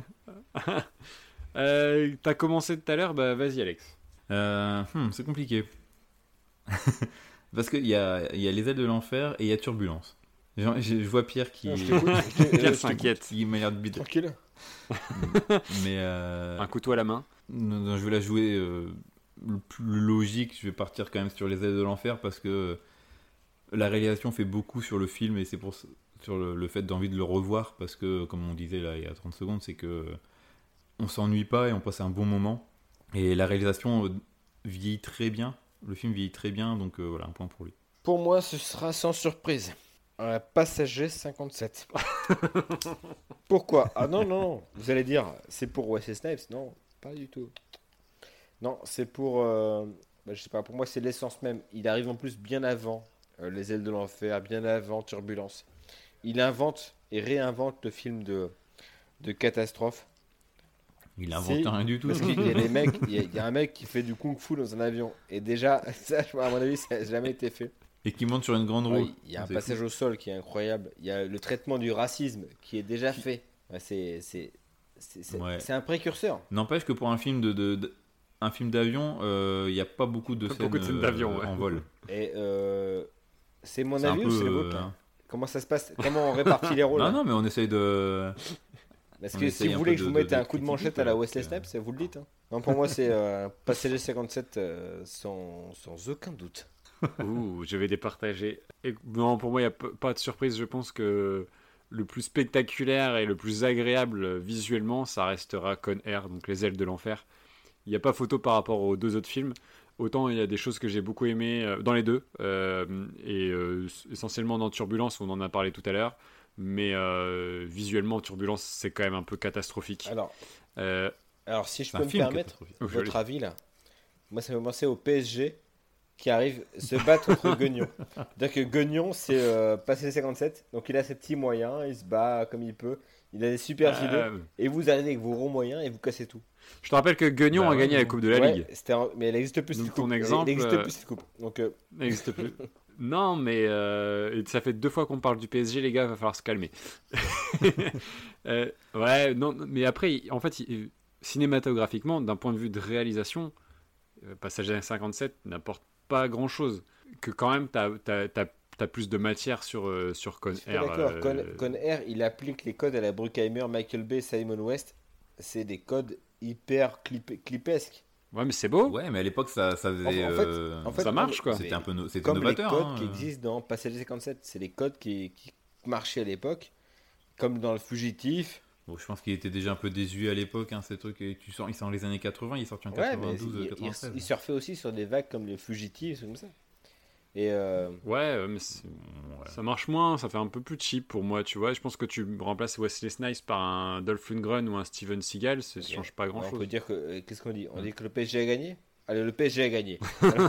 T'as commencé tout à l'heure, bah vas-y, Alex. C'est compliqué. Parce qu'il y a Les Ailes de l'Enfer et il y a Turbulence. Je vois Pierre qui s'inquiète. Qui m'a l'air de bide. Tranquille. Mais un couteau à la main. Non, je vais la jouer le plus logique. Je vais partir quand même sur Les Ailes de l'Enfer parce que la réalisation fait beaucoup sur le film et c'est sur le fait d'envie de le revoir parce que, comme on disait là il y a 30 secondes, c'est que on s'ennuie pas et on passe un bon moment. Et la réalisation vieillit très bien. Le film vieillit très bien, donc voilà, un point pour lui. Pour moi, ce sera sans surprise. Passager 57. Pourquoi? Ah non. Vous allez dire, c'est pour Wesley Snipes? Non, pas du tout. Non, c'est pour... je sais pas, pour moi, c'est l'essence même. Il arrive en plus bien avant Les Ailes de l'Enfer, bien avant Turbulence. Il invente et réinvente le film de catastrophe. Il invente rien du tout. Parce qu'il y a des mecs, il y a un mec qui fait du kung-fu dans un avion. Et déjà, ça, à mon avis, ça n'a jamais été fait. Et qui monte sur une grande roue. Il y a un passage au sol qui est incroyable. Il y a le traitement du racisme qui est déjà fait. C'est un précurseur. N'empêche que pour un film un film d'avion, il n'y a pas beaucoup de scènes d'avion en vol. Et c'est mon avis ou c'est le vôtre Comment ça se passe? Comment on répartit les rôles? Non, mais on essaye de... Parce que si vous voulez que je vous mette un coup de manchette à la Wesley Snipes, vous le dites. Hein. Non, pour moi, c'est Passager 57 sans aucun doute. Ouh, je vais départager. Et, non, pour moi, il n'y a pas de surprise. Je pense que le plus spectaculaire et le plus agréable visuellement, ça restera Con Air, donc Les Ailes de l'Enfer. Il n'y a pas photo par rapport aux deux autres films. Autant il y a des choses que j'ai beaucoup aimées dans les deux, essentiellement dans Turbulence, on en a parlé tout à l'heure. Mais visuellement, Turbulence, c'est quand même un peu catastrophique. Alors si je peux me permettre, votre avis là, moi ça me fait penser au PSG qui arrive se battre contre Guignon. C'est-à-dire que Guignon, c'est passé 57, donc il a ses petits moyens, il se bat comme il peut, il a des super idées, et vous arrivez avec vos ronds moyens et vous cassez tout. Je te rappelle que Guignon a gagné la Coupe de la Ligue. Mais elle n'existe plus cette coupe. Exemple, elle n'existe plus cette coupe. Donc, elle n'existe plus. Non, mais ça fait 2 fois qu'on parle du PSG, les gars, il va falloir se calmer. Ouais, non, mais après, en fait, cinématographiquement, d'un point de vue de réalisation, Passager 57 n'apporte pas grand-chose. Que quand même, t'as plus de matière sur Con Air. D'accord, Con Air, il applique les codes à la Bruckheimer, Michael Bay, Simon West. C'est des codes hyper clipesques. Ouais, mais c'est beau. Ouais, mais à l'époque, ça faisait... En fait, ça marche, quoi. C'était un peu comme novateur. Les codes qui existent dans Passager 57, c'est les codes qui marchaient à l'époque, comme dans Le Fugitif. Bon, je pense qu'il était déjà un peu désuet à l'époque, ces trucs. Il sort en les années 80, il est sorti en 92, 96. Il surfait aussi sur des vagues comme Le Fugitif, comme ça. Et mais ça marche moins, ça fait un peu plus cheap pour moi, tu vois. Je pense que tu remplaces Wesley Snipes par un Dolph Lundgren ou un Steven Seagal, ça ne change pas grand-chose. On peut dire que... Qu'est-ce qu'on dit? On dit que le PSG a gagné? Allez, le PSG a gagné.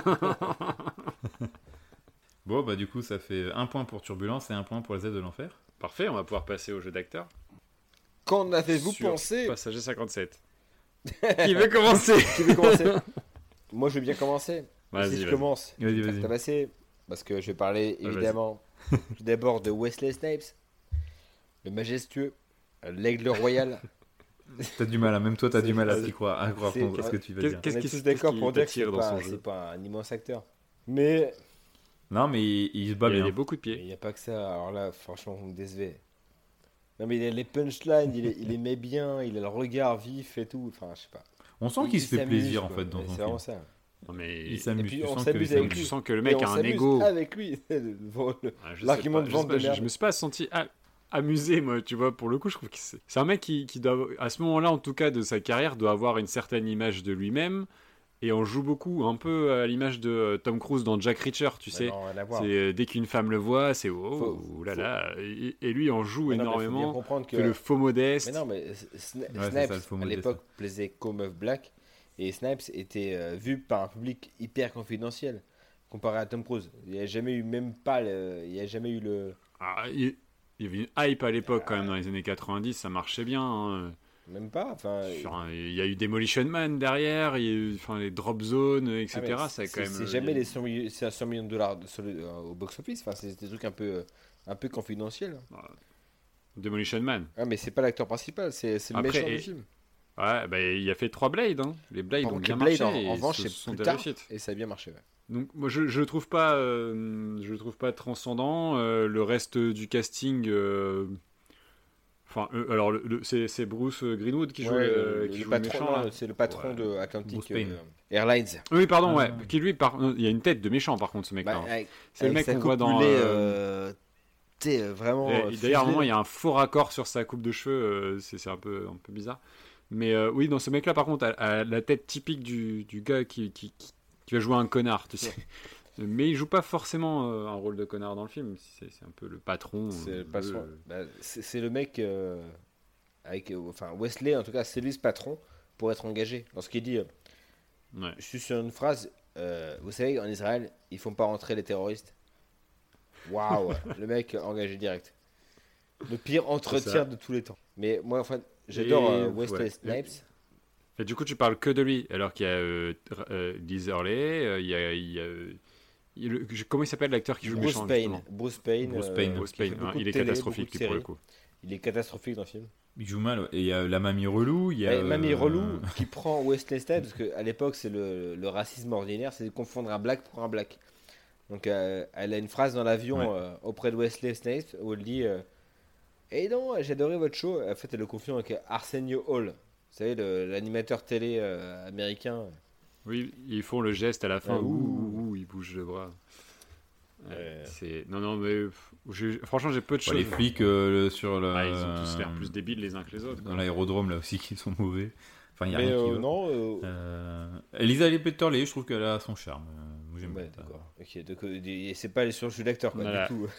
Bon, bah du coup, ça fait 1 point pour Turbulence et 1 point pour Les Ailes de l'Enfer. Parfait, on va pouvoir passer au jeu d'acteur. Qu'en avez-vous pensé? Passager 57. Qui veut commencer? Moi, je vais bien commencer. Si je commence, vas-y. Passer, parce que je vais parler évidemment tout d'abord de Wesley Snipes, le majestueux, l'aigle royal. T'as du mal, même toi t'as du mal à y croire, ce que tu vas dire. On est tous d'accord pour dire que c'est pas un immense acteur. Mais... Non, mais il se bat bien. Il a beaucoup de pieds. Il n'y a pas que ça, alors là, franchement, vous me décevez. Non, mais il a les punchlines, il les met bien, il a le regard vif et tout, enfin, je sais pas. On sent qu'il se fait plaisir, en fait, dans son film. C'est vraiment ça. Non, mais il s'amuse. Tu sens que le mec a un ego. Avec lui. L'argument de vente de merde. Je me suis pas senti amusé, moi, tu vois. Pour le coup, je trouve que c'est un mec qui doit, à ce moment-là, en tout cas, de sa carrière, doit avoir une certaine image de lui-même. Et on joue beaucoup, un peu à l'image de Tom Cruise dans Jack Reacher, tu sais. C'est dès qu'une femme le voit, c'est oh là là. Et lui, on joue énormément. Que le faux modeste. Mais non, mais Snipes, à l'époque, plaisait qu'aux meufs black. Et Snipes était vu par un public hyper confidentiel comparé à Tom Cruise. Il n'y a jamais eu il y a jamais eu le... il y avait une hype à l'époque quand même dans les années 90, ça marchait bien. Hein. Même pas. Il y a eu Demolition Man derrière, il y a eu les Drop Zones, etc. C'est jamais les 100 millions de dollars au box-office. Enfin, c'est des trucs un peu confidentiels. Demolition Man. Mais c'est pas l'acteur principal, c'est le méchant du film. Ouais, il a fait 3 Blades. Hein. Les Blades ont bien marché. En revanche, c'est plus tard, et ça a bien marché. Ouais. Donc moi, je le trouve pas transcendant. Le reste du casting. Alors c'est Bruce Greenwood qui joue le patron. Méchant, c'est le patron de Atlantic Airlines. Oui, pardon, ouais. Qui lui, il y a une tête de méchant par contre, ce mec-là. C'est le mec qu'on voit dans. Vraiment. D'ailleurs, à un moment, il y a un faux raccord sur sa coupe de cheveux. C'est un peu bizarre. Mais oui, dans ce mec-là, par contre, à la tête typique du gars qui va jouer un connard, tu sais. Mais il joue pas forcément un rôle de connard dans le film. C'est un peu le patron. C'est le mec Wesley, en tout cas, c'est lui ce patron pour être engagé. Lorsqu'il dit, je suis sur une phrase, vous savez, en Israël, ils font pas rentrer les terroristes. Waouh, le mec engagé direct. Le pire entretien de tous les temps. Mais moi, enfin, j'adore Wesley Snipes. Et du coup, tu parles que de lui, alors qu'il y a Liz Hurley, comment il s'appelle l'acteur qui joue le méchant Bruce Payne. Il est catastrophique pour le coup. Il est catastrophique dans le film. Il joue mal. Et il y a la mamie relou. Mamie relou qui prend Wesley Snipes, parce qu'à l'époque, c'est le racisme ordinaire, c'est de confondre un black pour un black. Donc, elle a une phrase dans l'avion auprès de Wesley Snipes où elle dit et non, j'ai adoré votre show. En fait, elle le confond avec Arsenio Hall. Vous savez, l'animateur télé américain. Oui, ils font le geste à la fin où ils bougent le bras. Non, mais franchement, j'ai peu de choses. Les flics sur la. Ils ont tous l'air plus débiles les uns que les autres. Dans l'aérodrome, là aussi, qui sont mauvais. Enfin, il n'y a rien qui va. Elisabeth Petterley, je trouve qu'elle a son charme. J'aime bien. D'accord. Ok, donc, c'est pas les surjeux d'acteurs, quoi, du tout.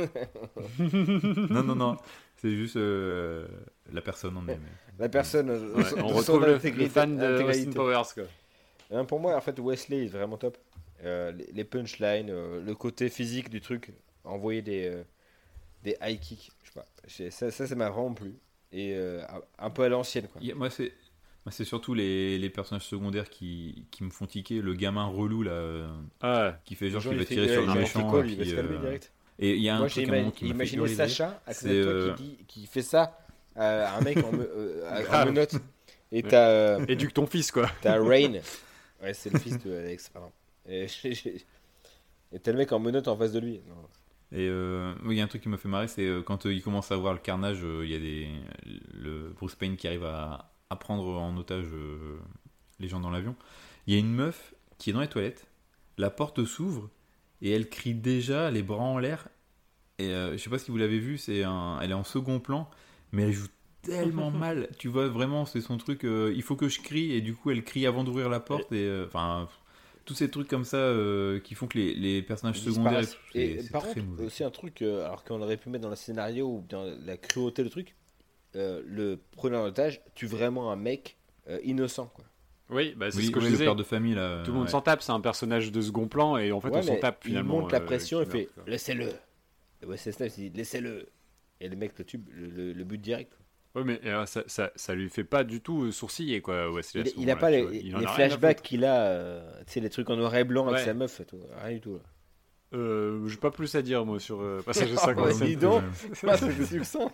Non. C'est juste la personne en elle-même. La personne. On retrouve le fan de Austin Powers, quoi. Pour moi, en fait, Wesley est vraiment top. Les punchlines, le côté physique du truc, envoyer des high kicks, je sais pas. Ça m'a vraiment plu. Et un peu à l'ancienne, quoi. Moi, c'est surtout les personnages secondaires qui me font tiquer. Le gamin relou là, qui fait genre qu'il va tirer sur le méchant. Il va se calmer direct. Et il y a un truc j'ai imaginé Sacha à côté de toi qui fait ça à un mec en menottes. Et t'as éduque ton fils, quoi. T'as Rain. Ouais, c'est le fils de Alex, pardon. Et t'as le mec en menottes en face de lui. Non. Et il y a un truc qui me fait marrer, c'est quand il commence à voir le carnage, il y a le Bruce Payne qui arrive à prendre en otage les gens dans l'avion. Il y a une meuf qui est dans les toilettes, la porte s'ouvre et elle crie déjà, les bras en l'air. Et je sais pas si vous l'avez vu, elle est en second plan, mais elle joue tellement mal. Tu vois vraiment, c'est son truc. Il faut que je crie, et du coup elle crie avant d'ouvrir la porte. Et tous ces trucs comme ça qui font que les personnages secondaires. C'est par contre, mauvais. Aussi un truc, alors qu'on aurait pu mettre dans le scénario ou dans la cruauté, le truc. Le preneur d'otage tue vraiment un mec innocent, quoi. Oui, c'est ce que je disais. Le père de famille là. Tout le monde s'en tape, c'est un personnage de second plan et en fait on s'en tape finalement. Il monte la pression et fait laissez-le. Ouais, c'est ça, il dit laissez-le. Et le mec le tue, le but direct. Oui, mais ça lui fait pas du tout sourciller, quoi. Il a pas les flashbacks qu'il a, tu sais, les trucs en noir et blanc avec sa meuf et tout. Rien du tout. Là. J'ai pas plus à dire moi sur Passage 57. Dis donc, c'est succinct.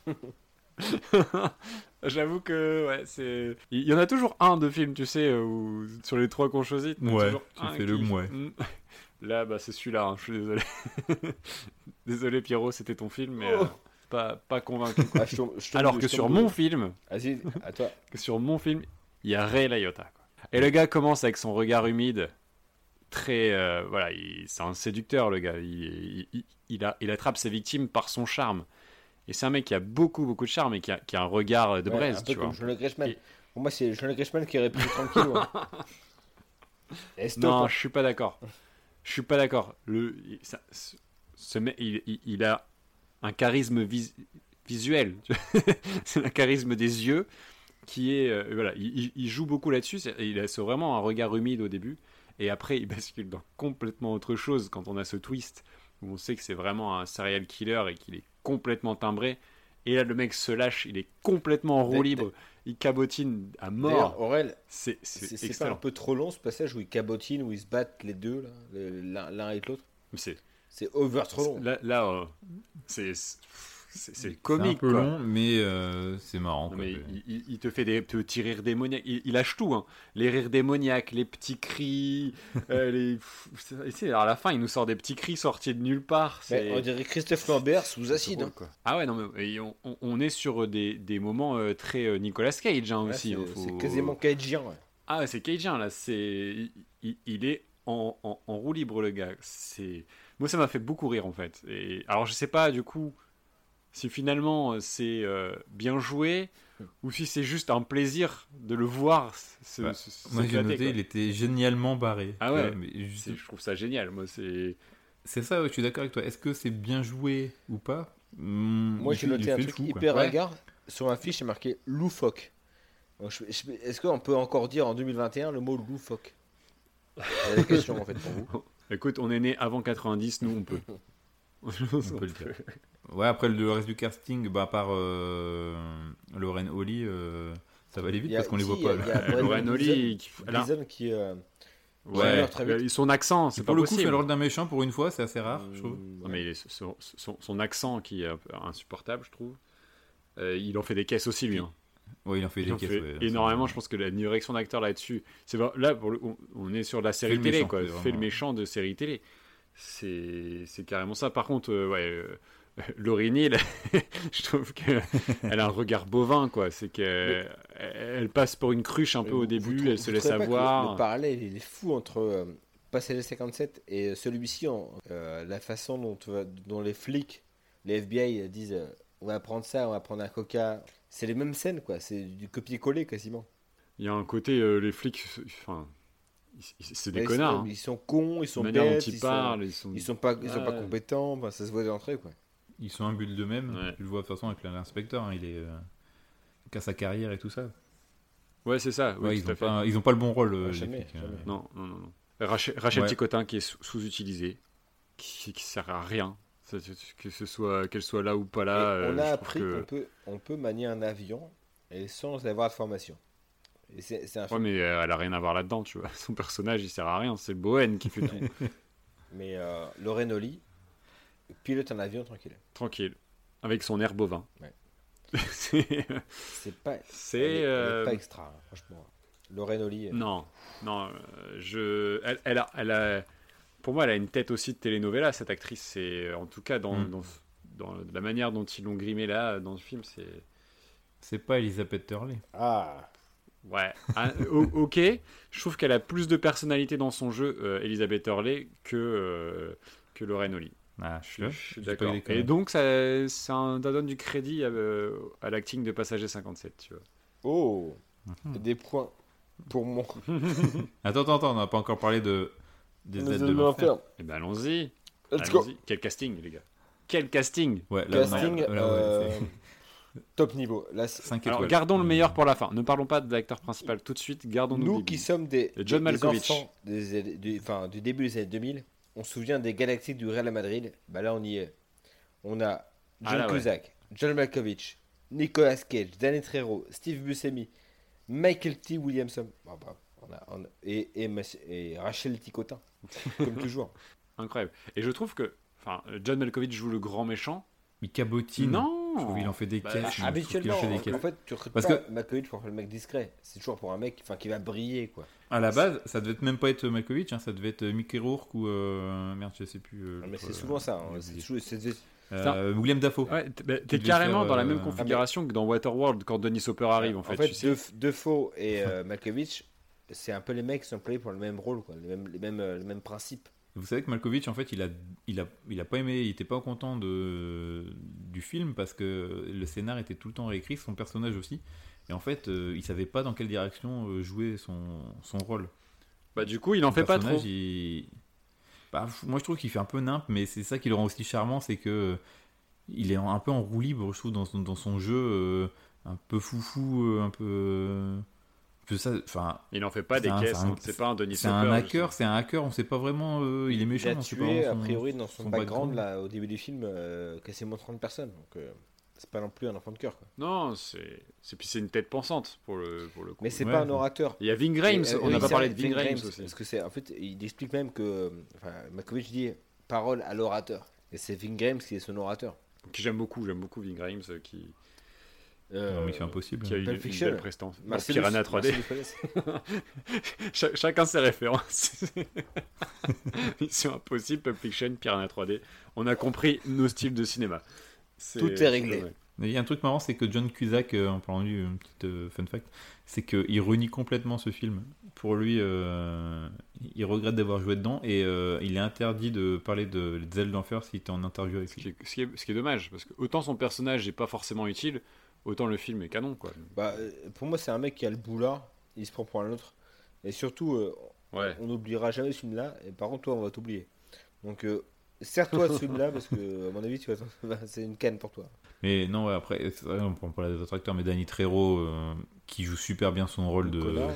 J'avoue que c'est. Il y en a toujours un de film, tu sais, où sur les trois qu'on choisit. Ouais, tu fais le mouais. Là, c'est celui-là. Hein, je suis désolé. Désolé Pierrot, c'était ton film, mais pas convaincu. Alors que sur mon film, vas-y, à toi. Sur mon film, il y a Ray Liotta. Et le gars commence avec son regard humide, très c'est un séducteur le gars. Il attrape ses victimes par son charme. Et c'est un mec qui a beaucoup de charme et qui a un regard de braise, un peu comme Jean-Luc Reichmann. Pour moi, c'est Jean-Luc Reichmann qui aurait pris 30 kilos. Non, je suis pas d'accord. Ce mec, il a un charisme visuel. C'est un charisme des yeux qui est... il joue beaucoup là-dessus. Il a vraiment un regard humide au début. Et après, il bascule dans complètement autre chose quand on a ce twist où on sait que c'est vraiment un serial killer et qu'il est complètement timbré. Et là, le mec se lâche, il est complètement en roue libre, il cabotine à mort. D'ailleurs, Aurel, c'est pas un peu trop long ce passage où ils cabotinent, où ils se battent les deux, là, l'un avec l'autre? C'est over trop long. Là c'est comique. C'est un peu long, mais c'est marrant. Non, mais il te fait des petits rires démoniaques. Il lâche tout. Hein. Les rires démoniaques, les petits cris. Alors à la fin, il nous sort des petits cris sortis de nulle part. On dirait Christophe Lambert sous acide. Drôle, quoi. Ah ouais, non, mais on est sur des moments très Nicolas Cage aussi. C'est quasiment cageien. Ouais. Ah ouais, c'est cageien là. Il est en roue libre, le gars. Moi, ça m'a fait beaucoup rire en fait. Alors je sais pas, du coup. si finalement c'est bien joué ou si c'est juste un plaisir de le voir. Moi j'ai noté, il était génialement barré. Ah ouais, je trouve ça génial. Moi c'est ça, ouais, je suis d'accord avec toi. Est-ce que c'est bien joué ou pas? Moi j'ai noté un truc hyper ringard. Sur ma fiche, c'est marqué loufoque. Est-ce qu'on peut encore dire en 2021 le mot loufoque? C'est la question en fait pour vous. Écoute, on est né avant 90, nous on peut. On peut le dire. Ouais, après le reste du casting, à part Lauren Holly, ça va aller vite parce qu'on les voit pas. Lauren Holly, qui son accent, c'est pour pas le possible. coup, fait le rôle d'un méchant pour une fois, c'est assez rare, je trouve. Non, mais son accent qui est insupportable, je trouve. Il en fait des caisses aussi, lui. Hein. Ouais, il en fait des caisses. Énormément, je pense que la direction d'acteur là-dessus, là, on est sur la série télé, méchant, quoi. Fait le méchant de série télé. C'est carrément ça. Par contre, Laurie Neal, je trouve qu'elle a un regard bovin, quoi. C'est qu'elle passe pour une cruche un peu au début, elle se laisse avoir. Le parallèle, il est fou entre Passager 57 et celui-ci, la façon dont les flics, les FBI disent on va prendre ça, on va prendre un coca. C'est les mêmes scènes, quoi. C'est du copier-coller quasiment. Il y a un côté, les flics, enfin, c'est des connards. Ils sont cons, ils sont bêtes, ils sont pas compétents. Enfin, ça se voit d'entrée, quoi. Ils sont imbues d'eux-mêmes. Ouais. Tu le vois de toute façon avec l'inspecteur. Il est casse sa carrière et tout ça. Ouais, c'est ça. Ouais, ils ont pas le bon rôle. Jamais. Non. Rachel Ticotin qui est sous-utilisée, qui sert à rien. Qu'elle soit là ou pas là. On a appris qu'on peut manier un avion et sans avoir de formation. Ouais, mais elle a rien à voir là-dedans, tu vois. Son personnage, il sert à rien. C'est le Bohen qui fait tout. Mais Lauren Holly pilote un avion tranquille. Avec son air bovin. Ouais. c'est pas extra, hein, franchement. Lauren Holly. Non. Elle a. Pour moi, elle a une tête aussi de telenovela, cette actrice. C'est, en tout cas, dans la manière dont ils l'ont grimée là, dans le film, c'est pas Elizabeth Hurley. Ah. Ouais. Ok. Je trouve qu'elle a plus de personnalité dans son jeu, Elizabeth Hurley, que Lauren Holly. Ah, je suis d'accord. Et donc, ça donne du crédit à l'acting de Passager 57, tu vois. Oh. Des points pour moi. Attends, on n'a pas encore parlé des aides de l'enfer. Eh ben allons-y. Let's go. Quel casting, les gars. Quel casting. Ouais, casting top niveau. Là, 5 Alors, gardons le meilleur pour la fin. Ne parlons pas de l'acteur principal tout de suite. Gardons-nous Nous qui sommes des Malkovich. Enfants du début des années 2000, on se souvient des Galactiques du Real Madrid. Bah là, on y est. On a John Cusack, John Malkovich, Nicolas Cage, Danny Trejo, Steve Buscemi, Michael T. Williamson. Et Rachel Ticotin, comme toujours. Incroyable. Et je trouve que John Malkovich joue le grand méchant. Il cabotine. Non. Je trouve qu'il en fait des caisses. Habituellement, en fait, tu recrutes pas Malkovich pour faire le mec discret. C'est toujours pour un mec qui va briller, quoi. À la base, ça devait même pas être Malkovich, hein, ça devait être Mickey Rourke ou merde, je sais plus. Mais c'est souvent ça. William Dafoe. Ouais, t'es carrément dans la même configuration que dans Waterworld quand Dennis Hopper arrive, en fait. En fait, Dafoe et Malkovich, c'est un peu les mecs qui sont employés pour le même rôle, quoi, les mêmes principes. Vous savez que Malkovich, en fait, il a pas aimé, il était pas content du film parce que le scénar était tout le temps réécrit, son personnage aussi, et en fait, il savait pas dans quelle direction jouer son rôle. Bah du coup, il en fait pas trop. Moi, je trouve qu'il fait un peu nimp, mais c'est ça qui le rend aussi charmant, c'est que il est un peu en roue libre, je trouve, dans son jeu, un peu foufou, un peu. Il n'en fait pas des caisses, c'est pas un Denis Hopper. C'est un hacker, on sait pas vraiment, il est méchant. Il a tué, a priori, dans son background, là, au début du film, quasiment 30 personnes. Donc, c'est pas non plus un enfant de cœur, quoi. Non, c'est une tête pensante pour le coup. Mais c'est pas un orateur. Il y a Ving Rhames, on n'a pas parlé de Ving Rhames aussi. Parce que en fait, il explique même que, Malkovich dit parole à l'orateur. Et c'est Ving Rhames qui est son orateur. J'aime beaucoup Ving Rhames qui. Non, mais c'est impossible. Qui a eu une belle prestance. Piranha 3D. Chacun ses références. Mission Impossible, Pulp Fiction, Piranha 3D. On a compris nos styles de cinéma. Tout est réglé. Il y a un truc marrant, c'est que John Cusack, en parlant du petite fun fact, c'est qu'il renie complètement ce film. Pour lui, il regrette d'avoir joué dedans et il est interdit de parler de Ailes d'Enfer s'il était en interview avec lui. Ce qui est dommage, parce que autant son personnage n'est pas forcément utile, autant le film est canon, quoi. Bah, pour moi, c'est un mec qui a le boulard, il se prend pour un autre. Et surtout, on n'oubliera jamais ce film-là, et par contre, toi, on va t'oublier. Donc, serre-toi de ce film-là, parce que, à mon avis, c'est une canne pour toi. Mais non, ouais, après, c'est vrai, on peut en parler des autres acteurs, mais Danny Trejo, qui joue super bien son rôle de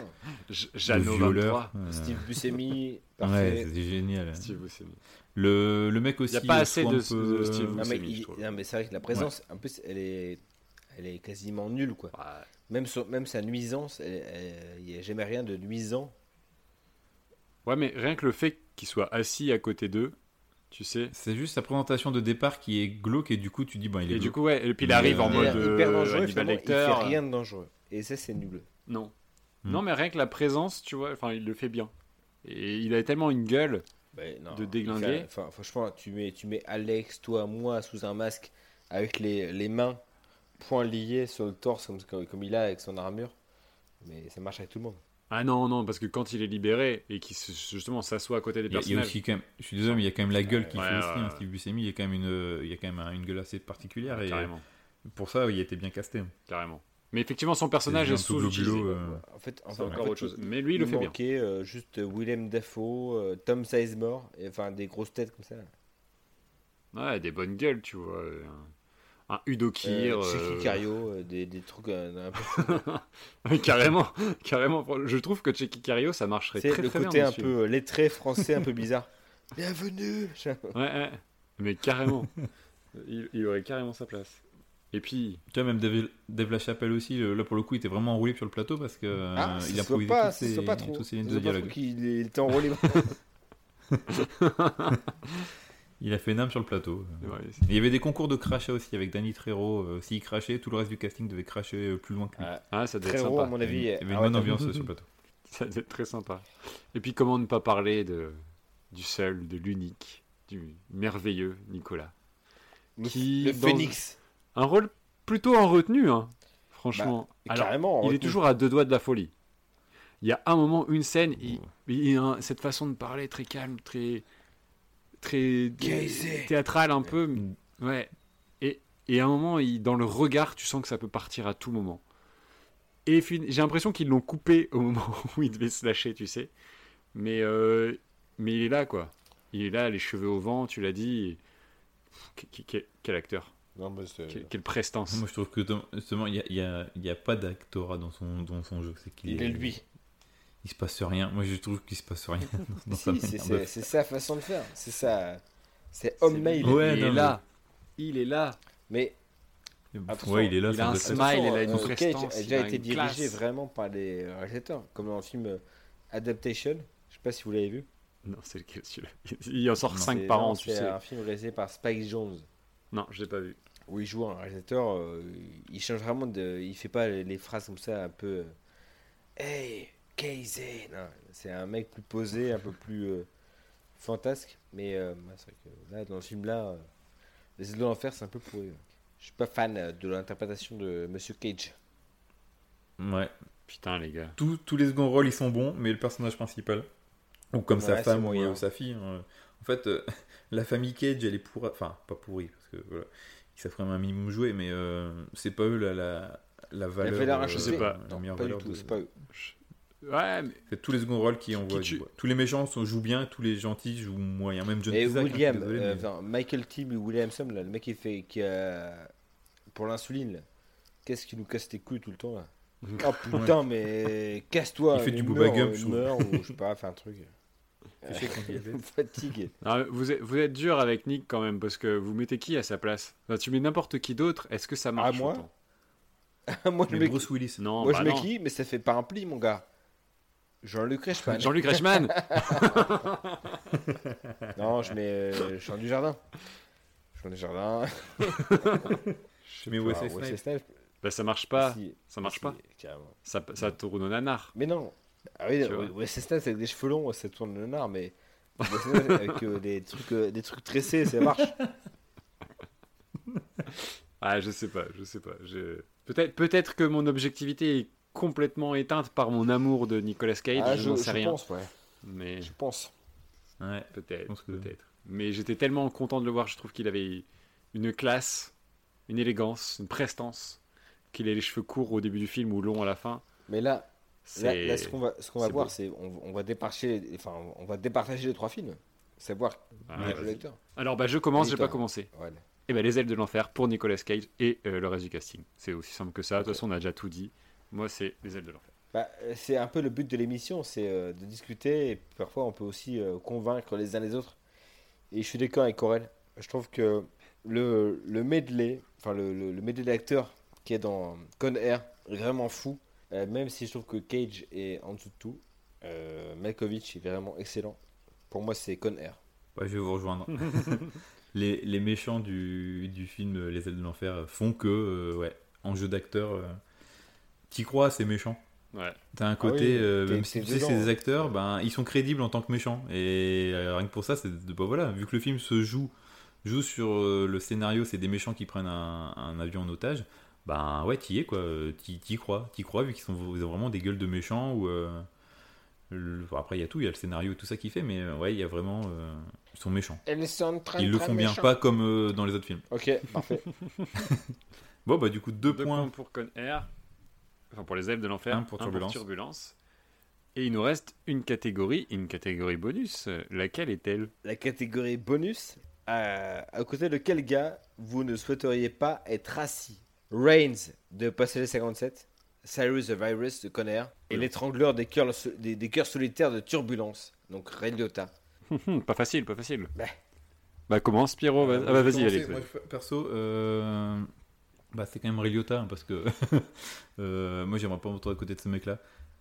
violeur. Steve Buscemi, parfait. Ouais, c'est génial. Steve Buscemi. Le mec aussi. Il n'y a pas assez de Steve Buscemi. Non, mais c'est vrai que la présence, en plus, elle est quasiment nulle, quoi. Même sa nuisance, il n'y a jamais rien de nuisant. Ouais, mais rien que le fait qu'il soit assis à côté d'eux, tu sais. C'est juste sa présentation de départ qui est glauque et du coup tu dis il est glauque. Du coup et puis il arrive en mode hyper dangereux, Hannibal Lecter. Il fait rien de dangereux et ça c'est nul. Non. Non, mais rien que la présence, tu vois, enfin il le fait bien. Et il a tellement une gueule de déglinguer. Enfin franchement, tu mets Alex, toi, moi sous un masque avec les mains poings liés sur le torse comme il a avec son armure, mais ça marche avec tout le monde. Ah non, parce que quand il est libéré et qu'il justement s'assoit à côté des personnages. Il y a aussi quand même, je suis désolé, mais il y a quand même la gueule qui fait aussi. Steve Buscemi, il y a quand même une gueule assez particulière. Et carrément. Pour ça, il était bien casté. Carrément. Mais effectivement, son personnage est sous-utilisé. En fait, encore autre chose. Mais lui, il le fait bien. Il manquait juste Willem Dafoe, Tom Sizemore, enfin des grosses têtes comme ça. Ouais, des bonnes gueules, tu vois. Un Udo Kier, Checky Cario, des trucs un peu carrément. Je trouve que Checky Cario, ça marcherait très bien. C'est le côté un peu lettré français, un peu bizarre. Bienvenue. Ouais, mais carrément. il aurait carrément sa place. Et puis, tu vois, même Dave LaChapelle aussi, là pour le coup, il était vraiment enroulé sur le plateau parce que il a improvisé tous ses lignes de dialogue. Il était enroulé. Il a fait une âme sur le plateau. Ouais, il y avait des concours de crachat aussi avec Danny Trejo. S'il crachait, tout le reste du casting devait cracher plus loin que lui. Ça devait être sympa. À mon avis, il y avait une bonne ambiance sur le plateau. Ça devait être très sympa. Et puis, comment ne pas parler du seul, de l'unique, du merveilleux Nicolas. Le Phénix. Un rôle plutôt en retenue, hein, franchement. Carrément. Il est toujours à 2 doigts de la folie. Il y a un moment, une scène, il a cette façon de parler très calme, très théâtral un peu, ouais. Et à un moment, dans le regard, tu sens que ça peut partir à tout moment. Et j'ai l'impression qu'ils l'ont coupé au moment où il devait se lâcher, tu sais. Mais il est là, quoi. Il est là, les cheveux au vent, tu l'as dit. Quel acteur. Non, quelle prestance. Moi, je trouve que justement, il y a pas d'actorat dans son jeu. Il est lui. Il se passe rien. Moi, je trouve qu'il se passe rien. C'est sa façon de faire. C'est ça. C'est homemade. Il est là. Mais ouais, il est là. Il a un smile, il a une prestance. Cage a déjà été dirigé vraiment par les réalisateurs, comme dans le film Adaptation. Je sais pas si vous l'avez vu. Non, c'est lequel celui-là. Il en sort 5 par an, tu sais. C'est un film réalisé par Spike Jonze. Non, je l'ai pas vu. Où il joue un réalisateur. Il change vraiment il fait pas les phrases comme ça un peu. Hey. Casey, non, c'est un mec plus posé, un peu plus fantasque, mais c'est vrai que là, dans le film-là, Les Ailes de l'Enfer, c'est un peu pourri. Je suis pas fan de l'interprétation de Monsieur Cage. Ouais. Putain, les gars. Tous les seconds rôles, ils sont bons, mais le personnage principal, ou comme sa femme ou sa fille, en fait, la famille Cage, elle est pourrie, enfin, pas pourrie, parce que voilà, ils savent quand même un minimum jouer, mais c'est pas eux la valeur. Je sais pas. La meilleure pas valeur du tout, c'est pas eux. Ouais, mais... C'est tous les seconds rôles qui envoient du bois. Tous les méchants jouent bien, tous les gentils jouent moyen. Même John Cusack. Et Michael T. Williamson, là, le mec qui a pour l'insuline, là. Qu'est-ce qui nous casse tes couilles tout le temps là. Oh putain, mais casse-toi. Il fait du Booba Gump, je ou je sais pas, fait un truc. Fatigue. Vous êtes dur avec Nick quand même, parce que vous mettez qui à sa place? Tu mets n'importe qui d'autre, est-ce que ça marche? Moi je mets Bruce Willis. Non, moi je mets qui? Mais ça fait pas un pli, mon gars. Jean-Luc Reichmann. Non, je mets Chant du Jardin. Je mets Wesley Snipes. Bah ça marche pas. Ça marche pas. Ça tourne au nanar. Mais non. Ah oui, Wesley Snipes avec des cheveux longs, ça tourne au nanar, mais avec des trucs tressés, ça marche. Ah, je sais pas. Peut-être que mon objectivité est complètement éteinte par mon amour de Nicolas Cage, je n'en sais rien. Pense, ouais. Mais je pense. Ouais, peut-être. Mais j'étais tellement content de le voir, je trouve qu'il avait une classe, une élégance, une prestance, qu'il ait les cheveux courts au début du film ou longs à la fin. Mais là ce qu'on va voir, c'est on va départager les 3 films. C'est voir le lecteur. Alors je commence, j'ai pas commencé. Ouais. Et Les Ailes de l'Enfer pour Nicolas Cage et le reste du casting. C'est aussi simple que ça. De toute façon, on a déjà tout dit. Moi, c'est Les Ailes de l'Enfer. C'est un peu le but de l'émission, c'est de discuter. Et parfois, on peut aussi convaincre les uns les autres. Et je suis d'accord avec Corel. Je trouve que le medley, le medley d'acteurs qui est dans Con Air est vraiment fou. Même si je trouve que Cage est en dessous de tout, Malkovich est vraiment excellent. Pour moi, c'est Con Air. Ouais, je vais vous rejoindre. les méchants du film Les Ailes de l'Enfer font que, en jeu d'acteur, t'y crois à ces méchants. Ouais. T'as un côté, même si tu sais que c'est des acteurs, ils sont crédibles en tant que méchants. Et rien que pour ça, voilà, vu que le film se joue sur le scénario, c'est des méchants qui prennent un avion en otage. T'y es quoi, t'y crois, vu qu'ils ont vraiment des gueules de méchants. Ou après il y a le scénario et tout ça qui fait, mais il y a vraiment, ils sont méchants. Ils le font bien, pas comme dans les autres films. Ok, parfait. Bon du coup 2 points pour Con Air. Enfin, pour Les Ailes de l'Enfer, 1 pour Turbulence. Et il nous reste une catégorie bonus. Laquelle est-elle? La catégorie bonus, à côté de quel gars vous ne souhaiteriez pas être assis? Reigns de Passager 57, Cyrus the Virus de Con Air, et l'étrangleur des cœurs solitaires de Turbulence, donc Ray Liotta. Pas facile. Commence Pierrot. Vas-y, Alex. Moi, perso, c'est quand même Ray Liotta, parce que moi j'aimerais pas me retrouver à côté de ce mec là.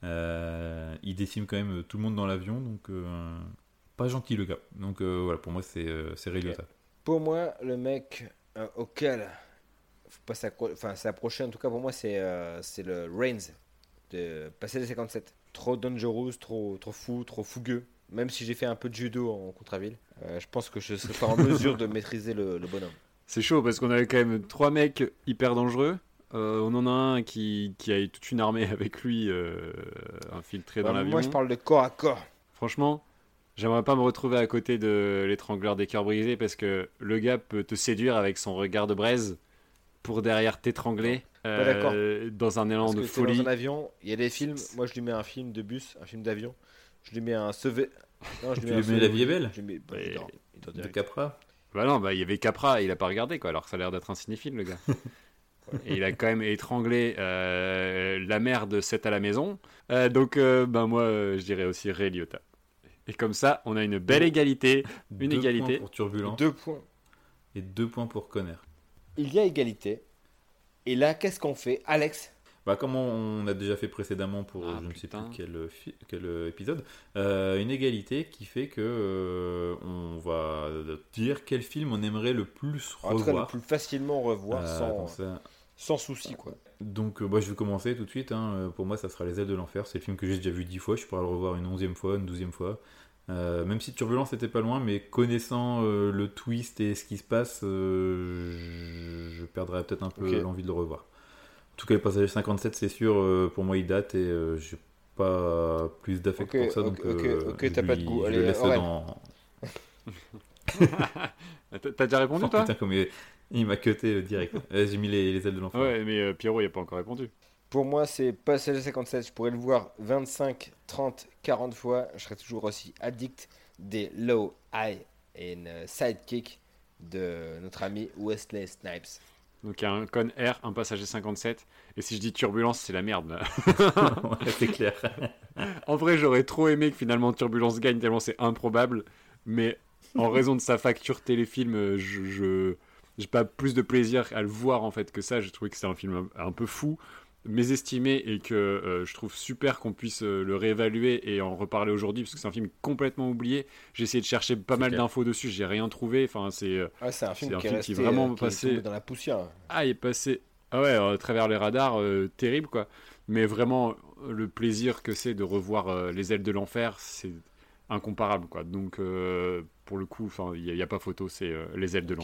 Il décime quand même tout le monde dans l'avion, donc pas gentil le gars. Donc voilà, pour moi c'est Ray Liotta. Pour moi, le mec auquel faut pas s'approcher, en tout cas pour moi c'est le Reigns de Passager 57. Trop dangerous, trop fou, trop fougueux. Même si j'ai fait un peu de judo en contre-ville, je pense que je serais pas en mesure de maîtriser le bonhomme. C'est chaud parce qu'on avait quand même 3 mecs hyper dangereux. On en a un qui a toute une armée avec lui infiltré dans l'avion. Moi je parle de corps à corps. Franchement, j'aimerais pas me retrouver à côté de l'étrangleur des cœurs brisés, parce que le gars peut te séduire avec son regard de braise pour derrière t'étrangler dans un élan de folie. Dans un avion, il y a des films, moi je lui mets un film de bus, un film d'avion, je lui mets un sauvé. Non, je lui mets La Vie est belle de Capra. Il y avait Capra, il a pas regardé quoi, alors que ça a l'air d'être un cinéphile le gars. Et il a quand même étranglé la mère de 7 à la maison. Donc moi je dirais aussi Ray Liotta. Et comme ça, on a une belle égalité. Une 2 égalité. Points pour Turbulence. 2 points. Et 2 points pour Con Air. Il y a égalité. Et là, qu'est-ce qu'on fait, Alex? Comme on a déjà fait précédemment pour je ne sais plus quel épisode, une égalité qui fait que on va dire quel film on aimerait le plus revoir. En tout cas, le plus facilement revoir sans souci, quoi. Donc je vais commencer tout de suite. Pour moi, ça sera Les Ailes de l'Enfer. C'est le film que j'ai déjà vu 10 fois. Je pourrais le revoir une 11e fois, une 12e fois. Même si Turbulence n'était pas loin, mais connaissant le twist et ce qui se passe, je perdrais peut-être un peu l'envie de le revoir. En tout cas, le Passager 57, c'est sûr, pour moi, il date et j'ai pas plus d'affect pour ça. Donc, t'as pas de goût. Je le laisse dans. T'as déjà répondu, toi? Putain, comme il m'a cuté direct. J'ai mis les Ailes de l'Enfer. Ouais, mais Pierrot, il a pas encore répondu. Pour moi, c'est Passager 57. Je pourrais le voir 25, 30, 40 fois. Je serais toujours aussi addict des low, high et sidekick de notre ami Wesley Snipes. Donc il y a un Con Air, un Passager 57. Et si je dis Turbulence, c'est la merde là. Ouais, c'est clair. En vrai, j'aurais trop aimé que finalement Turbulence gagne, tellement c'est improbable. Mais en raison de sa facture téléfilm, j'ai pas plus de plaisir à le voir en fait que ça. J'ai trouvé que c'est un film un peu fou, mésestimé, et que je trouve super qu'on puisse le réévaluer et en reparler aujourd'hui, parce que c'est un film complètement oublié. J'ai essayé de chercher pas mal d'infos dessus, j'ai rien trouvé. Enfin, c'est un film qui est vraiment qui passé est dans la poussière. Il est passé à travers les radars, terrible quoi. Mais vraiment, le plaisir que c'est de revoir Les Ailes de l'Enfer, c'est incomparable quoi. Donc pour le coup, il y a pas photo, c'est Les Ailes de l'Enfer.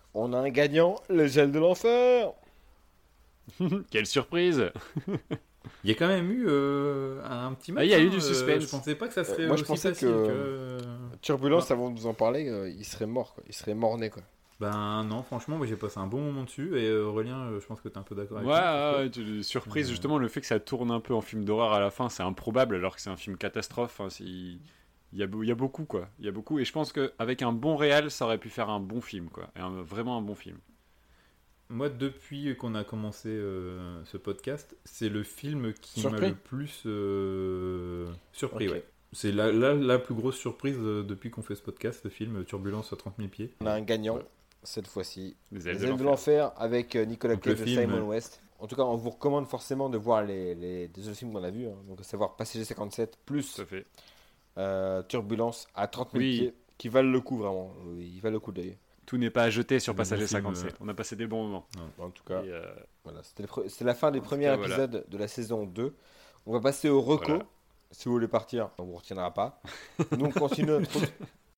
On a un gagnant, le gel de l'enfer. Quelle surprise. Il y a quand même eu un petit match. Il y a eu du suspense. Je pensais pas que ça serait moi, je aussi pensais facile que... Turbulence, avant de nous en parler, il serait mort, quoi. Il serait mort-né, quoi. Ben non, franchement, moi j'ai passé un bon moment dessus et Aurélien, je pense que t'es un peu d'accord avec moi. Surprise, justement, le fait que ça tourne un peu en film d'horreur à la fin, c'est improbable alors que c'est un film catastrophe. Hein, il y a beaucoup, quoi. Il y a beaucoup, et je pense qu'avec un bon réal, ça aurait pu faire un bon film, quoi. Vraiment un bon film. Moi, depuis qu'on a commencé ce podcast, c'est le film qui m'a le plus surpris. Okay. Ouais. C'est la plus grosse surprise depuis qu'on fait ce podcast, ce film Turbulence à 30 000 pieds. On a un gagnant cette fois-ci. Les ailes de l'enfer avec Nicolas Cage et Simon West. En tout cas, on vous recommande forcément de voir les deux films qu'on a vus. Hein. Donc, à savoir Passager 57 plus Turbulence à 30 000 pieds qui valent le coup vraiment. Il valent le coup d'œil. Tout n'est pas à jeter sur Passager 57. On a passé des bons moments. En tout cas, voilà, c'était la fin des premiers épisodes de la saison 2. On va passer au reco. Voilà. Si vous voulez partir, on ne vous retiendra pas. Nous, on continue notre route.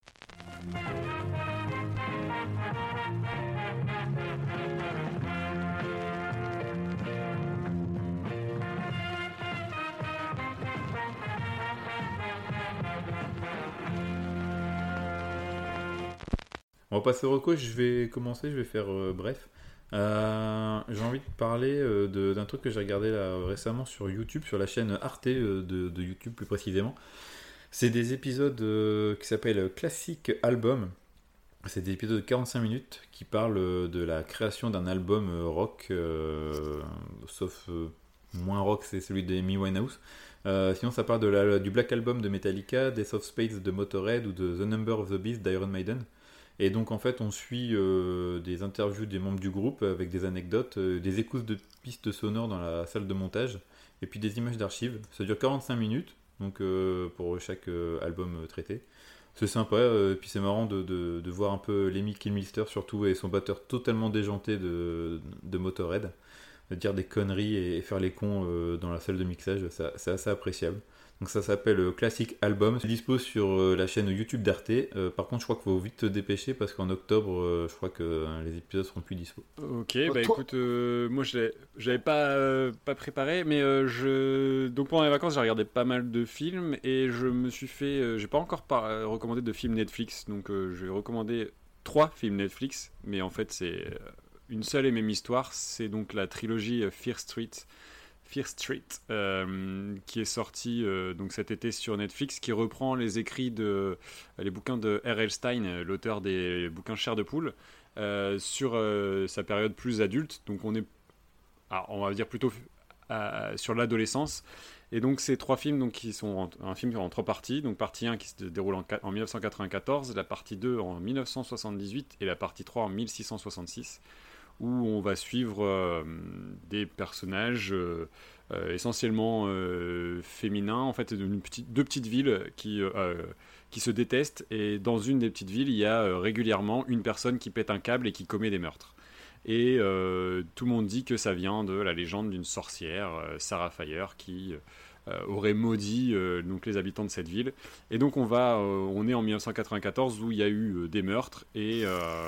On va passer au reco, je vais commencer, je vais faire bref. J'ai envie de parler d'un truc que j'ai regardé là, récemment sur YouTube, sur la chaîne Arte de YouTube plus précisément. C'est des épisodes qui s'appellent Classic Album. C'est des épisodes de 45 minutes qui parlent de la création d'un album rock, sauf moins rock, c'est celui d'Amy Winehouse. Sinon ça parle du Black Album de Metallica, Death of Space de Motörhead ou de The Number of the Beast d'Iron Maiden. Et donc en fait on suit des interviews des membres du groupe avec des anecdotes, des écoutes de pistes sonores dans la salle de montage et puis des images d'archives. Ça dure 45 minutes donc pour chaque album traité. C'est sympa, puis c'est marrant de voir un peu Lemmy Kilmister surtout et son batteur totalement déjanté de Motörhead, dire des conneries et faire les cons dans la salle de mixage, c'est assez appréciable. Donc ça s'appelle Classic Album, c'est dispo sur la chaîne YouTube d'Arte. Par contre je crois qu'il faut vite te dépêcher parce qu'en octobre je crois que les épisodes seront plus dispo. Ok, bah écoute, moi je l'avais pas préparé, mais donc pendant les vacances j'ai regardé pas mal de films et je me suis fait, j'ai pas encore recommandé de films Netflix, donc je vais recommander 3 films Netflix, mais en fait c'est une seule et même histoire, c'est donc la trilogie Fear Street, qui est sorti donc cet été sur Netflix, qui reprend les écrits les bouquins de R.L. Stein, l'auteur des bouquins Chair de poule, sur sa période plus adulte. Donc on va dire plutôt sur l'adolescence. Et donc ces 3 films donc, qui sont un film en 3 parties. Donc partie 1 qui se déroule en 1994, la partie 2 en 1978 et la partie 3 en 1666. Où on va suivre des personnages essentiellement féminins, en fait, deux petites villes qui se détestent, et dans une des petites villes, il y a régulièrement une personne qui pète un câble et qui commet des meurtres. Et tout le monde dit que ça vient de la légende d'une sorcière, Sarah Fire, qui aurait maudit donc les habitants de cette ville. Et donc on est en 1994 où il y a eu des meurtres et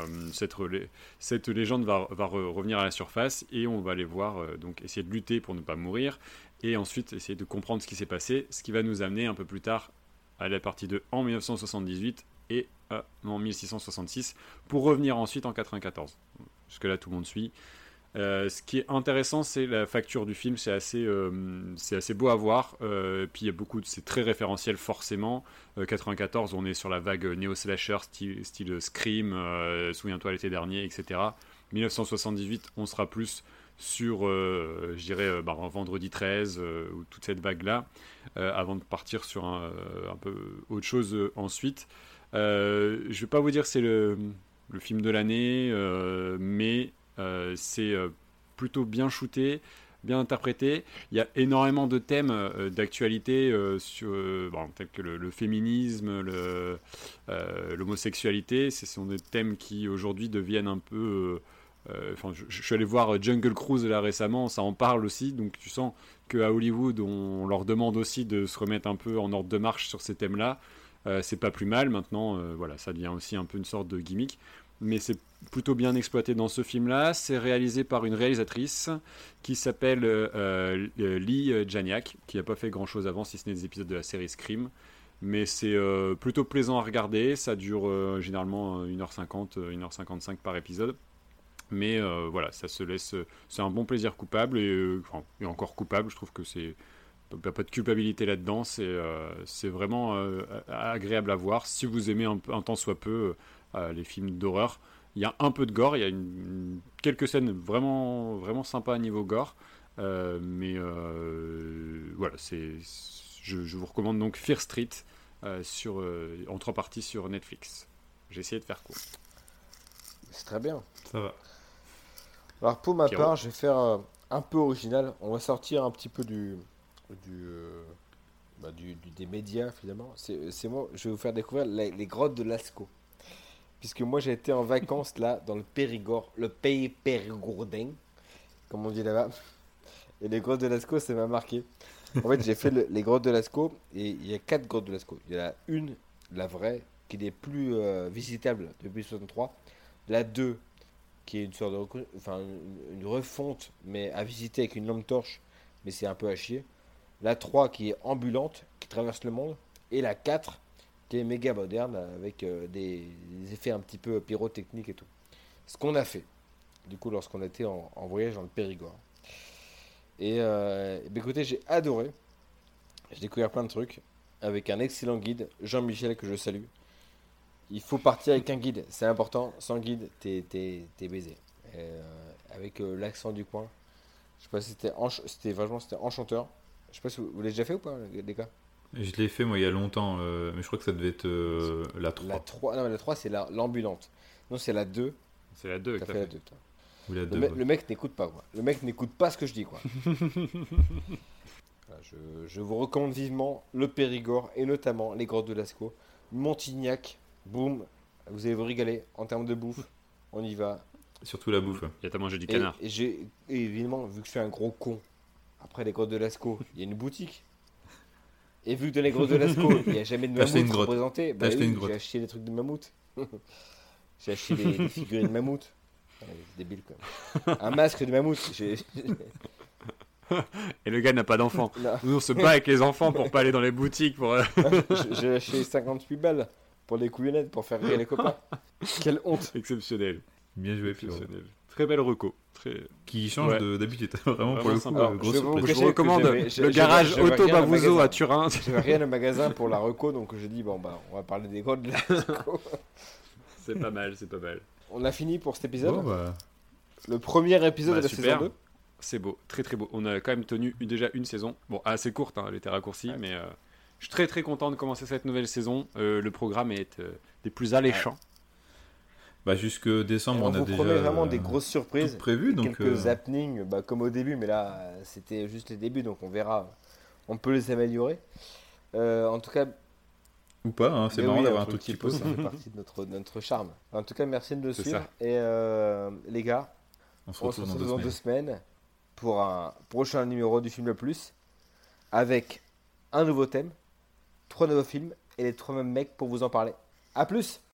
cette légende va revenir à la surface et on va les voir donc essayer de lutter pour ne pas mourir et ensuite essayer de comprendre ce qui s'est passé, ce qui va nous amener un peu plus tard à la partie 2 en 1978 et en 1666 pour revenir ensuite en 94. Jusque là tout le monde suit. Ce qui est intéressant, c'est la facture du film, c'est assez beau à voir. Puis il y a c'est très référentiel forcément. 94, on est sur la vague néo-slasher style Scream, Souviens-toi l'été dernier, etc. 1978, on sera plus sur, je dirais, Vendredi 13 ou toute cette vague-là, avant de partir sur un peu autre chose ensuite. Je vais pas vous dire que c'est le film de l'année, mais c'est plutôt bien shooté, bien interprété. Il y a énormément de thèmes d'actualité tels que le féminisme, l'homosexualité. Ce sont des thèmes qui aujourd'hui deviennent un peu... je suis allé voir Jungle Cruise là récemment, ça en parle aussi. Donc tu sens qu'à Hollywood, on leur demande aussi de se remettre un peu en ordre de marche sur ces thèmes-là. C'est pas plus mal. Maintenant, ça devient aussi un peu une sorte de gimmick. mais c'est plutôt bien exploité dans ce film-là. C'est réalisé par une réalisatrice qui s'appelle Lee Janiak, qui n'a pas fait grand-chose avant, si ce n'est des épisodes de la série Scream. Mais c'est plutôt plaisant à regarder. Ça dure généralement 1h50, 1h55 par épisode. Mais voilà, ça se laisse. C'est un bon plaisir coupable. Et encore coupable, je trouve que c'est. Il n'y a pas de culpabilité là-dedans. C'est vraiment agréable à voir. Si vous aimez un tant soit peu les films d'horreur. Il y a un peu de gore, il y a quelques scènes vraiment, vraiment sympas à niveau gore. Mais voilà, je vous recommande donc Fear Street en 3 parties sur Netflix. J'ai essayé de faire court. C'est très bien. Ça va. Alors pour ma part, je vais faire un peu original. On va sortir un petit peu des médias finalement. C'est moi, je vais vous faire découvrir les grottes de Lascaux. Puisque moi j'ai été en vacances là dans le Périgord, le pays périgourdin, comme on dit là-bas. Et les grottes de Lascaux, ça m'a marqué. En fait, j'ai fait les grottes de Lascaux et il y a 4 grottes de Lascaux. Il y en a une, la vraie, qui n'est plus visitable depuis 63. La 2, qui est une sorte de une refonte, mais à visiter avec une lampe torche, mais c'est un peu à chier. La 3, qui est ambulante, qui traverse le monde. Et la 4, qui est méga moderne, avec des effets un petit peu pyrotechniques et tout. Ce qu'on a fait, du coup, lorsqu'on était en voyage dans le Périgord. Et écoutez, j'ai adoré. J'ai découvert plein de trucs avec un excellent guide, Jean-Michel, que je salue. Il faut partir avec un guide, c'est important. Sans guide, t'es baisé. Avec l'accent du coin. Je sais pas si c'était enchanteur. Je sais pas si vous l'avez déjà fait ou pas, les gars. Je l'ai fait moi il y a longtemps, mais je crois que ça devait être la 3. La 3, c'est l'ambulante. Non, c'est la 2. C'est la 2 que t'as fait. La 2, toi. Ou la 2, le mec n'écoute pas, quoi. Le mec n'écoute pas ce que je dis, quoi. Voilà, je vous recommande vivement le Périgord et notamment les grottes de Lascaux. Montignac, boum, vous allez vous régaler en termes de bouffe. On y va. Surtout la bouffe. Et t'as mangé du canard. Et évidemment, vu que je suis un gros con, après les grottes de Lascaux, il y a une boutique. Et vu que dans les grottes de Lascaux, il n'y a jamais de mammouth représenté, j'ai acheté des trucs de mammouth. J'ai acheté des figurines de mammouth. C'est débile quand même. Un masque de mammouth. Et le gars n'a pas d'enfant. Nous on se bat avec les enfants pour pas aller dans les boutiques. J'ai acheté 58 balles pour les couillonnettes pour faire rire les copains. Quelle honte. Exceptionnel. Bien joué, exceptionnel. Très belle reco. Qui change d'habitude. Vraiment pour le coup. Alors, je vous recommande le garage Auto Bavouzo à Turin. Je n'avais rien au magasin pour la reco, donc j'ai dit on va parler des grottes de Lascaux. C'est pas mal, c'est pas mal. On a fini pour cet épisode. Le premier épisode de la saison 2. C'est beau, très très beau. On a quand même tenu déjà une saison. Bon, assez courte, elle était raccourcie, mais je suis très très content de commencer cette nouvelle saison. Le programme est des plus alléchants. Jusque décembre, on a déjà promet vraiment des grosses surprises prévues. Quelques happenings, comme au début, mais là, c'était juste les débuts, donc on verra. On peut les améliorer. En tout cas... Ou pas, c'est marrant d'avoir un truc qui pose. Ça fait partie de notre charme. En tout cas, merci de nous suivre. Ça. Et les gars, on se retrouve dans 2 semaines pour un prochain numéro du Film le Plus avec un nouveau thème, 3 nouveaux films et les 3 mêmes mecs pour vous en parler. À plus!